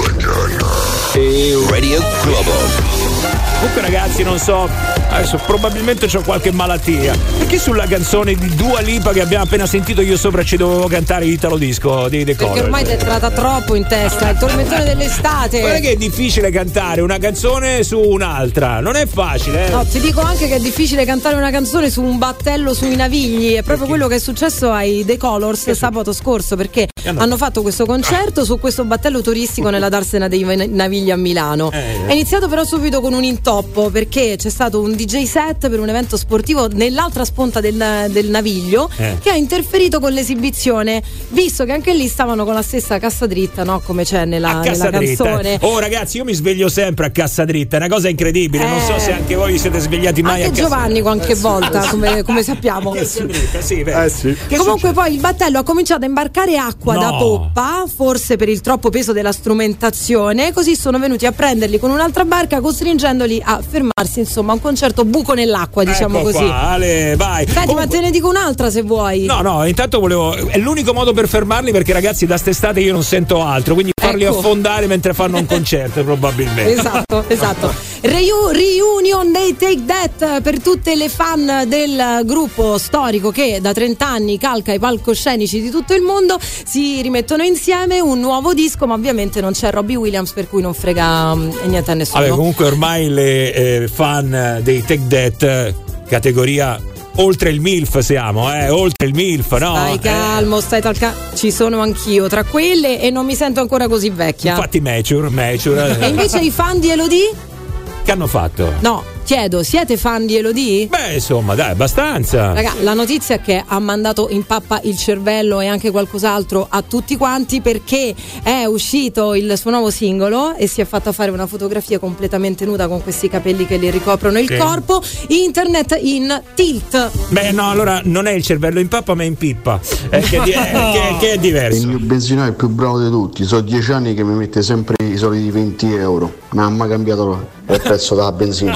Ehi, oh. Radio Globo. Comunque ragazzi non so, adesso probabilmente c'ho qualche malattia. Perché sulla canzone di Dua Lipa che abbiamo appena sentito io sopra ci dovevo cantare Italo Disco di The Color? Perché ormai ti è entrata troppo in testa, il tormentone dell'estate. Guarda che è difficile cantare una canzone su un'altra, non è facile. Eh? No, ti dico anche che è difficile cantare una canzone su un battello sui Navigli, è proprio perché? Quello che è successo ai The Colors che sabato scorso, perché hanno... hanno fatto questo concerto su questo battello turistico nella Darsena dei Navigli a Milano. Eh, è iniziato però subito con un intoppo perché c'è stato un D J set per un evento sportivo nell'altra sponta del, del Naviglio eh. che ha interferito con l'esibizione, visto che anche lì stavano con la stessa cassa dritta, no? Come c'è nella, nella canzone. Oh ragazzi, io mi sveglio sempre a cassa dritta, è una cosa incredibile, eh. non so se anche voi vi siete svegliati mai anche a cassa Giovanni qualche volta, come, come sappiamo. Cassa dritta, sì, beh. Eh, sì. Comunque poi il battello ha cominciato a imbarcare acqua no. da poppa, forse per il troppo peso della strumentazione, così sono venuti a prenderli con un'altra barca costringendoli a fermarsi, insomma, un concerto buco nell'acqua, diciamo ecco così. Qua, Ale, vai. Senti, Comunque... ma te ne dico un'altra se vuoi. No, no, intanto volevo. È l'unico modo per fermarli perché ragazzi da st'estate io non sento altro, quindi farli ecco. affondare mentre fanno un concerto probabilmente. Esatto, esatto. Reu- reunion dei Take That per tutte le fan del gruppo storico che da trenta anni calca i palcoscenici di tutto il mondo, si rimettono insieme un nuovo disco, ma ovviamente non c'è Robbie Williams, per cui non frega um, niente a nessuno. Vabbè, comunque ormai le eh, fan dei Take That categoria oltre il MILF siamo, eh, oltre il MILF, no? Stai calmo, stai tal ca- ci sono anch'io tra quelle e non mi sento ancora così vecchia. Infatti mature, mature. E invece i fan di Elodie? Che hanno fatto? No, chiedo, siete fan di Elodie? Beh, insomma, dai, abbastanza. Raga, la notizia è che ha mandato in pappa il cervello e anche qualcos'altro a tutti quanti, perché è uscito il suo nuovo singolo e si è fatta fare una fotografia completamente nuda con questi capelli che le ricoprono il Sì. corpo. Internet in tilt. Beh, no, allora non è il cervello in pappa, ma in pippa. Eh, che, di- eh, che- che è diverso. Il mio benzinaio è il più bravo di tutti, sono dieci anni che mi mette sempre i soliti venti euro, non ha mai cambiato il prezzo della benzina.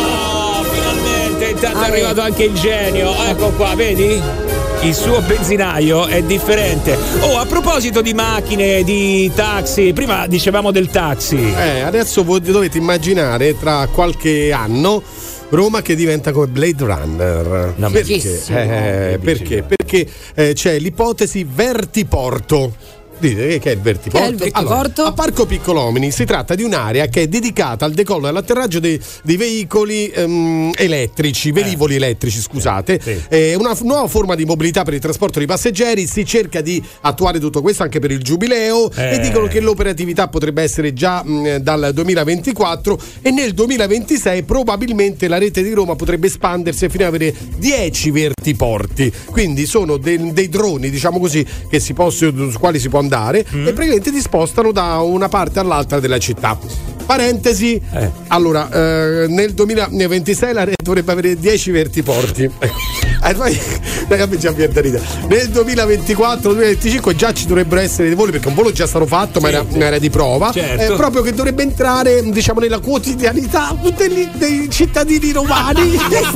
Intanto è arrivato anche il genio, ecco qua, vedi? Il suo benzinaio è differente. Oh, a proposito di macchine, di taxi, prima dicevamo del taxi. Eh, adesso voi dovete immaginare tra qualche anno Roma che diventa come Blade Runner. No, perché? bellissimo. Eh, perché? Perché eh, c'è l'ipotesi vertiporto. Dite che è il vertiporto? Che è il vertiporto? Allora, a Parco Piccolomini si tratta di un'area che è dedicata al decollo e all'atterraggio dei, dei veicoli ehm, elettrici, velivoli eh. elettrici, scusate. Sì. È una f- nuova forma di mobilità per il trasporto di passeggeri. Si cerca di attuare tutto questo anche per il giubileo Eh. e dicono che l'operatività potrebbe essere già mh, dal duemilaventiquattro e nel duemilaventisei probabilmente la rete di Roma potrebbe espandersi fino ad avere dieci vertiporti. Quindi sono de- dei droni, diciamo così, che si possono, su quali si può andare mm. e praticamente ti spostano da una parte all'altra della città. Parentesi, eh. allora eh, nel duemilaventisei la rete dovrebbe avere dieci vertiporti. Eh, poi, ragazzi, già mi viene da ridere. Nel duemilaventiquattro duemilaventicinque già ci dovrebbero essere dei voli, perché un volo già stato fatto, ma era, era di prova. Certo. Eh, proprio che dovrebbe entrare, diciamo, nella quotidianità dei, dei cittadini romani.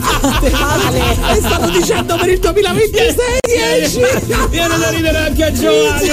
E stanno dicendo per il duemilaventisei dieci. Viene da ridere anche a Giovanni.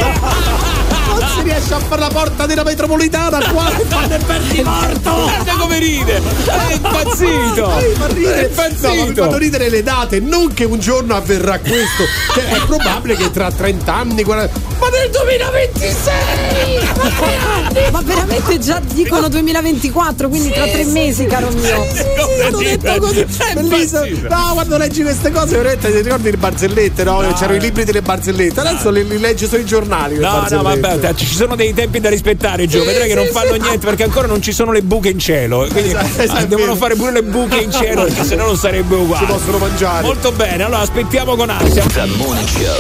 Non si riesce a fare la porta della metropolitana qua e fate il vertiporto. Guarda come ride, è impazzito. Eh, fa ridere. È impazzito. No, mi fanno ridere le date, non che un giorno avverrà questo. Cioè, è probabile che tra trenta anni, quaranta ma nel duemilaventisei! Ma tre anni! Ma veramente già dicono duemilaventiquattro, quindi tra tre mesi, caro mio. Sì, hanno detto così. Bellissimo. No, quando leggi queste cose, veramente ti ricordi le barzellette, no? No. C'erano i libri delle barzellette, adesso le, le leggi sui giornali. Le No, no, vabbè, ci sono dei tempi da rispettare, Gio. Sì, Vedrai sì, che non sì. fanno niente perché ancora non ci sono le buche in cielo. Quindi Esatto, esatto, ah, devono vero. fare pure le buche in cielo perché sennò non sarebbe uguale. Si possono mangiare. Molto bene, allora aspettiamo con ansia. The Morning Show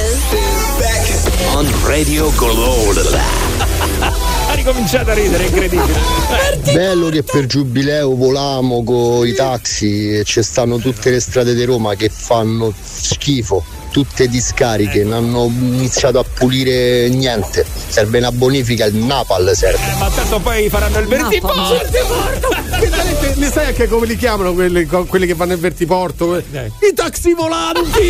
on Radio Globo. Ha ricominciato a ridere, incredibile. Eh. Bello che per giubileo volamo con i taxi e ci stanno tutte le strade di Roma che fanno schifo, tutte discariche, non hanno iniziato a pulire niente. Serve una bonifica, il Napal serve. Eh, ma tanto poi faranno il vertiporto. Le, le sai anche come li chiamano quelli, quelli che vanno al vertiporto? Dai. I taxi volanti!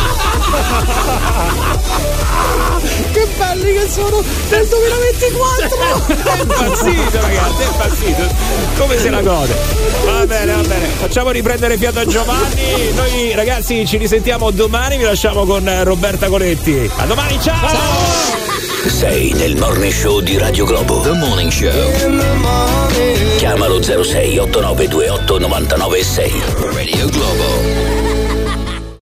Che belli che sono nel duemilaventiquattro! È impazzito, ragazzi, è impazzito. Come se la gode. Va bene, va bene. Facciamo riprendere fiato a Giovanni. Noi ragazzi ci risentiamo domani, vi lasciamo con Roberta Coletti. A domani, ciao! Ciao! Sei nel Morning Show di Radio Globo. The Morning Show. Chiamalo zero sei otto nove due otto nove nove sei. Radio Globo.